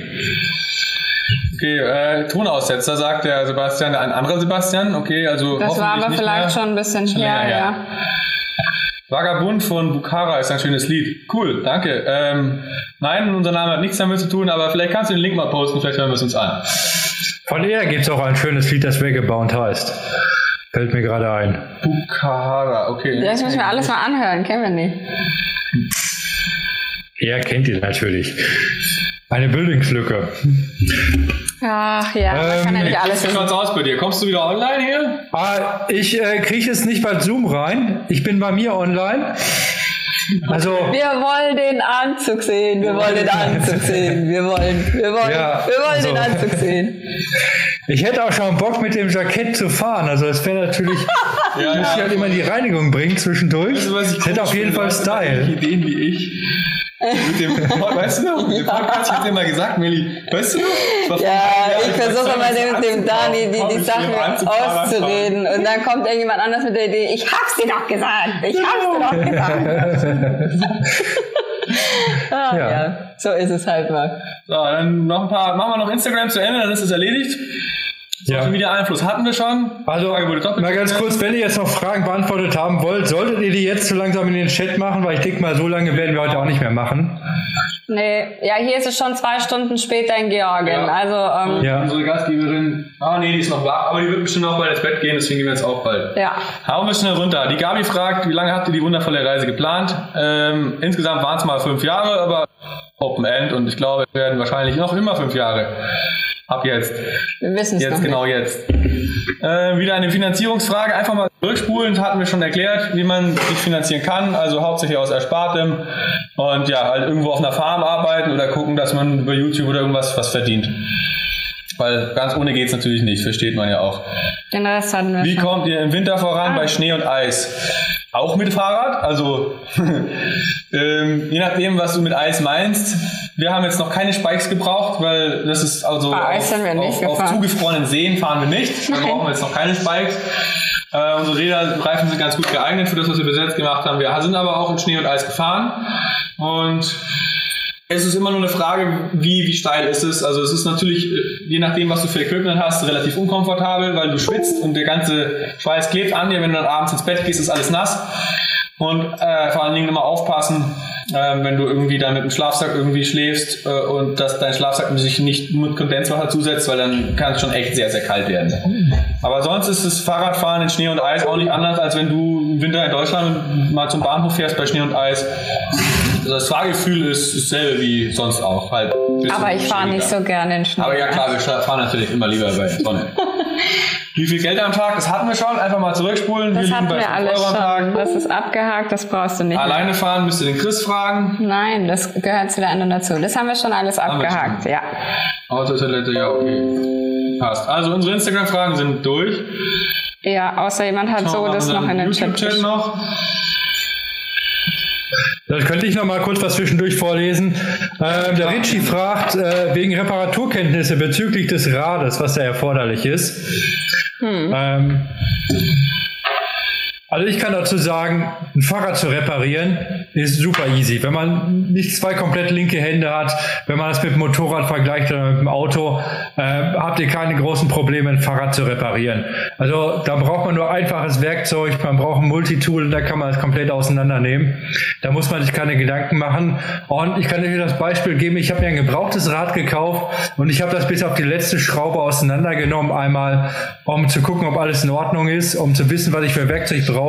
Okay, äh, Tonaussetzer, sagt der Sebastian, ein anderer Sebastian. Okay, also Das war hoffentlich aber nicht vielleicht mehr. schon ein bisschen Schon her, länger her. ja. Vagabund von Bukhara ist ein schönes Lied. Cool, danke. Ähm, nein, unser Name hat nichts damit zu tun, aber vielleicht kannst du den Link mal posten, vielleicht hören wir es uns an. Von ihr gibt es auch ein schönes Lied, das Vagabond heißt. Fällt mir gerade ein. Bukhara, okay. Das müssen wir alles mal anhören, kennen wir nicht. Er kennt ihn natürlich. Eine Bildungslücke. Ach ja, man Ähm, kann ja nicht alles Wie wissen. schaut's aus bei dir? Kommst du wieder online hier? Ah, ich äh, kriege es nicht bei Zoom rein. Ich bin bei mir online. Also, Wir wollen den Anzug sehen, wir wollen den Anzug sehen, wir wollen, wir wollen, Ja, wir wollen also- den Anzug sehen. ich hätte auch schon Bock, mit dem Jackett zu fahren. Also, es wäre natürlich, Ja, ich muss ja halt immer die Reinigung bringen zwischendurch. Weißt du, was ich Es hätte komisch auf jeden finde? Fall Weißt du, welche Style. Ideen wie ich. Mit dem, weißt du noch? Mit dem Podcast, ich hab dir mal gesagt, Melli, weißt du noch? Das war vor Ja, einem Jahr, ich versuche immer dem, dem Dani die, die Sachen auszureden und dann kommt irgendjemand anders mit der Idee, ich hab's dir doch gesagt, ich hab's dir doch gesagt. ah, Ja. ja. So ist es halt mal. So, dann noch ein paar, machen wir noch Instagram zu Ende, dann ist es erledigt. Ja. Social Media Einfluss hatten wir schon. Also, Frage wurde doppelt mal ganz gestellt. kurz, wenn ihr jetzt noch Fragen beantwortet haben wollt, solltet ihr die jetzt so langsam in den Chat machen, weil ich denke mal, so lange werden wir heute auch nicht mehr machen. Nee, ja, hier ist es schon zwei Stunden später in Georgien. Ja. Also, ähm, ja. Unsere Gastgeberin, ah nee, die ist noch wach, aber die wird bestimmt auch bald ins Bett gehen, deswegen gehen wir jetzt auch bald. Ja. Hauen wir schnell runter. Die Gabi fragt, wie lange habt ihr die wundervolle Reise geplant? Ähm, insgesamt waren es mal fünf Jahre, aber Open End und ich glaube, es werden wahrscheinlich noch immer fünf Jahre. Ab jetzt. Wir wissen es Jetzt, genau nicht. jetzt. Äh, wieder eine Finanzierungsfrage. Einfach mal durchspulen. Das hatten wir schon erklärt, wie man sich finanzieren kann. Also hauptsächlich aus Erspartem. Und ja, halt irgendwo auf einer Farm arbeiten oder gucken, dass man über YouTube oder irgendwas was verdient. Weil ganz ohne geht's natürlich nicht. Versteht man ja auch. Den Rest hatten wir Wie schon. kommt ihr im Winter voran ah. bei Schnee und Eis? Auch mit Fahrrad? Also ähm, je nachdem, was du mit Eis meinst. Wir haben jetzt noch keine Spikes gebraucht, weil das ist also auf, auf, auf zugefrorenen Seen fahren wir nicht. Da brauchen wir jetzt noch keine Spikes. Äh, unsere Räderreifen sind ganz gut geeignet für das, was wir bis jetzt gemacht haben. Wir sind aber auch in Schnee und Eis gefahren. Und es ist immer nur eine Frage, wie, wie steil ist es. Also es ist natürlich, je nachdem, was du für Equipment hast, relativ unkomfortabel, weil du schwitzt und der ganze Schweiß klebt an dir. Wenn du dann abends ins Bett gehst, ist alles nass. Und äh, vor allen Dingen immer aufpassen, äh, wenn du irgendwie dann mit dem Schlafsack irgendwie schläfst äh, und dass dein Schlafsack sich nicht mit Kondenswasser zusetzt, weil dann kann es schon echt sehr, sehr kalt werden. Aber sonst ist das Fahrradfahren in Schnee und Eis auch nicht anders, als wenn du im Winter in Deutschland mal zum Bahnhof fährst bei Schnee und Eis. Das Fahrgefühl ist dasselbe wie sonst auch. Halt aber ich fahre nicht so gerne in Schnee. Aber ja klar, wir fahren natürlich immer lieber bei Sonne. Wie viel Geld am Tag? Das hatten wir schon. Einfach mal zurückspulen. Das wir hatten wir alles schon. Tag. Das ist abgehakt, das brauchst du nicht. Alleine fahren müsst ihr den Chris fragen. Nein, das gehört zu der anderen dazu. Das haben wir schon alles haben abgehakt, schon. Ja. Autotoilette, ja, okay. Passt. Also unsere Instagram-Fragen sind durch. Ja, außer jemand hat Schauen so das noch in den Chat noch. Da könnte ich noch mal kurz was zwischendurch vorlesen. Ähm, der Ritchie fragt äh, wegen Reparaturkenntnisse bezüglich des Rades, was da erforderlich ist. Hm. Ähm, also ich kann dazu sagen, ein Fahrrad zu reparieren ist super easy. Wenn man nicht zwei komplett linke Hände hat, wenn man das mit dem Motorrad vergleicht oder mit dem Auto, äh, habt ihr keine großen Probleme, ein Fahrrad zu reparieren. Also da braucht man nur einfaches Werkzeug, man braucht ein Multitool und da kann man es komplett auseinandernehmen. Da muss man sich keine Gedanken machen. Und ich kann euch das Beispiel geben, ich habe mir ein gebrauchtes Rad gekauft und ich habe das bis auf die letzte Schraube auseinandergenommen, einmal, um zu gucken, ob alles in Ordnung ist, um zu wissen, was ich für Werkzeug brauche.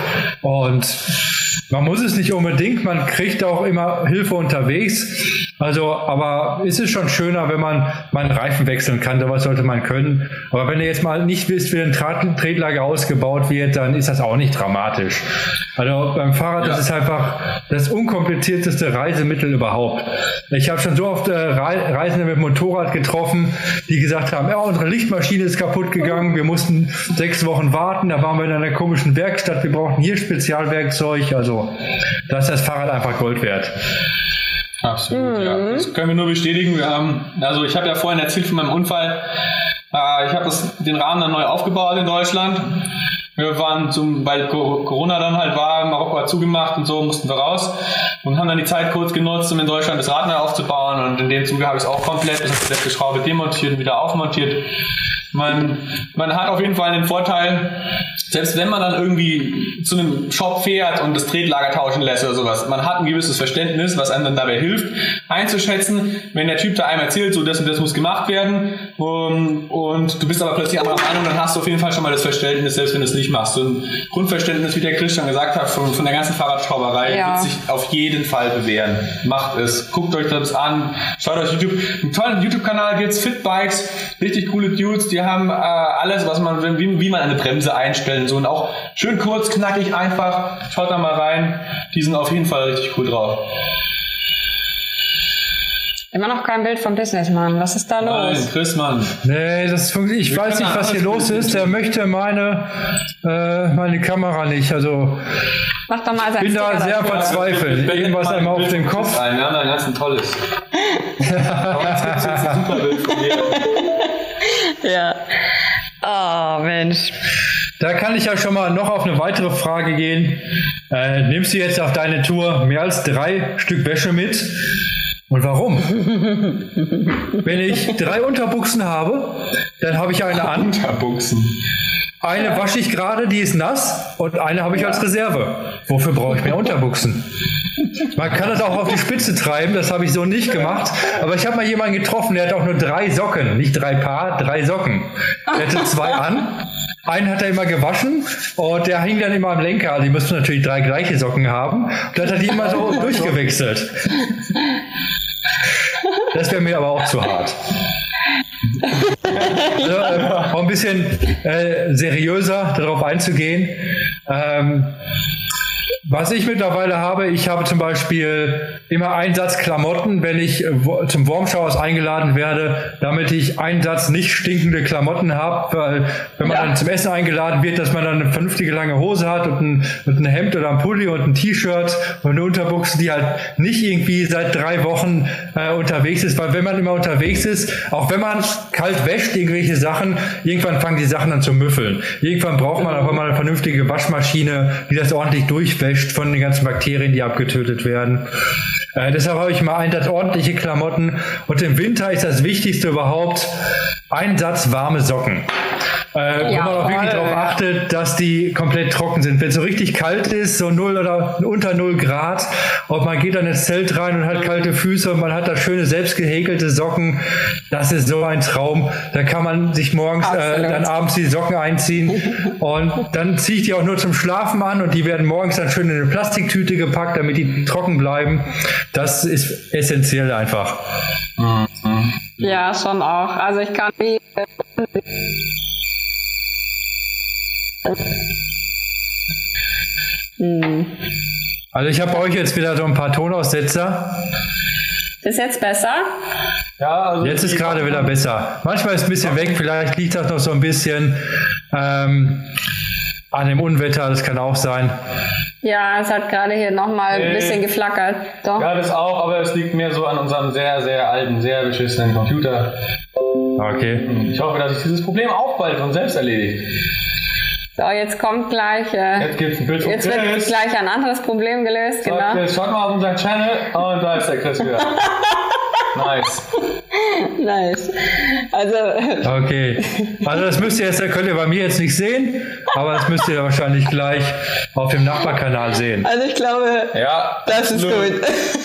Und man muss es nicht unbedingt, man kriegt auch immer Hilfe unterwegs. Also, aber ist es schon schöner, wenn man mal einen Reifen wechseln kann, sowas sollte man können. Aber wenn ihr jetzt mal nicht wisst, wie ein Tretlager ausgebaut wird, dann ist das auch nicht dramatisch. Also beim Fahrrad ja. ist es einfach das unkomplizierteste Reisemittel überhaupt. Ich habe schon so oft äh, Reisende mit dem Motorrad getroffen, die gesagt haben, ja, unsere Lichtmaschine ist kaputt gegangen, wir mussten sechs Wochen warten, da waren wir in einer komischen Werkstatt, wir brauchten hier Spezialwerkzeug. Also da ist das Fahrrad einfach Gold wert. Absolut, mhm. ja. Das können wir nur bestätigen. Wir haben, also ich habe ja vorhin erzählt von meinem Unfall. Äh, ich habe das, den Rahmen dann neu aufgebaut in Deutschland. Wir waren zum, weil Corona dann halt war, Marokko hat zugemacht und so, mussten wir raus und haben dann die Zeit kurz genutzt, um in Deutschland das Rad neu aufzubauen, und in dem Zuge habe ich es auch komplett, das ist die letzte Schraube demontiert und wieder aufmontiert. Man, man hat auf jeden Fall den Vorteil, selbst wenn man dann irgendwie zu einem Shop fährt und das Tretlager tauschen lässt oder sowas, man hat ein gewisses Verständnis, was einem dann dabei hilft, einzuschätzen, wenn der Typ da einem erzählt, so das und das muss gemacht werden, um, und du bist aber plötzlich anderer Meinung, dann hast du auf jeden Fall schon mal das Verständnis, selbst wenn du es nicht machst. So ein Grundverständnis, wie der Christian gesagt hat, von, von der ganzen Fahrradschrauberei, ja. wird sich auf jeden Fall bewähren. Macht es, guckt euch das an, schaut euch YouTube, einen tollen YouTube-Kanal gibt's, Fitbikes, richtig coole Dudes, die haben äh, alles, was man, wie, wie man eine Bremse einstellen, so, und auch schön kurz, knackig, einfach, schaut da mal rein, die sind auf jeden Fall richtig cool drauf. Immer noch kein Bild vom Businessmann. Was ist da los? Nein, Chris, Mann. Nee, das funktioniert. Ich Wir weiß nicht, was hier los ist. Der möchte meine, äh, meine Kamera nicht. Also, mach doch mal ich bin da sehr verzweifelt. Ja, irgendwas einmal auf dem Kopf. Ein. Wir haben da ein ganz tolles. Aber jetzt gibt es jetzt ein super Bild von dir. Ja. Oh, Mensch. Da kann ich ja schon mal noch auf eine weitere Frage gehen. Äh, nimmst du jetzt auf deine Tour mehr als drei Stück Wäsche mit? Und warum? Wenn ich drei Unterbuchsen habe, dann habe ich eine an. Unterbuchsen. Eine wasche ich gerade, die ist nass und eine habe ich als Reserve. Wofür brauche ich mehr Unterbuchsen? Man kann das auch auf die Spitze treiben, das habe ich so nicht gemacht. Aber ich habe mal jemanden getroffen, der hat auch nur drei Socken, nicht drei Paar, drei Socken. Der hatte zwei an. Einen hat er immer gewaschen und der hing dann immer am Lenker. Also die müssten natürlich drei gleiche Socken haben. Und dann hat er die immer so durchgewechselt. Das wäre mir aber auch zu hart. Also, äh, auch ein bisschen äh, seriöser darauf einzugehen. Ähm, was ich mittlerweile habe, ich habe zum Beispiel immer einen Satz Klamotten, wenn ich äh, zum Wurmschauers eingeladen werde, damit ich einen Satz nicht stinkende Klamotten habe, weil wenn man ja. dann zum Essen eingeladen wird, dass man dann eine vernünftige lange Hose hat und ein, und ein Hemd oder ein Pulli und ein T-Shirt und eine Unterbuchse, die halt nicht irgendwie seit drei Wochen äh, unterwegs ist, weil wenn man immer unterwegs ist, auch wenn man kalt wäscht, irgendwelche Sachen, irgendwann fangen die Sachen an zu müffeln. Irgendwann braucht man aber mal eine vernünftige Waschmaschine, die das ordentlich durchwäscht von den ganzen Bakterien, die abgetötet werden. Äh, deshalb habe ich mal einen Satz ordentliche Klamotten und im Winter ist das Wichtigste überhaupt ein Satz warme Socken. Äh, ja, wo man auch wirklich darauf achtet, dass die komplett trocken sind. Wenn es so richtig kalt ist, so null oder unter null Grad, und man geht dann ins Zelt rein und hat kalte Füße und man hat da schöne selbst gehäkelte Socken, das ist so ein Traum. Da kann man sich morgens, äh, dann abends die Socken einziehen und dann ziehe ich die auch nur zum Schlafen an und die werden morgens dann schön in eine Plastiktüte gepackt, damit die trocken bleiben. Das ist essentiell einfach. Ja, schon auch. Also ich kann wie Hm. Also ich habe euch jetzt wieder so ein paar Tonaussetzer. Ist jetzt besser? Ja, also jetzt ist gerade wieder besser. Manchmal ist es ein bisschen weg, vielleicht liegt das noch so ein bisschen ähm, an dem Unwetter, das kann auch sein. Ja, es hat gerade hier nochmal ein bisschen geflackert. Doch. Ja, das auch, aber es liegt mehr so an unserem sehr, sehr alten, sehr beschissenen Computer. Okay. Ich hoffe, dass sich dieses Problem auch bald von selbst erledigt. So, jetzt kommt gleich, äh, jetzt, gibt's ein Bild jetzt wird gleich ein anderes Problem gelöst, so, genau. Chris, schaut mal auf unseren Channel und da ist der Chris wieder. Nice. Nice. Also. Okay. Also das müsst ihr jetzt, könnt ihr bei mir jetzt nicht sehen, aber das müsst ihr wahrscheinlich gleich auf dem Nachbarkanal sehen. Also ich glaube, ja, das ist gut.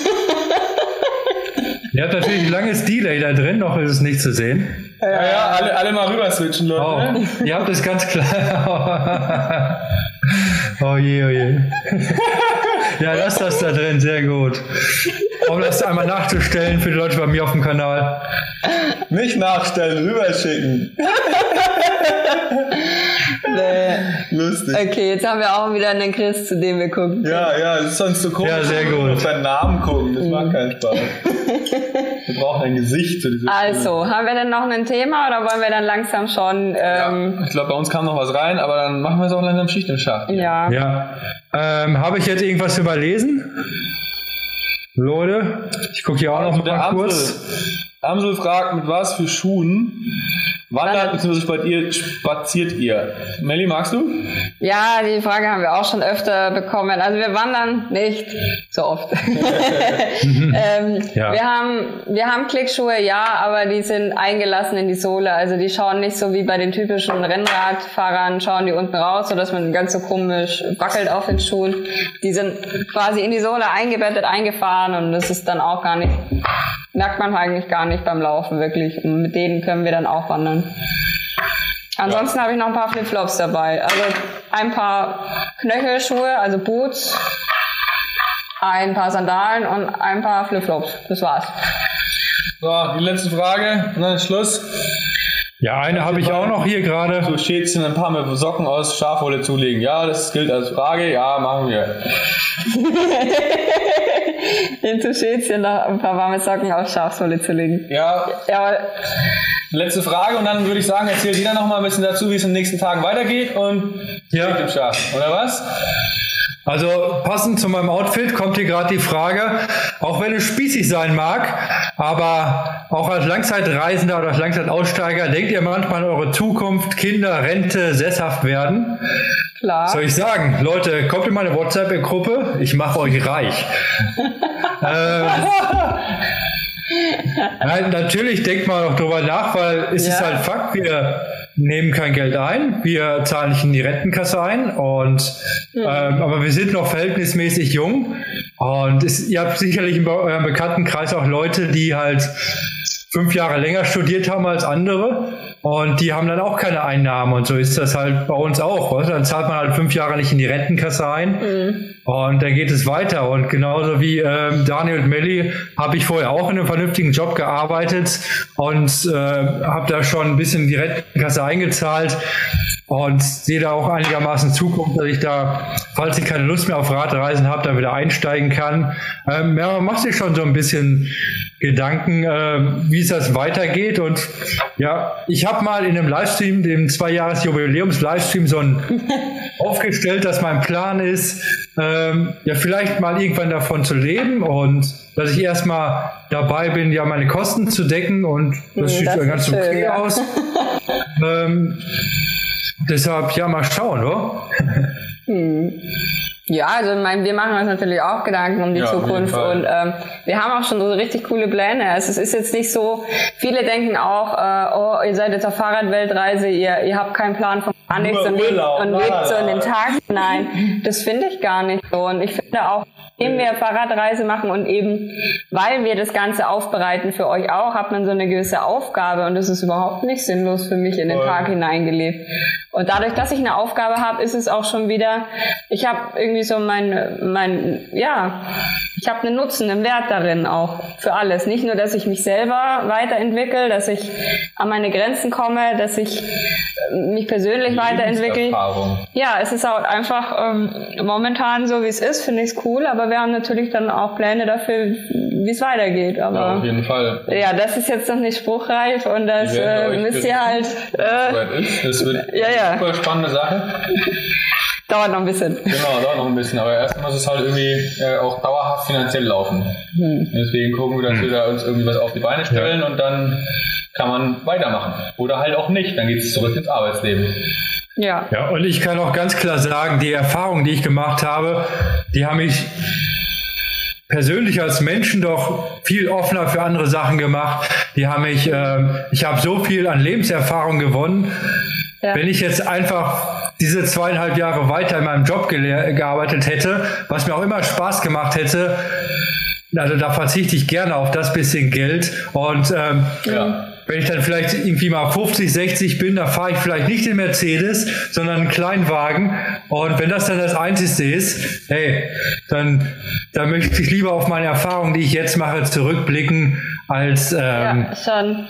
Ihr habt natürlich ein langes Delay da drin, noch ist es nicht zu sehen. Ja, ja, alle, alle mal rüber switchen, Leute. Oh, ihr habt es ganz klar. Oh je, oh je. Ja, lasst das da drin, sehr gut. Um das einmal nachzustellen für die Leute bei mir auf dem Kanal. Nicht nachstellen, rüberschicken. Nee. Lustig. Okay, jetzt haben wir auch wieder einen Chris, zu dem wir gucken. Ja, ja, das ist sonst so komisch. Ja, sehr gut. Auf seinen Namen gucken, das macht keinen Spaß. Wir brauchen ein Gesicht zu diesem Also, Spiel. Haben wir denn noch ein Thema oder wollen wir dann langsam schon... Ähm ja, ich glaube, bei uns kam noch was rein, aber dann machen wir es auch langsam Schicht im Schacht. Ja. Ja. Ähm, habe ich jetzt irgendwas überlesen? Leute, ich gucke hier auch also noch mal Amsel, kurz. Amsel fragt, mit was für Schuhen wandert bzw. spaziert ihr? Melli, magst du? Ja, die Frage haben wir auch schon öfter bekommen. Also wir wandern nicht so oft. ähm, ja. Wir haben, wir haben Klickschuhe, ja, aber die sind eingelassen in die Sohle. Also die schauen nicht so wie bei den typischen Rennradfahrern, schauen die unten raus, sodass man ganz so komisch wackelt auf den Schuhen. Die sind quasi in die Sohle eingebettet, eingefahren und das ist dann auch gar nicht, merkt man eigentlich gar nicht beim Laufen wirklich. Und mit denen können wir dann auch wandern. Ansonsten ja. habe ich noch ein paar Flipflops dabei. Also ein paar Knöchelschuhe, also Boots, ein paar Sandalen und ein paar Flipflops. Das war's. So, die letzte Frage und dann Schluss. Ja, eine habe ich auch noch hier gerade. Du Schätzchen ein paar mit Socken aus Schafwolle zulegen. Ja, das gilt als Frage. Ja, machen wir. Den zu Schätzchen noch ein paar warme Socken aus Schafwolle zu legen. Ja. Ja. Letzte Frage und dann würde ich sagen, erzählt jeder noch mal ein bisschen dazu, wie es in den nächsten Tagen weitergeht und ja. Im Schaf, oder was? Also passend zu meinem Outfit kommt hier gerade die Frage, auch wenn es spießig sein mag, aber auch als Langzeitreisender oder als Langzeitaussteiger, denkt ihr manchmal an eure Zukunft, Kinder, Rente, sesshaft werden? Klar. Soll ich sagen, Leute, kommt in meine WhatsApp-Gruppe, ich mache euch reich. ähm, Nein, natürlich denkt man auch drüber nach, weil es ja. ist halt Fakt, wir nehmen kein Geld ein, wir zahlen nicht in die Rentenkasse ein, und mhm. ähm, aber wir sind noch verhältnismäßig jung, und es, ihr habt sicherlich in eurem Bekanntenkreis auch Leute, die halt fünf Jahre länger studiert haben als andere, und die haben dann auch keine Einnahmen, und so ist das halt bei uns auch. Weißt? Dann zahlt man halt fünf Jahre nicht in die Rentenkasse ein, mhm. und dann geht es weiter. Und genauso wie ähm, Daniel und Melli habe ich vorher auch in einem vernünftigen Job gearbeitet und äh, habe da schon ein bisschen in die Rentenkasse eingezahlt und sehe da auch einigermaßen Zukunft, dass ich da, falls ich keine Lust mehr auf Radreisen habe, da wieder einsteigen kann. Ähm, ja, man macht sich schon so ein bisschen Gedanken, äh, wie es das weitergeht. Und ja, ich habe mal in einem Livestream, dem Zwei-Jahres-Jubiläums-Livestream, so ein aufgestellt, dass mein Plan ist, ähm, ja vielleicht mal irgendwann davon zu leben, und dass ich erstmal dabei bin, ja meine Kosten zu decken, und das sieht ja ganz okay schön, ja. aus. ähm, deshalb, ja, mal schauen, oder? Hm. Ja, also mein, wir machen uns natürlich auch Gedanken um die ja, Zukunft, und ähm, wir haben auch schon so richtig coole Pläne. Also es ist jetzt nicht so, viele denken auch, äh, oh, ihr seid jetzt auf Fahrradweltreise, ihr, ihr habt keinen Plan von gar nichts und, lebt, und lebt so in den Tag hinein. Das finde ich gar nicht so, und ich finde auch, indem wir Fahrradreise machen und eben, weil wir das Ganze aufbereiten für euch auch, hat man so eine gewisse Aufgabe, und das ist überhaupt nicht sinnlos für mich in den Tag hineingelebt. Und dadurch, dass ich eine Aufgabe habe, ist es auch schon wieder, ich habe irgendwie so mein, mein, ja, ich habe einen Nutzen, einen Wert darin auch für alles. Nicht nur, dass ich mich selber weiterentwickle, dass ich an meine Grenzen komme, dass ich mich persönlich weiterentwickle. Ja, es ist auch einfach ähm, momentan so, wie es ist, finde ich es cool, aber wir haben natürlich dann auch Pläne dafür, wie es weitergeht. Aber ja, auf jeden Fall. Ja, das ist jetzt noch nicht spruchreif, und das äh, müsst ihr halt... Äh, ist. Das wird ja, ja. eine super spannende Sache. Dauert noch ein bisschen. Genau, dauert noch ein bisschen, aber erst muss es halt irgendwie äh, auch dauerhaft finanziell laufen. Hm. Deswegen gucken wir, dass hm. wir da uns irgendwie was auf die Beine stellen, ja. und dann kann man weitermachen. Oder halt auch nicht, dann geht es zurück ins Arbeitsleben. Ja. Ja, und ich kann auch ganz klar sagen, die Erfahrungen, die ich gemacht habe, die haben mich persönlich als Menschen doch viel offener für andere Sachen gemacht. Die haben mich, äh, ich habe so viel an Lebenserfahrung gewonnen. Ja. Wenn ich jetzt einfach diese zweieinhalb Jahre weiter in meinem Job gele- gearbeitet hätte, was mir auch immer Spaß gemacht hätte, also da verzichte ich gerne auf das bisschen Geld. Und ähm, ja. wenn ich dann vielleicht irgendwie mal fünfzig, sechzig bin, da fahre ich vielleicht nicht den Mercedes, sondern einen Kleinwagen. Und wenn das dann das Einzige ist, hey, dann, dann möchte ich lieber auf meine Erfahrungen, die ich jetzt mache, zurückblicken, als, ähm, ja, schon.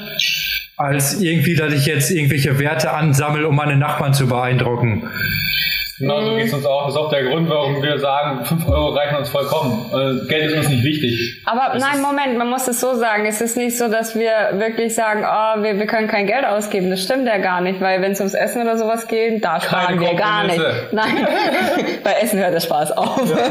als irgendwie, dass ich jetzt irgendwelche Werte ansammle, um meine Nachbarn zu beeindrucken. Genau, so geht es uns auch. Das ist auch der Grund, warum wir sagen, fünf Euro reichen uns vollkommen. Geld ist uns nicht wichtig. Aber das nein, Moment, man muss es so sagen. Es ist nicht so, dass wir wirklich sagen, oh, wir, wir können kein Geld ausgeben. Das stimmt ja gar nicht, weil wenn es ums Essen oder sowas geht, da sparen wir gar nicht. Nein, bei Essen hört der Spaß auf. Ja.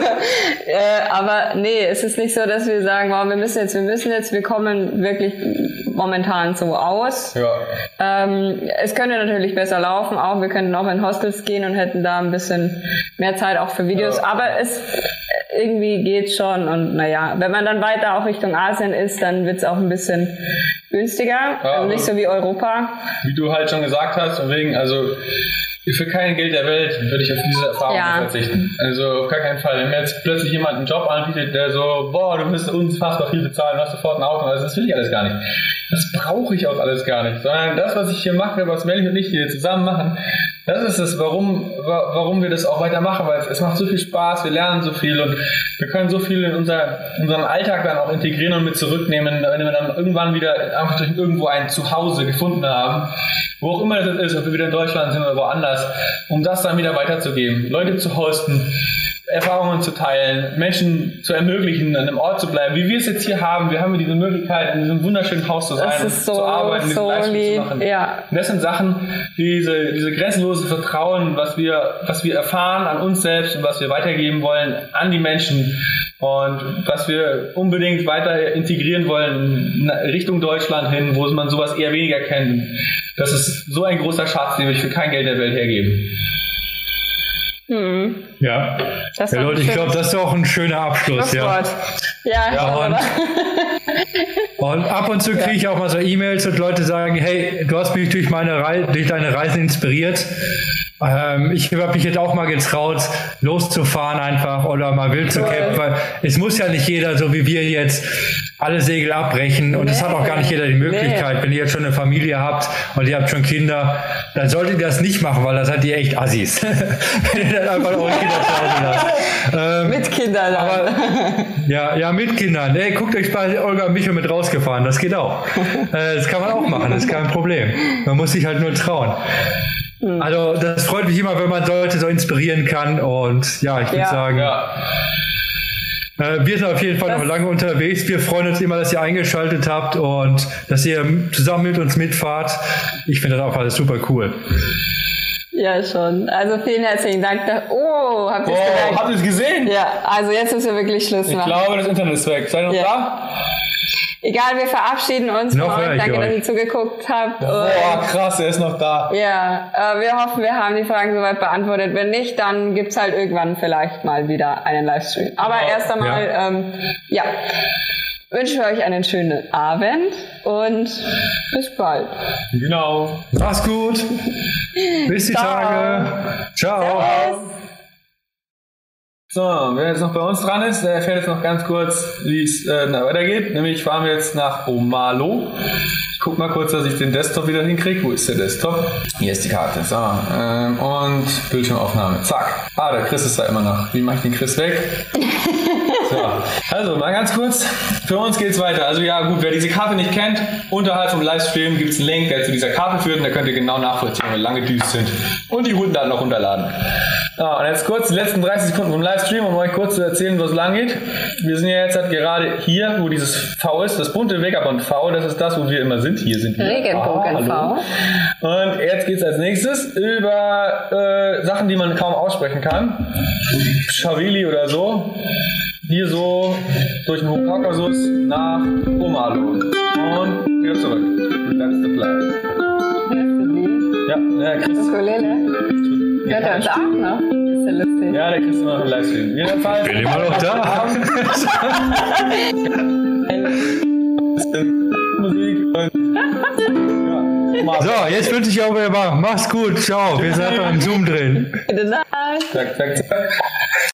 äh, aber nee, es ist nicht so, dass wir sagen, oh, wir müssen jetzt, wir müssen jetzt, wir kommen wirklich momentan so aus. Ja. Ähm, es könnte natürlich besser laufen, auch wir könnten auch in Hostels gehen und hätten da ein bisschen mehr Zeit auch für Videos, ja. aber es irgendwie geht schon, und naja, wenn man dann weiter auch Richtung Asien ist, dann wird es auch ein bisschen günstiger, ja, also nicht so wie Europa. Wie du halt schon gesagt hast, und wegen, also für kein Geld der Welt würde ich auf diese Erfahrung ja. verzichten. Also auf gar keinen Fall. Wenn mir jetzt plötzlich jemand einen Job anbietet, der so, boah, du wirst unfassbar viel bezahlen, du hast sofort ein Auto, also das will ich alles gar nicht. Das brauche ich auch alles gar nicht. Sondern das, was ich hier mache, was Melli und ich hier zusammen machen, das ist es, warum, warum wir das auch weitermachen, weil es macht so viel Spaß, wir lernen so viel, und wir können so viel in unser, unseren Alltag dann auch integrieren und mit zurücknehmen, wenn wir dann irgendwann wieder einfach durch irgendwo ein Zuhause gefunden haben, wo auch immer das ist, ob wir wieder in Deutschland sind oder woanders, um das dann wieder weiterzugeben, Leute zu hosten, Erfahrungen zu teilen, Menschen zu ermöglichen, an einem Ort zu bleiben, wie wir es jetzt hier haben. Wir haben diese Möglichkeit, in diesem wunderschönen Haus zu sein, so, zu arbeiten, so Livestream zu machen. Ja. Und das sind Sachen, diese, diese grenzenlose Vertrauen, was wir, was wir erfahren an uns selbst und was wir weitergeben wollen an die Menschen und was wir unbedingt weiter integrieren wollen in Richtung Deutschland hin, wo man sowas eher weniger kennt. Das ist so ein großer Schatz, den wir für kein Geld der Welt hergeben. Hm. Ja. Das ja, war Leute, ich schön. glaube, das ist auch ein schöner Abschluss. Ja. Ja, Ja, und, aber- und ab und zu kriege ich auch mal so E-Mails und Leute sagen, hey, du hast mich durch meine Rei- durch deine Reisen inspiriert. Ähm, ich habe mich jetzt auch mal getraut, loszufahren einfach oder mal wild zu campen, weil es muss ja nicht jeder, so wie wir jetzt, alle Segel abbrechen und es Nee. hat auch gar nicht jeder die Möglichkeit. Nee. Wenn ihr jetzt schon eine Familie habt und ihr habt schon Kinder, dann solltet ihr das nicht machen, weil da seid ihr echt Assis. Wenn ihr dann einfach eure Kinder zu Hause lasst. Ähm, Mit Kindern. aber, ja, ja, mit Kindern. Ey, guckt euch bei Olga und Micho mit rausgefahren, das geht auch. Äh, das kann man auch machen, das ist kein Problem. Man muss sich halt nur trauen. Also das freut mich immer, wenn man Leute so inspirieren kann und ja, ich würde Ja. sagen, Ja. äh, wir sind auf jeden Fall Das- noch lange unterwegs. Wir freuen uns immer, dass ihr eingeschaltet habt und dass ihr zusammen mit uns mitfahrt. Ich finde das auch alles super cool. Ja, schon. Also vielen herzlichen Dank. Da- Oh, habt ihr es Oh, gemerkt? habt ihr es gesehen? Ja, also jetzt müssen wir wirklich Schluss Ich machen. glaube, das Internet ist weg. Seid ihr noch Ja. da? Egal, wir verabschieden uns Noch von höre euch. ich Danke, dass euch. ihr zugeguckt habt. Boah, Und krass, er ist noch da. ja, äh, wir hoffen, wir haben die Fragen soweit beantwortet. Wenn nicht, dann gibt's halt irgendwann vielleicht mal wieder einen Livestream. Aber Genau. erst einmal, Ja. ähm, ja, wünschen wir euch einen schönen Abend und bis bald. Genau. Mach's gut. Bis die Ciao. Tage. Ciao. Servus. So, wer jetzt noch bei uns dran ist, der erfährt jetzt noch ganz kurz, wie es äh, na, weitergeht. Nämlich fahren wir jetzt nach Omalo. Ich guck mal kurz, dass ich den Desktop wieder hinkriege. Wo ist der Desktop? Hier ist die Karte. So, ähm, und Bildschirmaufnahme. Zack. Ah, der Chris ist da immer noch. Wie mache ich den Chris weg? So, also mal ganz kurz, für uns geht's weiter. Also ja gut, wer diese Karte nicht kennt, unterhalb vom Livestream gibt es einen Link, der zu dieser Karte führt und da könnt ihr genau nachvollziehen, wie lange Düs sind und die Routen dann noch runterladen. So, und jetzt kurz die letzten dreißig Sekunden vom Livestream, um euch kurz zu erzählen, wo es lang geht. Wir sind ja jetzt halt gerade hier, wo dieses V ist, das bunte Vagabond V, das ist das, wo wir immer sind. Hier sind wir. Regenbogen Ah, V. hallo. Und jetzt geht's als nächstes über äh, Sachen, die man kaum aussprechen kann. Chavili oder so. Hier so durch den Hochkaukasus nach Omalo. Und wieder zurück. That's the plan. Ja, ja, Chris. Ukulele. Hört er uns auch noch? Ist ja lustig. Ja, der Chris ist noch im Livestream. Jedenfalls. Bin immer noch da. Musik und. Ja, Omalo. So, jetzt wünsche ich auch wieder mal. Mach's gut. Ciao. Wir sind noch im Zoom drin. Gute Nacht. Zack, zack, zack.